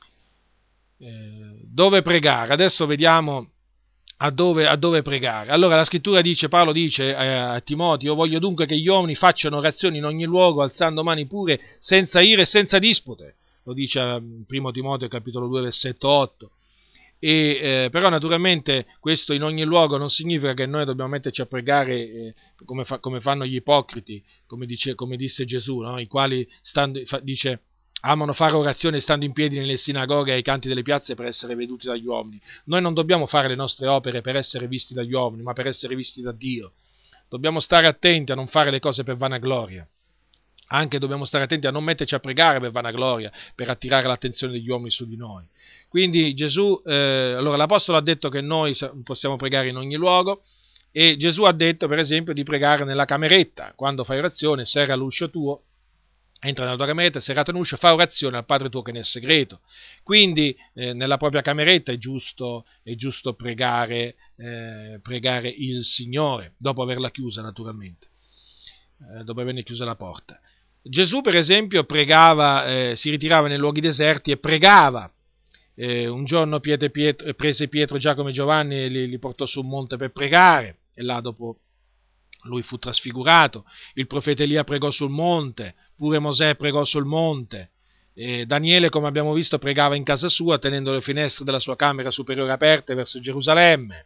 A: Eh, dove pregare? Adesso vediamo a dove, a dove pregare. Allora la scrittura dice, Paolo dice eh, a Timoteo: voglio dunque che gli uomini facciano orazioni in ogni luogo, alzando mani pure, senza ire e senza dispute. Lo dice in primo Timoteo capitolo due versetto otto. E, eh, però naturalmente questo in ogni luogo non significa che noi dobbiamo metterci a pregare eh, come, fa, come fanno gli ipocriti, come, dice, come disse Gesù, no? I quali stando, fa, dice amano fare orazioni stando in piedi nelle sinagoghe e ai canti delle piazze per essere veduti dagli uomini. Noi non dobbiamo fare le nostre opere per essere visti dagli uomini, ma per essere visti da Dio. Dobbiamo stare attenti a non fare le cose per vanagloria. Anche dobbiamo stare attenti a non metterci a pregare per vanagloria, per attirare l'attenzione degli uomini su di noi. Quindi Gesù, eh, allora l'Apostolo ha detto che noi possiamo pregare in ogni luogo, e Gesù ha detto per esempio di pregare nella cameretta. Quando fai orazione, serra l'uscio tuo, entra nella tua cameretta, serrata in uscio, fa orazione al Padre tuo che è nel segreto. Quindi eh, nella propria cameretta è giusto, è giusto pregare, eh, pregare il Signore, dopo averla chiusa naturalmente, eh, dopo averne chiusa la porta. Gesù per esempio pregava, eh, si ritirava nei luoghi deserti e pregava. Eh, un giorno Pietro, Pietro, prese Pietro, Giacomo e Giovanni e li, li portò su un monte per pregare, e là dopo lui fu trasfigurato. Il profeta Elia pregò sul monte, pure Mosè pregò sul monte. E Daniele, come abbiamo visto, pregava in casa sua, tenendo le finestre della sua camera superiore aperte verso Gerusalemme.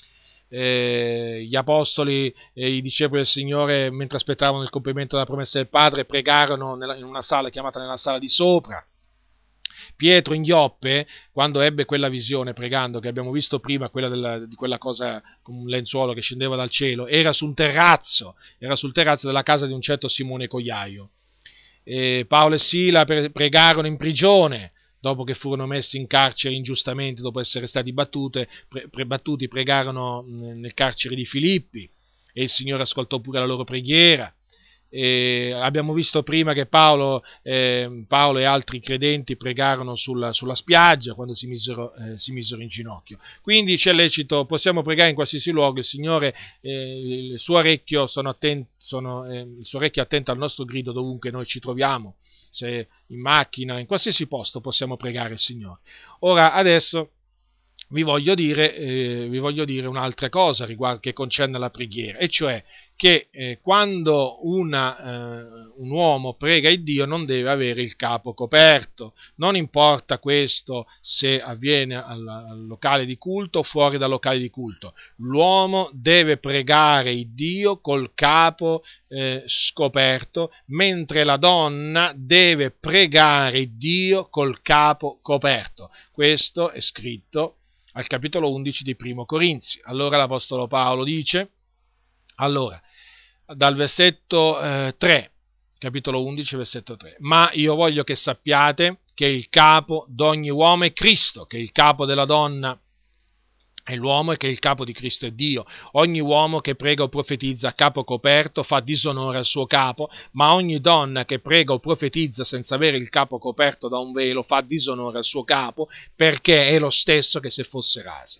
A: Eh, gli apostoli e i discepoli del Signore, mentre aspettavano il compimento della promessa del Padre, pregarono nella, in una sala chiamata nella sala di sopra. Pietro in Ioppe, quando ebbe quella visione pregando che abbiamo visto prima, quella della, di quella cosa con un lenzuolo che scendeva dal cielo, era su un terrazzo, era sul terrazzo della casa di un certo Simone Cogliaio. E Paolo e Sila pregarono in prigione, dopo che furono messi in carcere ingiustamente, dopo essere stati battute, pre, pre, battuti, pregarono nel carcere di Filippi, e il Signore ascoltò pure la loro preghiera. E abbiamo visto prima che Paolo, eh, Paolo e altri credenti pregarono sulla, sulla spiaggia quando si misero, eh, si misero in ginocchio. Quindi c'è lecito, possiamo pregare in qualsiasi luogo. Il Signore, eh, il suo orecchio, sono attento, sono, eh, il suo orecchio è attento al nostro grido dovunque noi ci troviamo, se in macchina, in qualsiasi posto possiamo pregare il Signore. Ora adesso vi voglio dire, eh, vi voglio dire un'altra cosa riguardo, che concerne la preghiera, e cioè che eh, quando una, eh, un uomo prega il Dio non deve avere il capo coperto, non importa questo se avviene al, al locale di culto o fuori dal locale di culto, l'uomo deve pregare il Dio col capo eh, scoperto, mentre la donna deve pregare il Dio col capo coperto. Questo è scritto al capitolo undici di Primo Corinzi. Allora l'Apostolo Paolo dice, allora, dal versetto eh, tre, capitolo undici, versetto tre, ma io voglio che sappiate che il capo d'ogni uomo è Cristo, che il capo della donna è l'uomo e che il capo di Cristo è Dio. Ogni uomo che prega o profetizza a capo coperto fa disonore al suo capo, ma ogni donna che prega o profetizza senza avere il capo coperto da un velo fa disonore al suo capo, perché è lo stesso che se fosse rasa.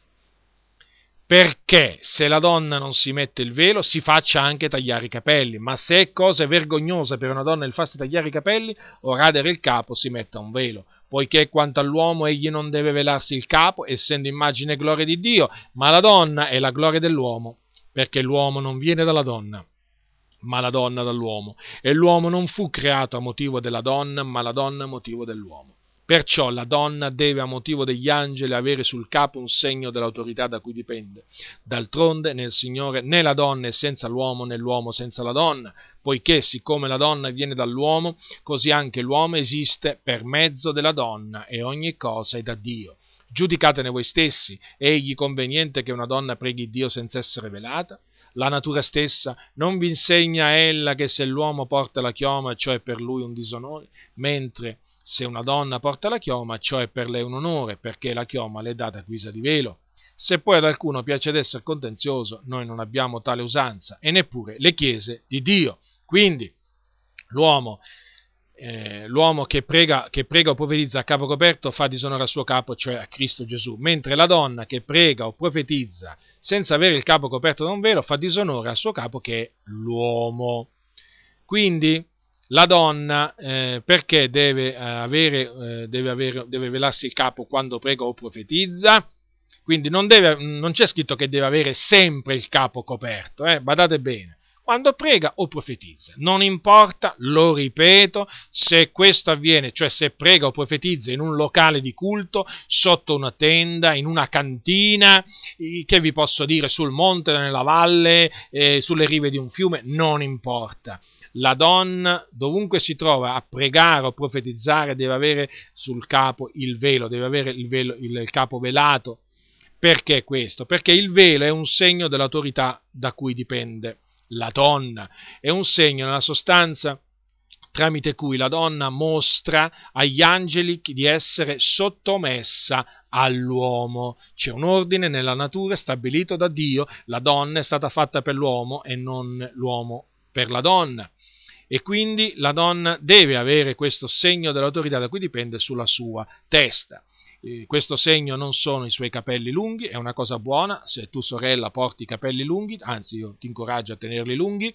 A: Perché se la donna non si mette il velo si faccia anche tagliare i capelli, ma se è cosa vergognosa per una donna il farsi tagliare i capelli o radere il capo, si metta un velo, poiché quanto all'uomo egli non deve velarsi il capo, essendo immagine e gloria di Dio, ma la donna è la gloria dell'uomo, perché l'uomo non viene dalla donna, ma la donna dall'uomo, e l'uomo non fu creato a motivo della donna, ma la donna a motivo dell'uomo. Perciò la donna deve a motivo degli angeli avere sul capo un segno dell'autorità da cui dipende. D'altronde nel Signore né la donna è senza l'uomo né l'uomo senza la donna, poiché siccome la donna viene dall'uomo, così anche l'uomo esiste per mezzo della donna e ogni cosa è da Dio. Giudicatene voi stessi, è egli conveniente che una donna preghi Dio senza essere velata? La natura stessa non vi insegna ella che se l'uomo porta la chioma, ciò è per lui un disonore, mentre se una donna porta la chioma, ciò è per lei un onore, perché la chioma le è data a guisa di velo. Se poi ad alcuno piace ad essere contenzioso, noi non abbiamo tale usanza, e neppure le chiese di Dio. Quindi l'uomo, eh, l'uomo che prega, che prega o profetizza a capo coperto fa disonore al suo capo, cioè a Cristo Gesù, mentre la donna che prega o profetizza senza avere il capo coperto da un velo fa disonore al suo capo, che è l'uomo. Quindi la donna eh, perché deve, eh, avere, eh, deve, avere, deve velarsi il capo quando prega o profetizza? Quindi non, deve, non c'è scritto che deve avere sempre il capo coperto, eh? Badate bene, quando prega o profetizza. Non importa, lo ripeto, se questo avviene, cioè se prega o profetizza in un locale di culto, sotto una tenda, in una cantina, che vi posso dire, sul monte, nella valle, eh, sulle rive di un fiume, non importa. La donna, dovunque si trova a pregare o profetizzare, deve avere sul capo il velo, deve avere il, velo, il, il capo velato. Perché questo? Perché il velo è un segno dell'autorità da cui dipende la donna, è un segno nella sostanza tramite cui la donna mostra agli angeli di essere sottomessa all'uomo. C'è un ordine nella natura stabilito da Dio, la donna è stata fatta per l'uomo e non l'uomo per la donna. E quindi la donna deve avere questo segno dell'autorità da cui dipende sulla sua testa. Eh, questo segno non sono i suoi capelli lunghi, è una cosa buona se tu, sorella, porti i capelli lunghi, anzi io ti incoraggio a tenerli lunghi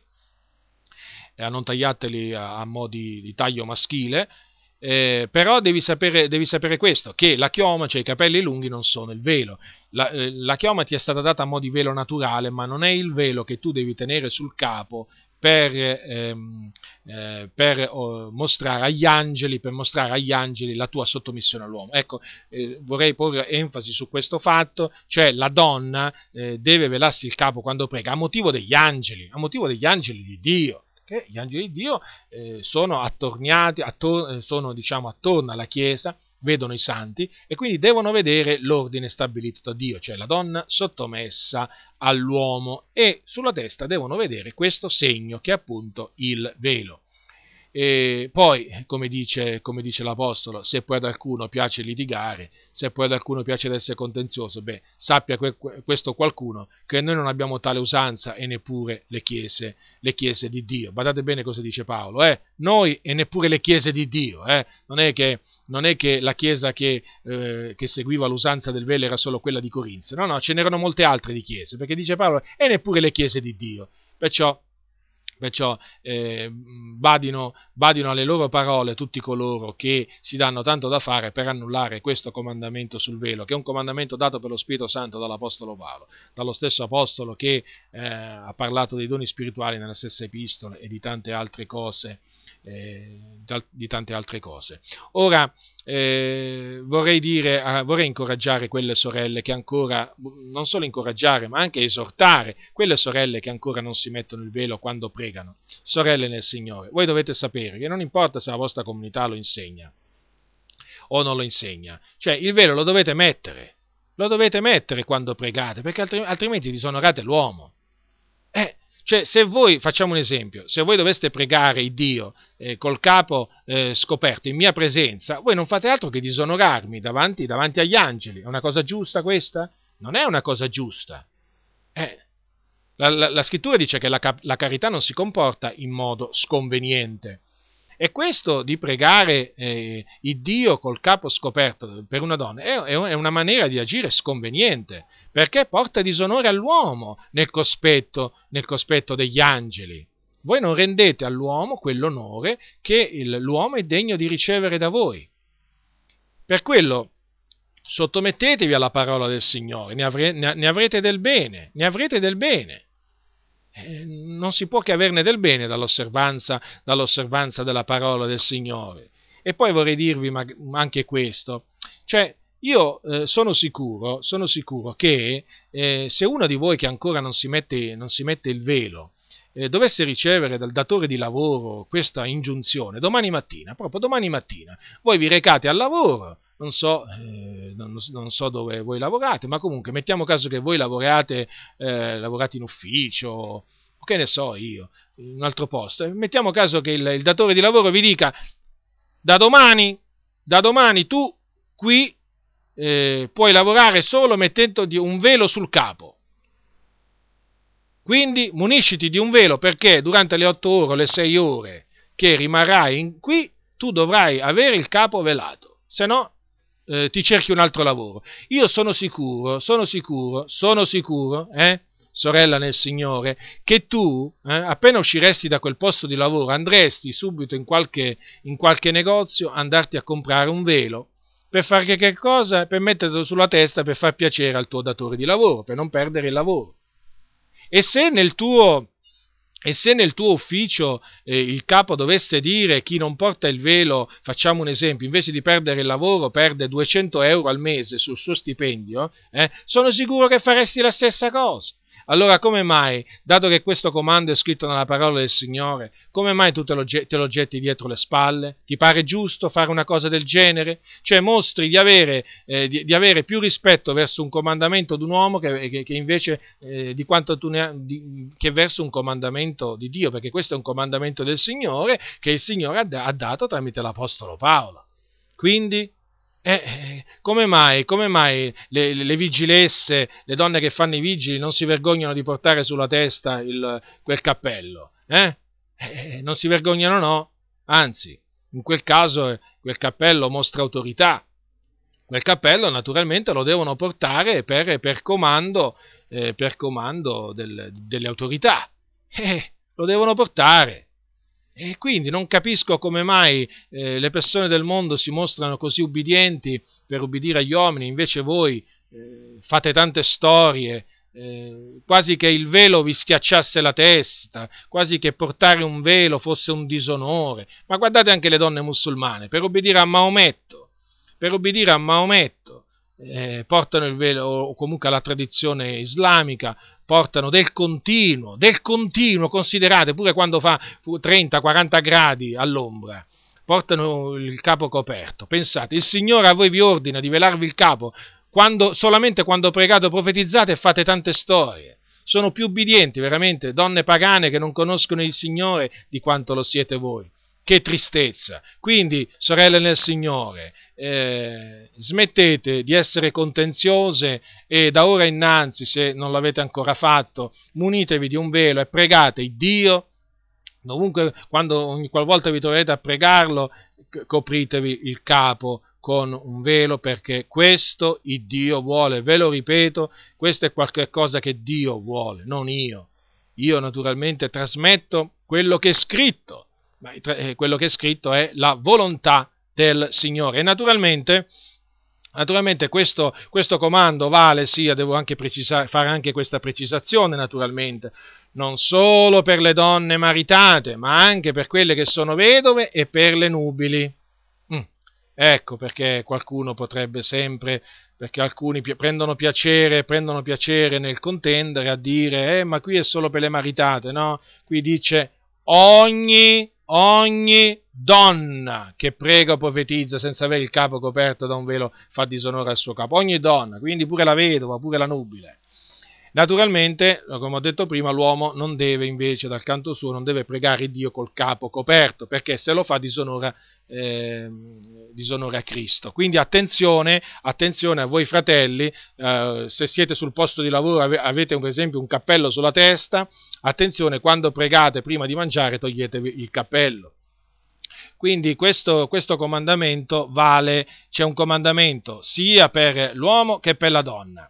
A: e a non tagliarteli a, a mo' di, di taglio maschile, eh, però devi sapere, devi sapere questo, che la chioma, cioè i capelli lunghi, non sono il velo. La, eh, la chioma ti è stata data a mo' di velo naturale, ma non è il velo che tu devi tenere sul capo per, ehm, eh, per oh, mostrare agli angeli, per mostrare agli angeli la tua sottomissione all'uomo. Ecco, eh, vorrei porre enfasi su questo fatto, cioè la donna eh, deve velarsi il capo quando prega a motivo degli angeli, a motivo degli angeli di Dio. Che gli angeli di Dio eh, sono attorniati, attor- sono diciamo attorno alla Chiesa, vedono i santi e quindi devono vedere l'ordine stabilito da Dio, cioè la donna sottomessa all'uomo, e sulla testa devono vedere questo segno che è appunto il velo. E poi, come dice, come dice l'Apostolo, se poi ad alcuno piace litigare, se poi ad alcuno piace essere contenzioso, beh, sappia que- questo qualcuno che noi non abbiamo tale usanza e neppure le chiese, le chiese di Dio. Badate bene cosa dice Paolo, eh? Noi e neppure le chiese di Dio, eh? non, è che, non è che la chiesa che, eh, che seguiva l'usanza del velo era solo quella di Corinzio, no, no, ce n'erano molte altre di chiese, perché dice Paolo, e neppure le chiese di Dio. Perciò Perciò eh, badino, badino alle loro parole tutti coloro che si danno tanto da fare per annullare questo comandamento sul velo, che è un comandamento dato per lo Spirito Santo dall'Apostolo Paolo, dallo stesso Apostolo che eh, ha parlato dei doni spirituali nella stessa epistola e di tante altre cose. Eh, di tante altre cose. Ora eh, vorrei dire, eh, vorrei incoraggiare quelle sorelle che ancora, non solo incoraggiare, ma anche esortare quelle sorelle che ancora non si mettono il velo quando pregano. Sorelle nel Signore, voi dovete sapere che non importa se la vostra comunità lo insegna o non lo insegna, cioè il velo lo dovete mettere, lo dovete mettere quando pregate, perché altrimenti disonorate l'uomo. Eh, Cioè, se voi, facciamo un esempio, se voi doveste pregare il Dio eh, col capo eh, scoperto in mia presenza, voi non fate altro che disonorarmi davanti, davanti agli angeli. È una cosa giusta questa? Non è una cosa giusta. Eh, la, la, la scrittura dice che la, la carità non si comporta in modo sconveniente. E questo di pregare eh, il Dio col capo scoperto per una donna è, è una maniera di agire sconveniente, perché porta disonore all'uomo nel cospetto, nel cospetto degli angeli. Voi non rendete all'uomo quell'onore che il, l'uomo è degno di ricevere da voi. Per quello sottomettetevi alla parola del Signore, ne, avre, ne, ne avrete del bene, ne avrete del bene. Non si può che averne del bene dall'osservanza, dall'osservanza della parola del Signore. E poi vorrei dirvi anche questo, cioè io eh, sono sicuro, sono sicuro che eh, se uno di voi che ancora non si mette, non si mette il velo eh, dovesse ricevere dal datore di lavoro questa ingiunzione, domani mattina, proprio domani mattina, voi vi recate al lavoro, non so, eh, non, non so dove voi lavorate, ma comunque mettiamo caso che voi lavoriate, eh, lavorate in ufficio, o che ne so io, in un altro posto, mettiamo caso che il, il datore di lavoro vi dica da domani, da domani tu qui eh, puoi lavorare solo mettendo un velo sul capo. Quindi munisciti di un velo perché durante le otto ore o le sei ore che rimarrai in, qui tu dovrai avere il capo velato, se no Eh, ti cerchi un altro lavoro. Io sono sicuro, sono sicuro, sono sicuro, eh, sorella nel Signore, che tu, eh, appena usciresti da quel posto di lavoro, andresti subito in qualche, in qualche negozio, andarti a comprare un velo, per fare che, che cosa? Per metterlo sulla testa, per far piacere al tuo datore di lavoro, per non perdere il lavoro. E se nel tuo... E se nel tuo ufficio eh, il capo dovesse dire chi non porta il velo, facciamo un esempio, invece di perdere il lavoro perde duecento euro al mese sul suo stipendio, eh, sono sicuro che faresti la stessa cosa. Allora come mai, dato che questo comando è scritto nella parola del Signore, come mai tu te lo, te lo getti dietro le spalle? Ti pare giusto fare una cosa del genere? Cioè mostri di avere, eh, di, di avere più rispetto verso un comandamento di un uomo che, che, che invece eh, di quanto tu ne ha, di, che verso un comandamento di Dio, perché questo è un comandamento del Signore che il Signore ha, ha dato tramite l'Apostolo Paolo. Quindi Eh, come mai, come mai le, le vigilesse, le donne che fanno i vigili non si vergognano di portare sulla testa il, quel cappello? Eh? Eh, non si vergognano, no? Anzi, in quel caso quel cappello mostra autorità. Quel cappello naturalmente lo devono portare per, per comando, eh, per comando del, delle autorità. Eh, lo devono portare. E quindi non capisco come mai eh, le persone del mondo si mostrano così ubbidienti per ubbidire agli uomini, invece voi eh, fate tante storie, eh, quasi che il velo vi schiacciasse la testa, quasi che portare un velo fosse un disonore. Ma guardate anche le donne musulmane, per ubbidire a Maometto, per ubbidire a Maometto, eh, portano il velo, o comunque alla tradizione islamica, portano del continuo, del continuo, considerate, pure quando fa trenta quaranta gradi all'ombra, portano il capo coperto. Pensate, il Signore a voi vi ordina di velarvi il capo quando, solamente quando pregate o profetizzate e fate tante storie. Sono più ubbidienti, veramente, donne pagane che non conoscono il Signore di quanto lo siete voi. Che tristezza! Quindi, sorelle nel Signore, eh, smettete di essere contenziose e da ora innanzi, se non l'avete ancora fatto, munitevi di un velo e pregate il Dio. Dovunque, quando ogni qualvolta vi troverete a pregarlo, copritevi il capo con un velo, perché questo il Dio vuole. Ve lo ripeto, questo è qualche cosa che Dio vuole, non io. io naturalmente trasmetto quello che è scritto, ma quello che è scritto è la volontà del Signore. E naturalmente, naturalmente questo, questo comando vale, sia, devo anche precisare, fare anche questa precisazione naturalmente, non solo per le donne maritate, ma anche per quelle che sono vedove e per le nubili. Mm. Ecco perché qualcuno potrebbe sempre, perché alcuni pi- prendono piacere, prendono piacere nel contendere a dire, eh, ma qui è solo per le maritate, no? Qui dice ogni, ogni donna che prega o profetizza senza avere il capo coperto da un velo fa disonore al suo capo. Ogni donna, quindi pure la vedova, pure la nubile. Naturalmente, come ho detto prima, l'uomo non deve invece, dal canto suo, non deve pregare Dio col capo coperto, perché se lo fa disonora, eh, disonora Cristo. Quindi attenzione, attenzione a voi fratelli, eh, se siete sul posto di lavoro, avete per esempio un cappello sulla testa, attenzione, quando pregate prima di mangiare toglietevi il cappello. Quindi questo, questo comandamento vale, c'è un comandamento sia per l'uomo che per la donna.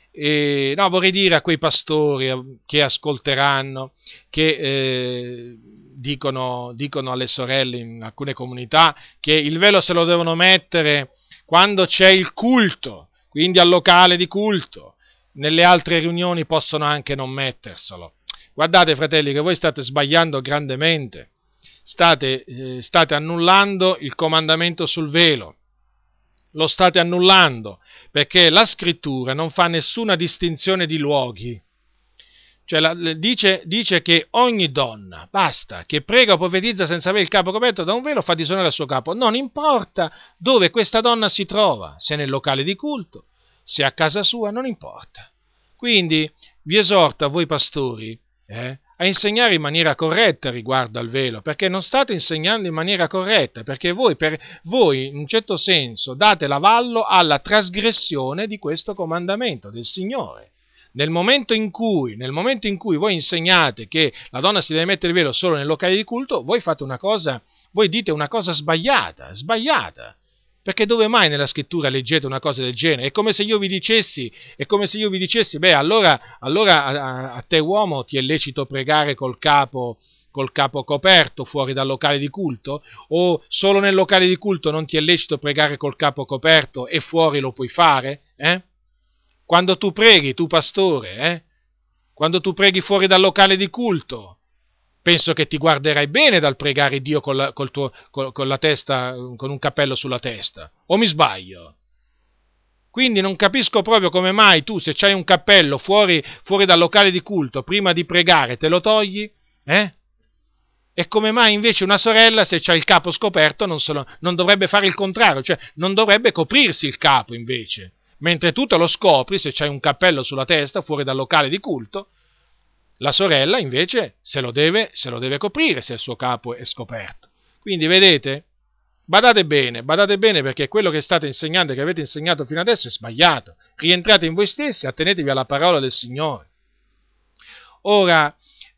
A: E, no, vorrei dire a quei pastori che ascolteranno, che eh, dicono, dicono alle sorelle in alcune comunità che il velo se lo devono mettere quando c'è il culto, quindi al locale di culto. Nelle altre riunioni possono anche non metterselo. Guardate, fratelli, che voi state sbagliando grandemente. State, eh, state annullando il comandamento sul velo. Lo state annullando, perché la scrittura non fa nessuna distinzione di luoghi. Cioè la, dice, dice che ogni donna, basta, che prega o profetizza senza avere il capo coperto da un velo fa disonore al suo capo. Non importa dove questa donna si trova, se nel locale di culto, se a casa sua, non importa. Quindi vi esorto a voi pastori eh, a insegnare in maniera corretta riguardo al velo, perché non state insegnando in maniera corretta, perché voi, per, voi in un certo senso date l'avallo alla trasgressione di questo comandamento del Signore. Nel momento in cui, nel momento in cui voi insegnate che la donna si deve mettere il velo solo nel locale di culto, voi fate una cosa, voi dite una cosa sbagliata, sbagliata. Perché dove mai nella scrittura leggete una cosa del genere? È come se io vi dicessi, è come se io vi dicessi, beh, allora, allora a, a te uomo ti è lecito pregare col capo, col capo coperto fuori dal locale di culto? O solo nel locale di culto non ti è lecito pregare col capo coperto e fuori lo puoi fare? Eh? Quando tu preghi, tu pastore, eh? Quando tu preghi fuori dal locale di culto, penso che ti guarderai bene dal pregare Dio con la, col tuo, con, con la testa, con un cappello sulla testa. O mi sbaglio? Quindi non capisco proprio come mai tu, se c'hai un cappello fuori, fuori dal locale di culto, prima di pregare te lo togli, eh? E come mai invece una sorella, se c'ha il capo scoperto, non, lo, non dovrebbe fare il contrario, cioè non dovrebbe coprirsi il capo invece. Mentre tu te lo scopri, se c'hai un cappello sulla testa, fuori dal locale di culto, la sorella invece se lo deve, se lo deve coprire se il suo capo è scoperto. Quindi vedete, badate bene, badate bene perché quello che state insegnando e che avete insegnato fino adesso è sbagliato. Rientrate in voi stessi, attenetevi alla parola del Signore. Ora,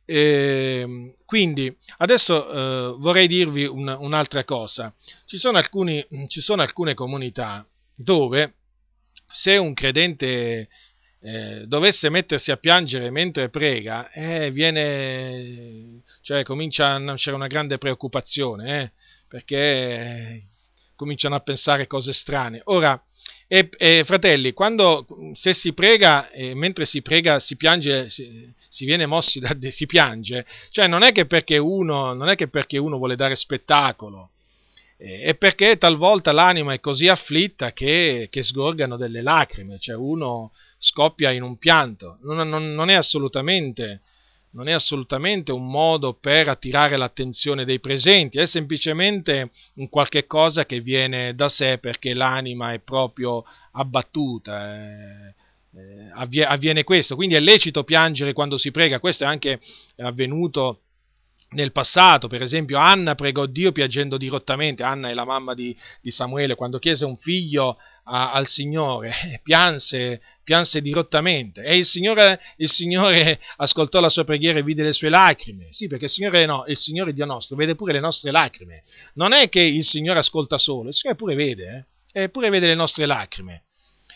A: eh, quindi, adesso eh, vorrei dirvi un, un'altra cosa. Ci sono, alcuni, ci sono alcune comunità dove se un credente Eh, dovesse mettersi a piangere mentre prega, eh, viene, cioè comincia a nascere una grande preoccupazione, eh, perché eh, cominciano a pensare cose strane. Ora, eh, eh, fratelli, quando se si prega, eh, mentre si prega si piange, si, si viene mossi da si piange, cioè non è che perché uno, non è che perché uno vuole dare spettacolo. È perché talvolta l'anima è così afflitta che, che sgorgano delle lacrime, cioè uno scoppia in un pianto. Non, non, non, è assolutamente, non è assolutamente un modo per attirare l'attenzione dei presenti, è semplicemente un qualche cosa che viene da sé perché l'anima è proprio abbattuta. Eh, eh, avviene questo, quindi è lecito piangere quando si prega, questo è anche avvenuto nel passato. Per esempio Anna pregò Dio piangendo dirottamente. Anna è la mamma di, di Samuele, quando chiese un figlio a, al Signore pianse, pianse dirottamente e il Signore, il Signore ascoltò la sua preghiera e vide le sue lacrime. Sì, perché il Signore, no, il Signore Dio nostro vede pure le nostre lacrime. Non è che il Signore ascolta solo, il Signore pure vede, eh? E pure vede le nostre lacrime.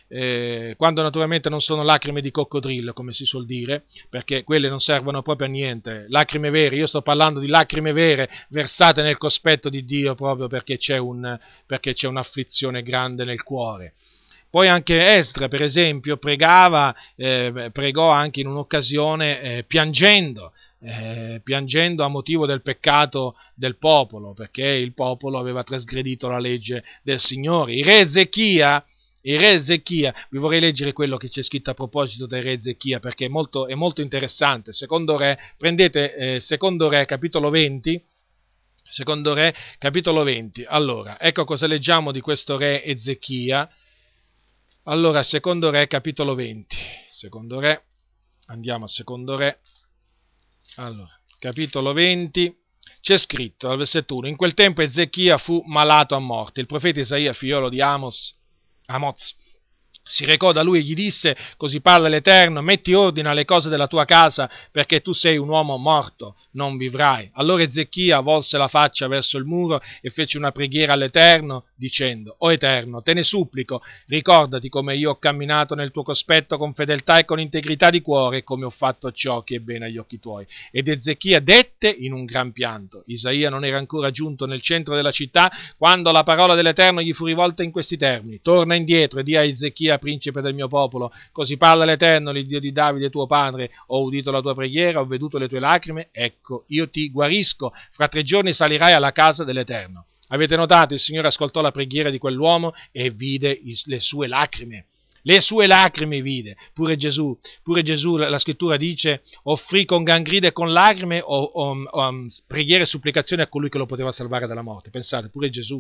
A: eh, quando naturalmente non sono lacrime di coccodrillo, come si suol dire, perché quelle non servono proprio a niente, lacrime vere, io sto parlando di lacrime vere versate nel cospetto di Dio proprio perché c'è, un, perché c'è un'afflizione grande nel cuore. Poi anche Esdra, per esempio, pregava, eh, pregò anche in un'occasione eh, piangendo, eh, piangendo a motivo del peccato del popolo, perché il popolo aveva trasgredito la legge del Signore. Il re Ezechia, il re Ezechia, vi vorrei leggere quello che c'è scritto a proposito del re Ezechia, perché è molto, è molto interessante. Secondo Re, prendete eh, Secondo Re, capitolo venti, Secondo Re, capitolo venti. Allora, ecco cosa leggiamo di questo re Ezechia. Allora, Secondo Re, capitolo venti. Secondo Re, andiamo a Secondo Re. Allora, capitolo venti, c'è scritto al versetto uno: in quel tempo Ezechia fu malato a morte. Il profeta Isaia, figliolo di Amos, Amoz, si recò da lui e gli disse: così parla l'Eterno, metti ordine alle cose della tua casa, perché tu sei un uomo morto, non vivrai. Allora Ezechia volse la faccia verso il muro e fece una preghiera all'Eterno, dicendo: o Eterno, te ne supplico, ricordati come io ho camminato nel tuo cospetto con fedeltà e con integrità di cuore, e come ho fatto ciò che è bene agli occhi tuoi. Ed Ezechia dette in un gran pianto. Isaia non era ancora giunto nel centro della città, quando la parola dell'Eterno gli fu rivolta in questi termini: torna indietro e di a Ezechia, principe del mio popolo, così parla l'Eterno, l'Iddio di Davide tuo padre: ho udito la tua preghiera, ho veduto le tue lacrime, ecco, io ti guarisco, fra tre giorni salirai alla casa dell'Eterno. Avete notato, il Signore ascoltò la preghiera di quell'uomo e vide le sue lacrime. Le sue lacrime vide. Pure Gesù, pure Gesù, la scrittura dice, offrì con gran grida e con lacrime o, o, o um, preghiere e supplicazioni a colui che lo poteva salvare dalla morte. Pensate, pure Gesù,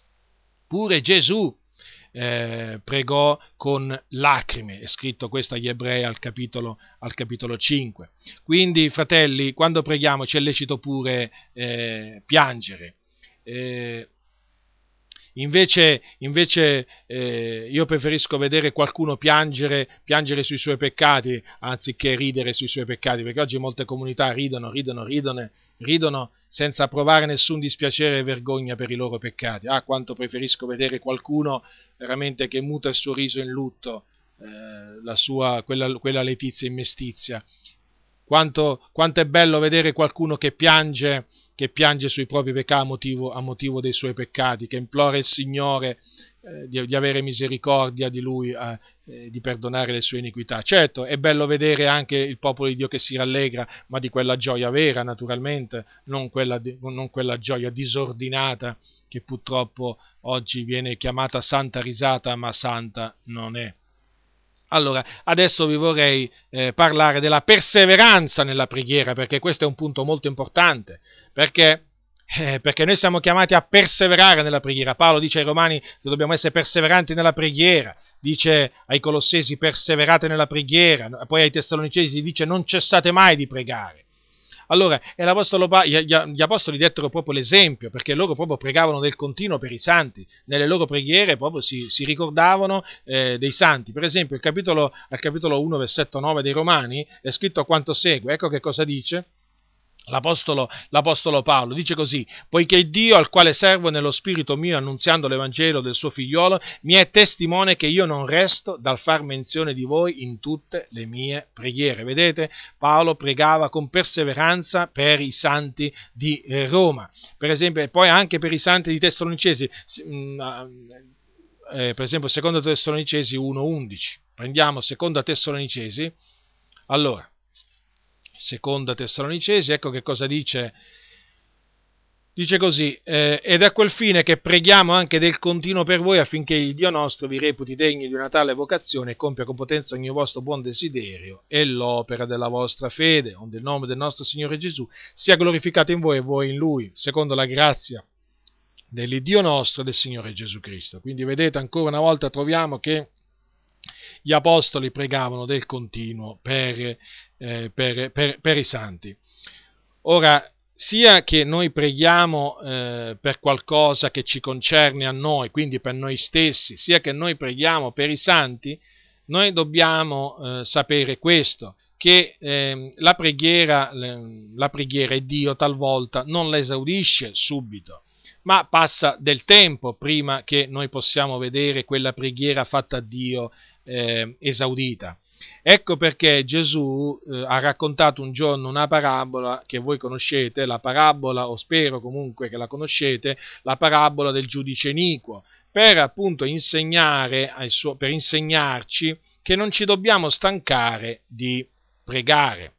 A: pure Gesù Eh, pregò con lacrime, è scritto questo agli Ebrei al capitolo, al capitolo cinque. Quindi, fratelli, quando preghiamo ci è lecito pure eh, piangere. Eh, Invece, invece eh, io preferisco vedere qualcuno piangere, piangere sui suoi peccati anziché ridere sui suoi peccati, perché oggi molte comunità ridono, ridono, ridono, ridono senza provare nessun dispiacere e vergogna per i loro peccati. Ah, quanto preferisco vedere qualcuno veramente che muta il suo riso in lutto, eh, la sua, quella, quella letizia in mestizia. Quanto, quanto è bello vedere qualcuno che piange, che piange sui propri peccati a motivo, a motivo dei suoi peccati, che implora il Signore eh, di, di avere misericordia di Lui, eh, eh, di perdonare le sue iniquità. Certo, è bello vedere anche il popolo di Dio che si rallegra, ma di quella gioia vera, naturalmente, non quella, di, non quella gioia disordinata che purtroppo oggi viene chiamata santa risata, ma santa non è. Allora, adesso vi vorrei eh, parlare della perseveranza nella preghiera, perché questo è un punto molto importante, perché, eh, perché noi siamo chiamati a perseverare nella preghiera. Paolo dice ai Romani che dobbiamo essere perseveranti nella preghiera, dice ai Colossesi perseverate nella preghiera, poi ai Tessalonicesi dice non cessate mai di pregare. Allora, e l'apostolo, gli apostoli dettero proprio l'esempio, perché loro proprio pregavano del continuo per i santi, nelle loro preghiere proprio si, si ricordavano eh, dei santi. Per esempio, il capitolo, al capitolo uno, versetto nove dei Romani è scritto quanto segue, ecco che cosa dice. L'apostolo, l'Apostolo Paolo dice così: poiché Dio, al quale servo nello spirito mio annunziando l'Evangelo del suo figliolo, mi è testimone che io non resto dal far menzione di voi in tutte le mie preghiere. Vedete, Paolo pregava con perseveranza per i santi di Roma, per esempio, e poi anche per i santi di Tessalonicesi, eh, per esempio secondo Tessalonicesi uno undici. Prendiamo secondo Tessalonicesi, allora, Seconda Tessalonicesi, ecco che cosa dice. Dice così, eh, ed è a quel fine che preghiamo anche del continuo per voi, affinché il Dio nostro vi reputi degni di una tale vocazione e compia con potenza ogni vostro buon desiderio e l'opera della vostra fede, onde il nome del nostro Signore Gesù sia glorificato in voi e voi in Lui, secondo la grazia dell'Iddio nostro e del Signore Gesù Cristo. Quindi vedete, ancora una volta troviamo che gli apostoli pregavano del continuo per, eh, per, per, per i santi. Ora, sia che noi preghiamo eh, per qualcosa che ci concerne a noi, quindi per noi stessi, sia che noi preghiamo per i santi, noi dobbiamo eh, sapere questo, che eh, la preghiera, la preghiera e Dio talvolta non la esaudisce subito, ma passa del tempo prima che noi possiamo vedere quella preghiera fatta a Dio eh, esaudita. Ecco perché Gesù eh, ha raccontato un giorno una parabola che voi conoscete, la parabola, o spero comunque che la conoscete, la parabola del giudice iniquo, per appunto insegnare, ai suo, per insegnarci che non ci dobbiamo stancare di pregare.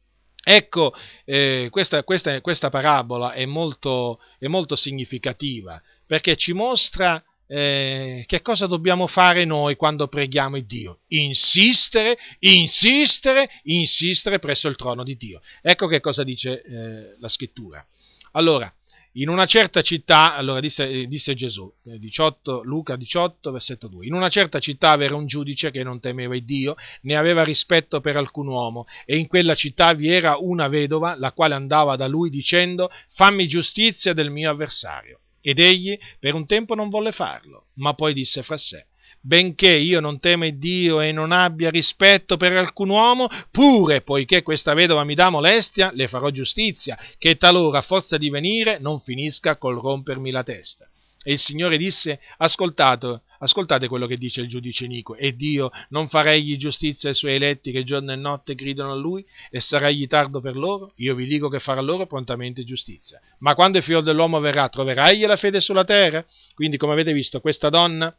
A: Ecco, eh, questa, questa, questa parabola è molto, è molto significativa, perché ci mostra Eh, che cosa dobbiamo fare noi quando preghiamo il Dio? Insistere, insistere, insistere presso il trono di Dio. Ecco che cosa dice eh, la scrittura. Allora, in una certa città, allora disse, disse Gesù, diciotto, Luca diciotto, versetto due, in una certa città era un giudice che non temeva il Dio, né aveva rispetto per alcun uomo, e in quella città vi era una vedova, la quale andava da lui dicendo: fammi giustizia del mio avversario. Ed egli per un tempo non volle farlo, ma poi disse fra sé: benché io non tema il Dio e non abbia rispetto per alcun uomo, pure poiché questa vedova mi dà molestia, le farò giustizia, che talora a forza di venire non finisca col rompermi la testa. E il Signore disse: ascoltate, ascoltate quello che dice il giudice iniquo, e Dio non farà egli giustizia ai suoi eletti che giorno e notte gridano a lui, e sarà egli tardo per loro? Io vi dico che farà loro prontamente giustizia. Ma quando il figlio dell'uomo verrà, troverà egli la fede sulla terra? Quindi, come avete visto, questa donna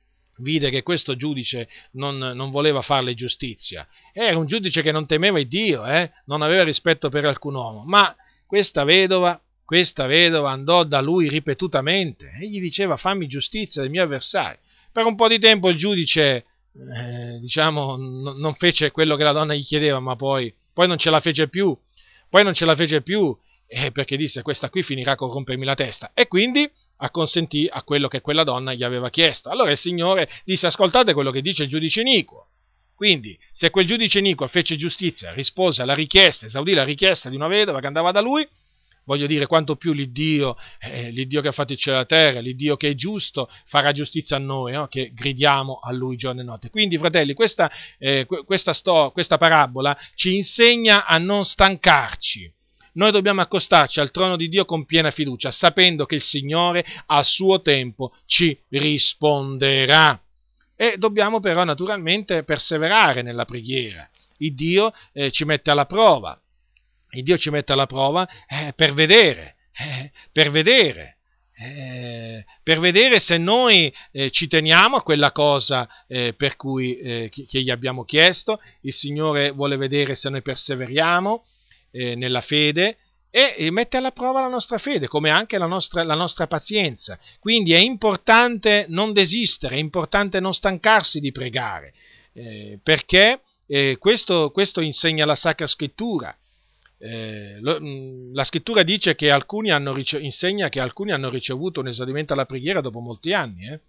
A: vide che questo giudice non, non voleva farle giustizia. Era un giudice che non temeva il Dio, eh? Non aveva rispetto per alcun uomo, ma questa vedova Questa vedova andò da lui ripetutamente e gli diceva: fammi giustizia del mio avversario. Per un po' di tempo il giudice, eh, diciamo, n- non fece quello che la donna gli chiedeva, ma poi, poi non ce la fece più, poi non ce la fece più, eh, perché disse: questa qui finirà con rompermi la testa. E quindi acconsentì a quello che quella donna gli aveva chiesto. Allora il Signore disse: ascoltate quello che dice il giudice iniquo. Quindi, se quel giudice iniquo fece giustizia, rispose alla richiesta, esaudì la richiesta di una vedova che andava da lui, voglio dire, quanto più l'Iddio, eh, l'Iddio che ha fatto il cielo e la terra, l'Iddio che è giusto, farà giustizia a noi, no? Che gridiamo a Lui giorno e notte. Quindi, fratelli, questa, eh, questa, sto, questa parabola ci insegna a non stancarci. Noi dobbiamo accostarci al trono di Dio con piena fiducia, sapendo che il Signore a suo tempo ci risponderà. E dobbiamo però naturalmente perseverare nella preghiera. Il Dio eh, ci mette alla prova. Il Dio ci mette alla prova eh, per vedere, eh, per vedere, eh, per vedere se noi eh, ci teniamo a quella cosa eh, per cui eh, che, che gli abbiamo chiesto. Il Signore vuole vedere se noi perseveriamo eh, nella fede e, e mette alla prova la nostra fede, come anche la nostra, la nostra pazienza. Quindi è importante non desistere, è importante non stancarsi di pregare, eh, perché eh, questo, questo insegna la Sacra Scrittura. Eh, lo, la scrittura dice che alcuni hanno rice- insegna che alcuni hanno ricevuto un esaudimento alla preghiera dopo molti anni. Eh?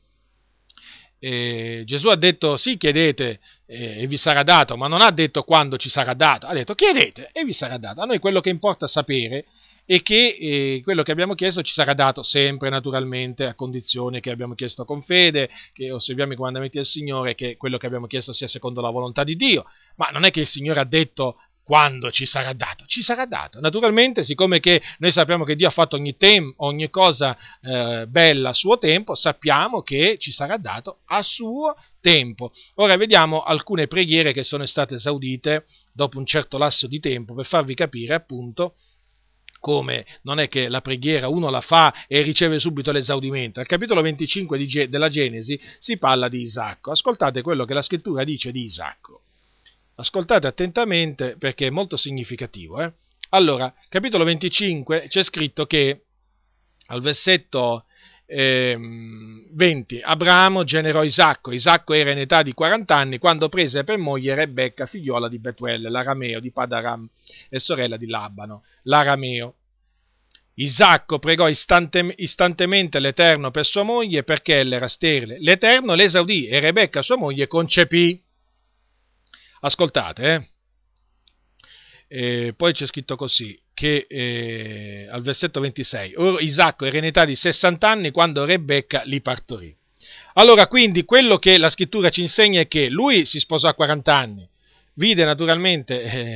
A: E Gesù ha detto: sì, chiedete eh, e vi sarà dato, ma non ha detto quando ci sarà dato, ha detto chiedete e vi sarà dato. A noi quello che importa sapere è che eh, quello che abbiamo chiesto ci sarà dato, sempre naturalmente a condizione che abbiamo chiesto con fede, che osserviamo i comandamenti del Signore, che quello che abbiamo chiesto sia secondo la volontà di Dio. Ma non è che il Signore ha detto quando ci sarà dato, ci sarà dato. Naturalmente, siccome che noi sappiamo che Dio ha fatto ogni, tem- ogni cosa eh, bella a suo tempo, sappiamo che ci sarà dato a suo tempo. Ora vediamo alcune preghiere che sono state esaudite dopo un certo lasso di tempo, per farvi capire appunto come non è che la preghiera uno la fa e riceve subito l'esaudimento. Al capitolo venticinque di Ge- della Genesi si parla di Isacco. Ascoltate quello che la scrittura dice di Isacco. Ascoltate attentamente perché è molto significativo. Eh? Allora, capitolo venticinque, c'è scritto che al versetto eh, venti, Abramo generò Isacco. Isacco era in età di quaranta anni quando prese per moglie Rebecca, figliuola di Betuel, l'arameo di Padaram e sorella di Labano, l'arameo. Isacco pregò istante, istantemente l'Eterno per sua moglie perché ella era sterile. L'Eterno l'esaudì e Rebecca, sua moglie, concepì. Ascoltate, eh? E poi c'è scritto così, che eh, al versetto ventisei, or Isacco era in età di sessanta anni quando Rebecca li partorì. Allora, quindi, quello che la scrittura ci insegna è che lui si sposò a quaranta anni, vide naturalmente eh,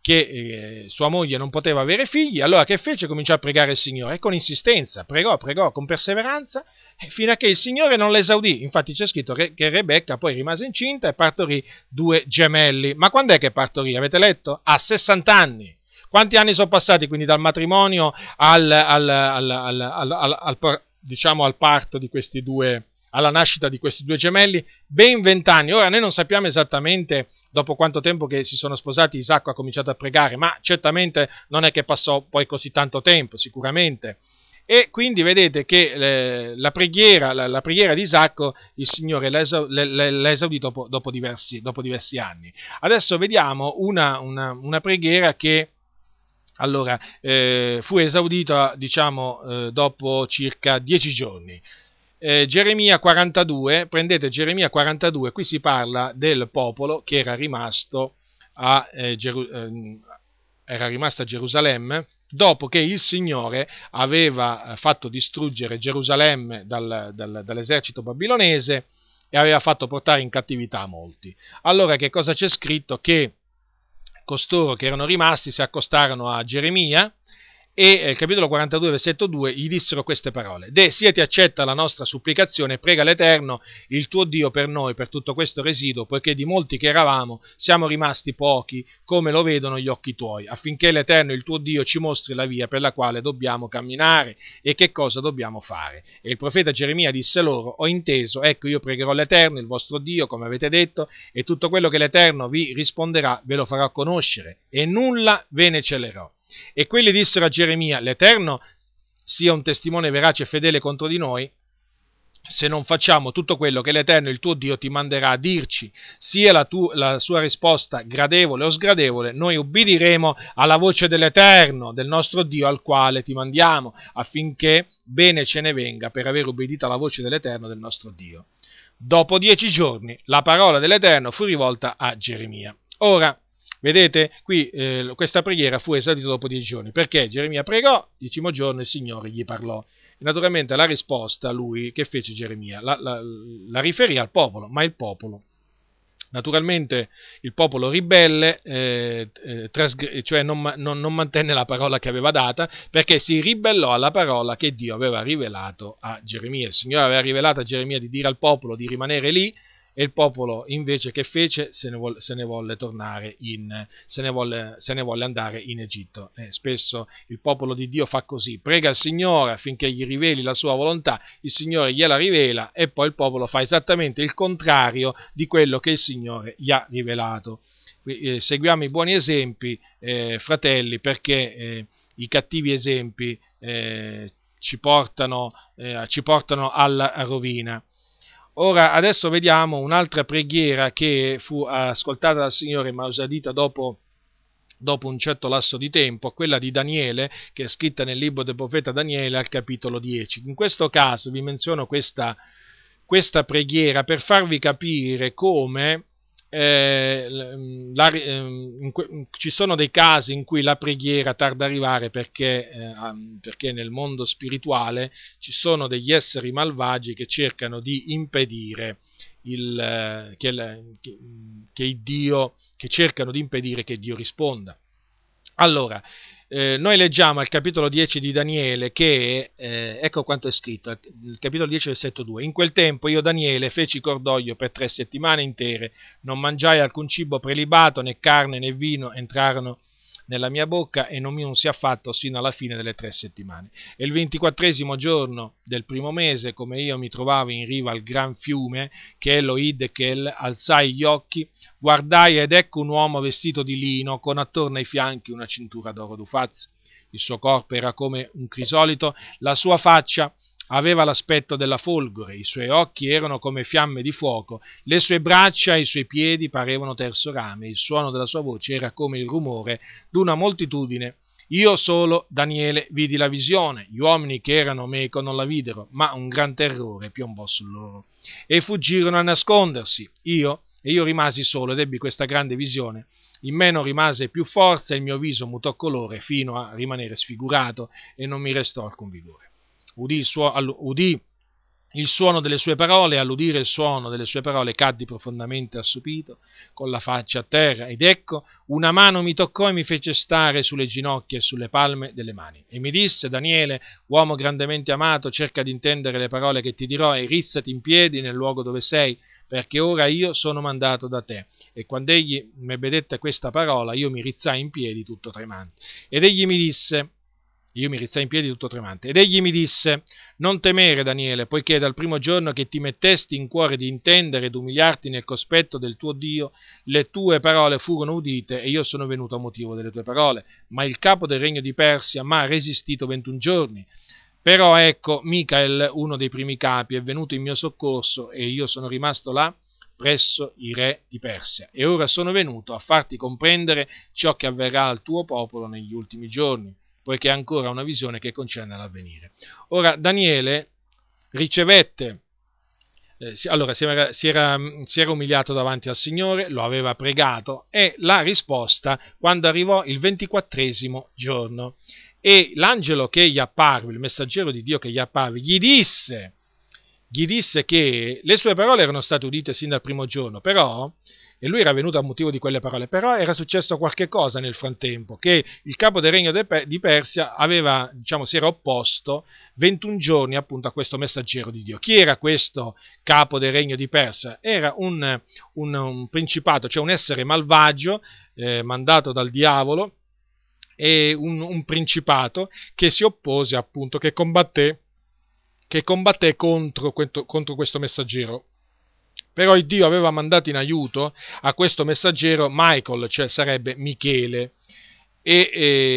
A: che eh, sua moglie non poteva avere figli, allora che fece? Cominciò a pregare il Signore, e con insistenza, pregò, pregò con perseveranza, fino a che il Signore non l'esaudì. Infatti c'è scritto che, che Rebecca poi rimase incinta e partorì due gemelli. Ma quando è che partorì? Avete letto? A sessanta anni. Quanti anni sono passati quindi dal matrimonio al, al, al, al, al, al, al, diciamo, al parto di questi due, alla nascita di questi due gemelli? Ben vent'anni. Ora noi non sappiamo esattamente dopo quanto tempo che si sono sposati Isacco ha cominciato a pregare, ma certamente non è che passò poi così tanto tempo, sicuramente. E quindi vedete che eh, la, preghiera, la, la preghiera di Isacco il Signore l'ha, esau- l'ha esaudito dopo, dopo, diversi, dopo diversi anni. Adesso vediamo una, una, una preghiera che allora eh, fu esaudita, diciamo, eh, dopo circa dieci giorni. Eh, Geremia quarantadue, prendete Geremia quarantadue, qui si parla del popolo che era rimasto a, eh, Geru- eh, era rimasto a Gerusalemme dopo che il Signore aveva fatto distruggere Gerusalemme dal, dal, dall'esercito babilonese e aveva fatto portare in cattività molti. Allora che cosa c'è scritto? Che costoro che erano rimasti si accostarono a Geremia e il capitolo quarantadue, versetto due, gli dissero queste parole: «De, sia ti accetta la nostra supplicazione e prega l'Eterno, il tuo Dio, per noi, per tutto questo residuo, poiché di molti che eravamo siamo rimasti pochi, come lo vedono gli occhi tuoi, affinché l'Eterno, il tuo Dio, ci mostri la via per la quale dobbiamo camminare e che cosa dobbiamo fare». E il profeta Geremia disse loro: «Ho inteso, ecco, io pregherò l'Eterno, il vostro Dio, come avete detto, e tutto quello che l'Eterno vi risponderà ve lo farò conoscere, e nulla ve ne celerò». E quelli dissero a Geremia: «L'Eterno sia un testimone verace e fedele contro di noi, se non facciamo tutto quello che l'Eterno, il tuo Dio, ti manderà a dirci, sia la, tu, la sua risposta gradevole o sgradevole, noi ubbidiremo alla voce dell'Eterno, del nostro Dio, al quale ti mandiamo, affinché bene ce ne venga per aver ubbidito alla voce dell'Eterno, del nostro Dio». Dopo dieci giorni la parola dell'Eterno fu rivolta a Geremia. Ora, vedete, qui eh, questa preghiera fu esaudita dopo dieci giorni, perché Geremia pregò, decimo giorno il Signore gli parlò. E naturalmente la risposta, lui, che fece Geremia? La, la, la riferì al popolo, ma il popolo, naturalmente il popolo ribelle, eh, eh, trasgre- cioè non, non, non mantenne la parola che aveva data, perché si ribellò alla parola che Dio aveva rivelato a Geremia. Il Signore aveva rivelato a Geremia di dire al popolo di rimanere lì, e il popolo invece che fece? Se ne volle, se ne volle tornare in, se ne volle, se ne volle andare in Egitto. Eh, spesso il popolo di Dio fa così, prega il Signore affinché gli riveli la sua volontà, il Signore gliela rivela e poi il popolo fa esattamente il contrario di quello che il Signore gli ha rivelato. Eh, seguiamo i buoni esempi, eh, fratelli, perché eh, i cattivi esempi eh, ci portano, eh, ci portano alla rovina. Ora, adesso vediamo un'altra preghiera che fu ascoltata dal Signore, ma esaudita dopo, dopo un certo lasso di tempo, quella di Daniele, che è scritta nel libro del profeta Daniele al capitolo dieci. In questo caso vi menziono questa, questa preghiera per farvi capire come eh, la, eh, in, ci sono dei casi in cui la preghiera tarda ad arrivare perché, eh, perché nel mondo spirituale ci sono degli esseri malvagi che cercano di impedire il, che, che, che il Dio, che cercano di impedire che Dio risponda. Allora, eh, noi leggiamo al capitolo dieci di Daniele che, eh, ecco quanto è scritto, il capitolo dieci, versetto due: «In quel tempo io, Daniele, feci cordoglio per tre settimane intere, non mangiai alcun cibo prelibato, né carne né vino entrarono nella mia bocca e non mi unsi affatto sino alla fine delle tre settimane. E il ventiquattresimo giorno del primo mese, come io mi trovavo in riva al gran fiume, che è lo Hiddekel, alzai gli occhi, guardai ed ecco un uomo vestito di lino, con attorno ai fianchi una cintura d'oro d'Ufaz. Il suo corpo era come un crisolito, la sua faccia aveva l'aspetto della folgore, i suoi occhi erano come fiamme di fuoco, le sue braccia e i suoi piedi parevano terzo rame, il suono della sua voce era come il rumore d'una moltitudine. Io solo, Daniele, vidi la visione, gli uomini che erano meco non la videro, ma un gran terrore piombò su loro, e fuggirono a nascondersi. Io, e io rimasi solo ed ebbi questa grande visione. In me non rimase più forza, il mio viso mutò colore fino a rimanere sfigurato e non mi restò alcun vigore. Udì il, suo, udì il suono delle sue parole, e all'udire il suono delle sue parole caddi profondamente assopito, con la faccia a terra, ed ecco, una mano mi toccò e mi fece stare sulle ginocchia e sulle palme delle mani. E mi disse: Daniele, uomo grandemente amato, cerca di intendere le parole che ti dirò e rizzati in piedi nel luogo dove sei, perché ora io sono mandato da te. E quando egli m'ebbe detta questa parola, io mi rizzai in piedi tutto tremante. Ed egli mi disse... Io mi rizzai in piedi tutto tremante. Ed egli mi disse: non temere, Daniele, poiché dal primo giorno che ti mettesti in cuore di intendere ed umiliarti nel cospetto del tuo Dio, le tue parole furono udite e io sono venuto a motivo delle tue parole. Ma il capo del regno di Persia m'ha resistito ventuno giorni. Però ecco, Micael, uno dei primi capi, è venuto in mio soccorso e io sono rimasto là presso i re di Persia. E ora sono venuto a farti comprendere ciò che avverrà al tuo popolo negli ultimi giorni, poiché è ancora una visione che concerne l'avvenire. Ora, Daniele ricevette, eh, allora si era, si, era, si era umiliato davanti al Signore, lo aveva pregato, e la risposta quando arrivò il ventiquattresimo giorno. E l'angelo che gli apparve, il messaggero di Dio che gli apparve, gli disse, gli disse che le sue parole erano state udite sin dal primo giorno, però... E lui era venuto a motivo di quelle parole, però era successo qualche cosa nel frattempo, che il capo del regno di Persia aveva, diciamo, si era opposto ventuno giorni appunto a questo messaggero di Dio. Chi era questo capo del regno di Persia? Era un, un, un principato, cioè un essere malvagio, eh, mandato dal diavolo, e un, un principato che si oppose appunto, che combatté, che combatté contro, contro questo messaggero. Però il Dio aveva mandato in aiuto a questo messaggero Michael, cioè sarebbe Michele, e,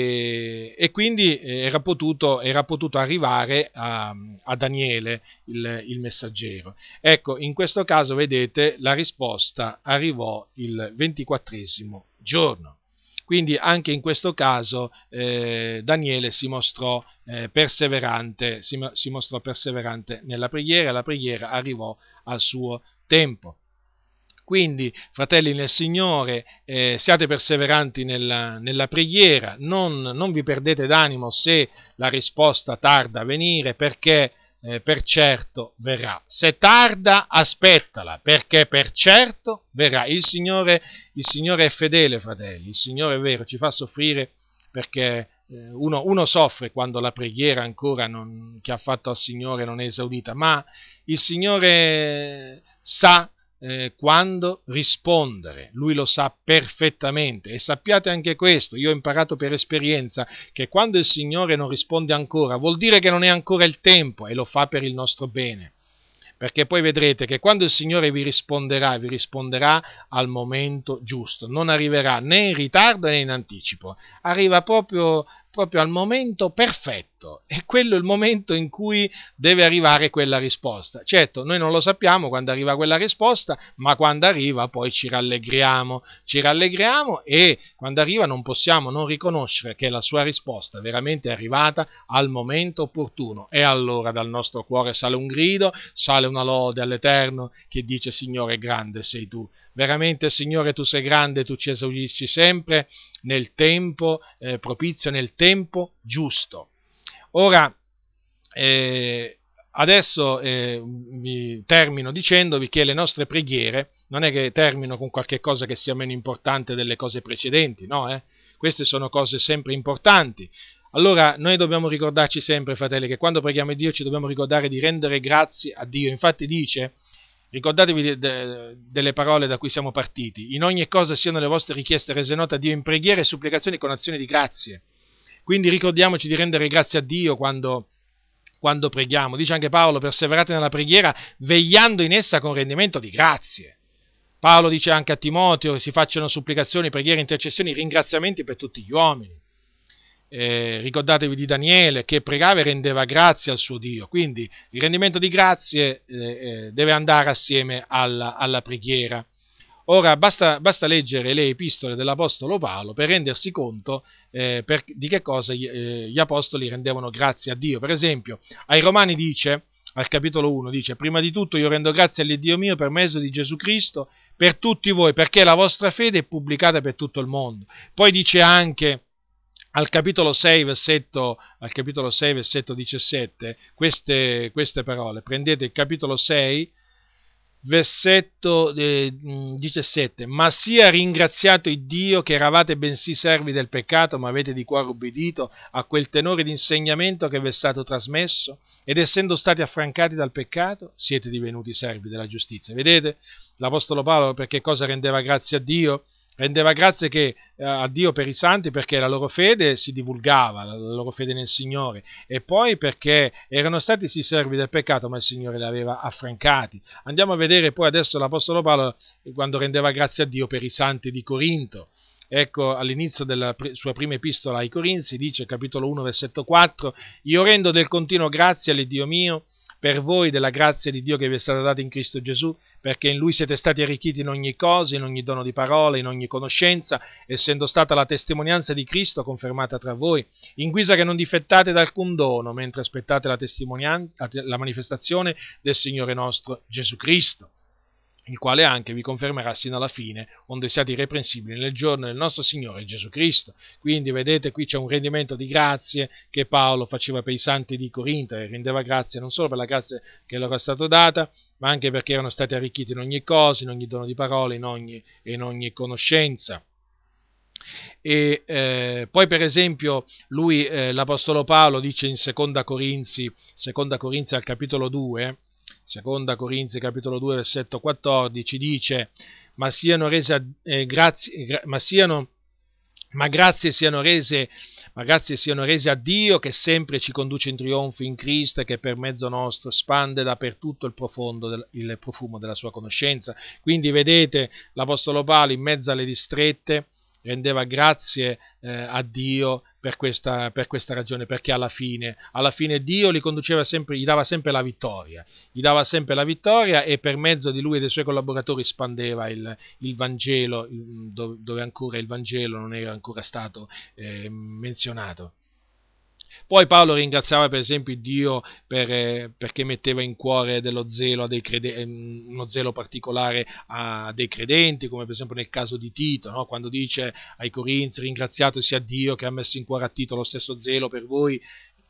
A: e, e quindi era potuto, era potuto arrivare a, a Daniele, il, il messaggero. Ecco, in questo caso, vedete, la risposta arrivò il ventiquattresimo giorno. Quindi anche in questo caso eh, Daniele si mostrò, eh, perseverante, si, si mostrò perseverante nella preghiera, e la preghiera arrivò al suo tempo. Quindi, fratelli nel Signore, eh, siate perseveranti nella, nella preghiera, non, non vi perdete d'animo se la risposta tarda a venire, perché eh, per certo verrà. Se tarda, aspettala, perché per certo verrà. Il Signore, il Signore è fedele, fratelli, il Signore è vero, ci fa soffrire perché eh, uno, uno soffre quando la preghiera ancora non, che ha fatto al Signore non è esaudita, ma il Signore sa Eh, quando rispondere, lui lo sa perfettamente. E sappiate anche questo, io ho imparato per esperienza che quando il Signore non risponde ancora vuol dire che non è ancora il tempo, e lo fa per il nostro bene, perché poi vedrete che quando il Signore vi risponderà, vi risponderà al momento giusto, non arriverà né in ritardo né in anticipo, arriva proprio, proprio al momento perfetto, e quello è il momento in cui deve arrivare quella risposta. Certo, noi non lo sappiamo quando arriva quella risposta, ma quando arriva poi ci rallegriamo, ci rallegriamo e quando arriva non possiamo non riconoscere che la sua risposta veramente è arrivata al momento opportuno, e allora dal nostro cuore sale un grido, sale una lode all'Eterno che dice: Signore, grande sei tu. Veramente, Signore, tu sei grande, tu ci esaudisci sempre nel tempo eh, propizio, nel tempo giusto. Ora, eh, adesso eh, vi termino dicendovi che le nostre preghiere, non è che termino con qualche cosa che sia meno importante delle cose precedenti, no? Eh? Queste sono cose sempre importanti. Allora, noi dobbiamo ricordarci sempre, fratelli, che quando preghiamo a Dio ci dobbiamo ricordare di rendere grazie a Dio. Infatti dice... Ricordatevi de, de, delle parole da cui siamo partiti. In ogni cosa siano le vostre richieste rese note a Dio in preghiere e supplicazioni con azioni di grazie. Quindi ricordiamoci di rendere grazie a Dio quando, quando preghiamo. Dice anche Paolo: perseverate nella preghiera, vegliando in essa con rendimento di grazie. Paolo dice anche a Timoteo che si facciano supplicazioni, preghiere, intercessioni, ringraziamenti per tutti gli uomini. Eh, ricordatevi di Daniele che pregava e rendeva grazie al suo Dio. Quindi il rendimento di grazie eh, eh, deve andare assieme alla, alla preghiera. Ora basta, basta leggere le epistole dell'Apostolo Paolo per rendersi conto eh, per, di che cosa gli, eh, gli apostoli rendevano grazie a Dio. Per esempio, ai Romani dice, al capitolo uno, dice: prima di tutto io rendo grazie all'Iddio mio per mezzo di Gesù Cristo per tutti voi, perché la vostra fede è pubblicata per tutto il mondo. Poi dice anche al capitolo sei, versetto, al capitolo sei, versetto diciassette, queste, queste parole. Prendete il capitolo sei, versetto eh, diciassette: ma sia ringraziato il Dio che eravate bensì servi del peccato, ma avete di cuore ubbidito a quel tenore di insegnamento che vi è stato trasmesso, ed essendo stati affrancati dal peccato, siete divenuti servi della giustizia. Vedete? L'Apostolo Paolo per che cosa rendeva grazie a Dio? Rendeva grazie che, eh, a Dio per i santi, perché la loro fede si divulgava, la loro fede nel Signore, e poi perché erano stati sì servi del peccato, ma il Signore li aveva affrancati. Andiamo a vedere poi adesso l'Apostolo Paolo quando rendeva grazie a Dio per i santi di Corinto. Ecco, all'inizio della sua prima epistola ai Corinzi dice, capitolo uno, versetto quattro: io rendo del continuo grazie all'Iddio mio per voi della grazia di Dio che vi è stata data in Cristo Gesù, perché in Lui siete stati arricchiti in ogni cosa, in ogni dono di parola, in ogni conoscenza, essendo stata la testimonianza di Cristo confermata tra voi, in guisa che non difettate da alcun dono, mentre aspettate la, testimonianza, la manifestazione del Signore nostro Gesù Cristo, il quale anche vi confermerà sino alla fine, onde siate irreprensibili nel giorno del nostro Signore Gesù Cristo. Quindi vedete, qui c'è un rendimento di grazie che Paolo faceva per i santi di Corinto, e rendeva grazie non solo per la grazia che loro è stata data, ma anche perché erano stati arricchiti in ogni cosa, in ogni dono di parole, in ogni, in ogni conoscenza. E eh, poi per esempio lui, eh, l'Apostolo Paolo, dice in seconda Corinzi, seconda Corinzi al capitolo due, seconda Corinzi capitolo due versetto quattordici, dice: ma siano rese eh, grazie, gra, ma siano ma grazie siano rese ma grazie siano rese a Dio, che sempre ci conduce in trionfo in Cristo, e che per mezzo nostro spande dappertutto il, profondo del, il profumo della sua conoscenza. Quindi vedete, l'Apostolo Paolo in mezzo alle distrette rendeva grazie eh, a Dio per questa, per questa ragione, perché alla fine, alla fine Dio li conduceva sempre, gli dava sempre la vittoria, gli dava sempre la vittoria, e per mezzo di lui e dei suoi collaboratori spandeva il, il Vangelo, dove ancora il Vangelo non era ancora stato eh, menzionato. Poi Paolo ringraziava per esempio Dio per, eh, perché metteva in cuore dello zelo a dei credenti, uno zelo particolare a dei credenti, come per esempio nel caso di Tito, no? Quando dice ai Corinzi: ringraziato sia Dio che ha messo in cuore a Tito lo stesso zelo per voi.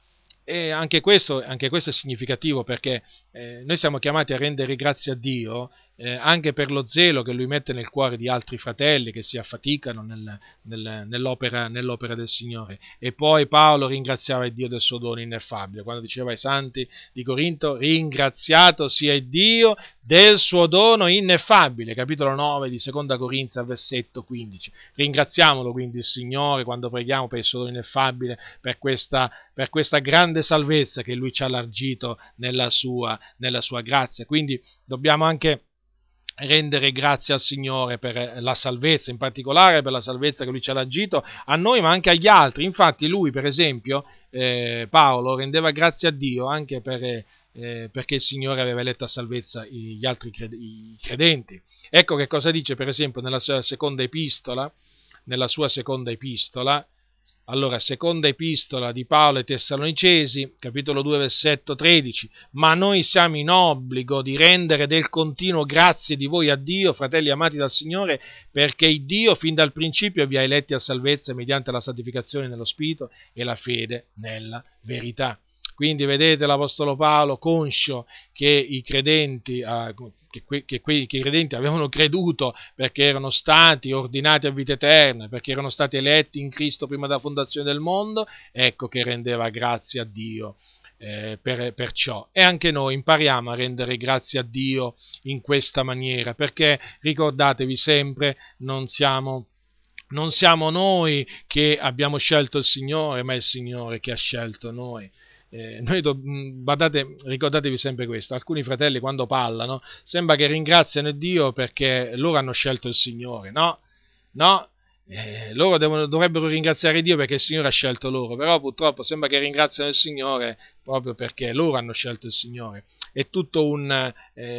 A: E anche questo, anche questo è significativo, perché eh, noi siamo chiamati a rendere grazie a Dio eh, anche per lo zelo che Lui mette nel cuore di altri fratelli che si affaticano nel, nel, nell'opera, nell'opera del Signore. E poi Paolo ringraziava il Dio del suo dono ineffabile, quando diceva ai santi di Corinto: ringraziato sia il Dio del suo dono ineffabile, capitolo nove di seconda Corinzi al versetto quindici. Ringraziamolo quindi il Signore quando preghiamo per il suo dono ineffabile, per questa, per questa grande salvezza che Lui ci ha allargito nella sua, nella sua grazia. Quindi dobbiamo anche rendere grazie al Signore per la salvezza, in particolare per la salvezza che Lui ci ha allargito a noi, ma anche agli altri. Infatti lui, per esempio, eh, Paolo rendeva grazie a Dio anche per, eh, perché il Signore aveva eletto a salvezza gli altri credenti. Ecco che cosa dice, per esempio, nella sua seconda epistola, nella sua seconda epistola, allora, seconda epistola di Paolo ai Tessalonicesi, capitolo due, versetto tredici: ma noi siamo in obbligo di rendere del continuo grazie di voi a Dio, fratelli amati dal Signore, perché il Dio fin dal principio vi ha eletti a salvezza mediante la santificazione nello Spirito e la fede nella verità. Quindi vedete, l'Apostolo Paolo, conscio che i credenti, eh, che, que, che, que, che i credenti avevano creduto perché erano stati ordinati a vita eterna, perché erano stati eletti in Cristo prima della fondazione del mondo, ecco che rendeva grazie a Dio eh, per, per ciò. E anche noi impariamo a rendere grazie a Dio in questa maniera, perché ricordatevi sempre, non siamo... Non siamo noi che abbiamo scelto il Signore, ma è il Signore che ha scelto noi. Eh, noi do, badate, ricordatevi sempre questo: alcuni fratelli quando parlano sembra che ringraziano Dio perché loro hanno scelto il Signore. No, no, eh, loro devono, dovrebbero ringraziare Dio perché il Signore ha scelto loro, però purtroppo sembra che ringraziano il Signore proprio perché loro hanno scelto il Signore. È tutto un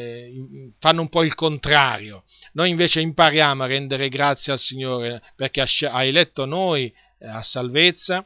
A: eh, fanno un po' il contrario. Noi invece impariamo a rendere grazie al Signore perché ha, ha eletto noi eh, a salvezza,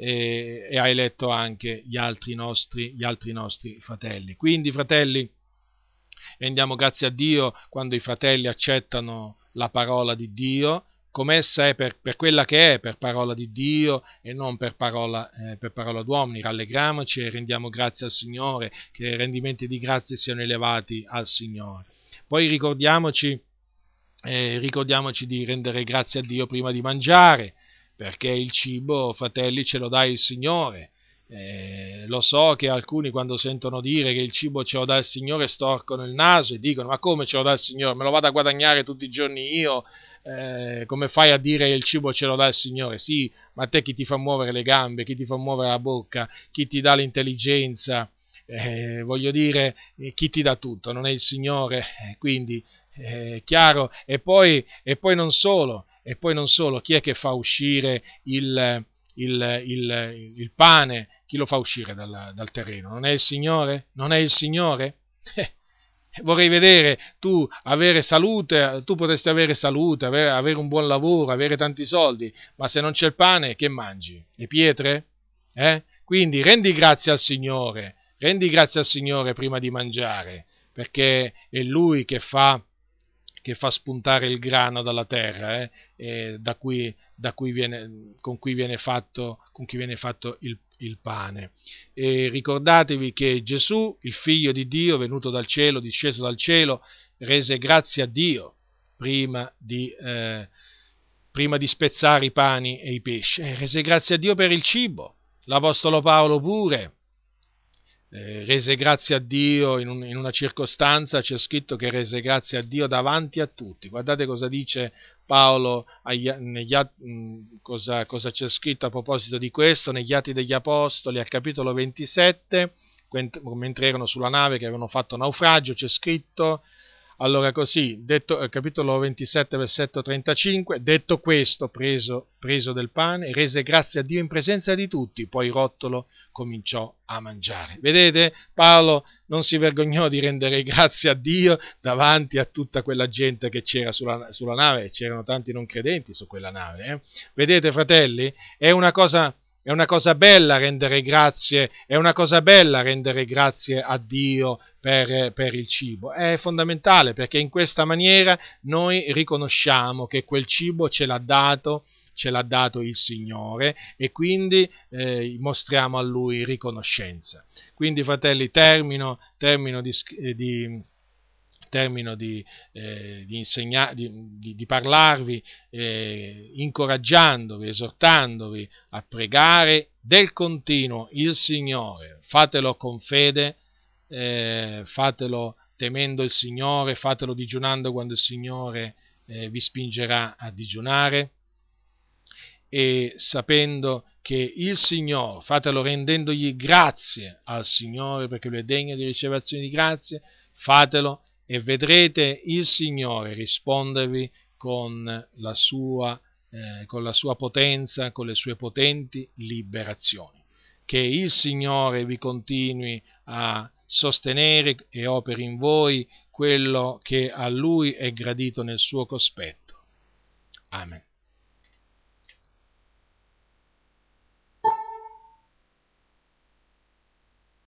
A: e, e ha eletto anche gli altri nostri, gli altri nostri fratelli. Quindi, fratelli, rendiamo grazie a Dio quando i fratelli accettano la parola di Dio come essa è per, per quella che è, per parola di Dio e non per parola, eh, per parola d'uomini. Rallegriamoci e rendiamo grazie al Signore, che i rendimenti di grazie siano elevati al Signore. Poi ricordiamoci, eh, ricordiamoci di rendere grazie a Dio prima di mangiare, perché il cibo, fratelli, ce lo dà il Signore. Eh, lo so che alcuni, quando sentono dire che il cibo ce lo dà il Signore, storcono il naso e dicono: ma come ce lo dà il Signore? Me lo vado a guadagnare tutti i giorni io? Eh, come fai a dire che il cibo ce lo dà il Signore? Sì, ma a te chi ti fa muovere le gambe, chi ti fa muovere la bocca, chi ti dà l'intelligenza? Eh, voglio dire, eh, chi ti dà tutto? Non è il Signore? Eh, quindi, eh, chiaro. E poi, e poi non solo, e poi non solo, chi è che fa uscire il Il, il, il pane, chi lo fa uscire dal, dal terreno? Non è il Signore? Non è il Signore? Eh, vorrei vedere tu avere salute, tu potresti avere salute, avere, avere un buon lavoro, avere tanti soldi, ma se non c'è il pane, che mangi? Le pietre? Eh? Quindi rendi grazie al Signore, rendi grazie al Signore prima di mangiare, perché è Lui che fa che fa spuntare il grano dalla terra, eh, e da cui, da cui viene, con cui viene fatto, con cui viene fatto il, il pane. E ricordatevi che Gesù, il Figlio di Dio, venuto dal cielo, disceso dal cielo, rese grazie a Dio prima di, eh, prima di spezzare i pani e i pesci. E rese grazie a Dio per il cibo. L'Apostolo Paolo pure Eh, rese grazie a Dio in, un, in una circostanza, c'è scritto che rese grazie a Dio davanti a tutti. Guardate cosa dice Paolo, agli, negli, mh, cosa, cosa c'è scritto a proposito di questo negli Atti degli Apostoli, al capitolo ventisette, mentre erano sulla nave che avevano fatto naufragio, c'è scritto: allora così, detto, eh, capitolo ventisette, versetto trentacinque, detto questo, preso, preso del pane, rese grazie a Dio in presenza di tutti, poi rottolo cominciò a mangiare. Vedete? Paolo non si vergognò di rendere grazie a Dio davanti a tutta quella gente che c'era sulla, sulla nave, c'erano tanti non credenti su quella nave. Eh? Vedete, fratelli? È una cosa... È una cosa bella rendere grazie, è una cosa bella rendere grazie a Dio per, per il cibo. È fondamentale, perché in questa maniera noi riconosciamo che quel cibo ce l'ha dato, ce l'ha dato il Signore, e quindi eh, mostriamo a Lui riconoscenza. Quindi, fratelli, termino, termino di, di termino di, eh, di, insegna- di, di, di parlarvi, eh, incoraggiandovi, esortandovi a pregare del continuo il Signore. Fatelo con fede, eh, fatelo temendo il Signore, fatelo digiunando quando il Signore eh, vi spingerà a digiunare, e sapendo che il Signore, fatelo rendendogli grazie al Signore, perché Lui è degno di ricevere azioni di grazie, fatelo e vedrete il Signore rispondervi con la sua, eh, con la sua potenza, con le sue potenti liberazioni. Che il Signore vi continui a sostenere e operi in voi quello che a Lui è gradito nel suo cospetto. Amen.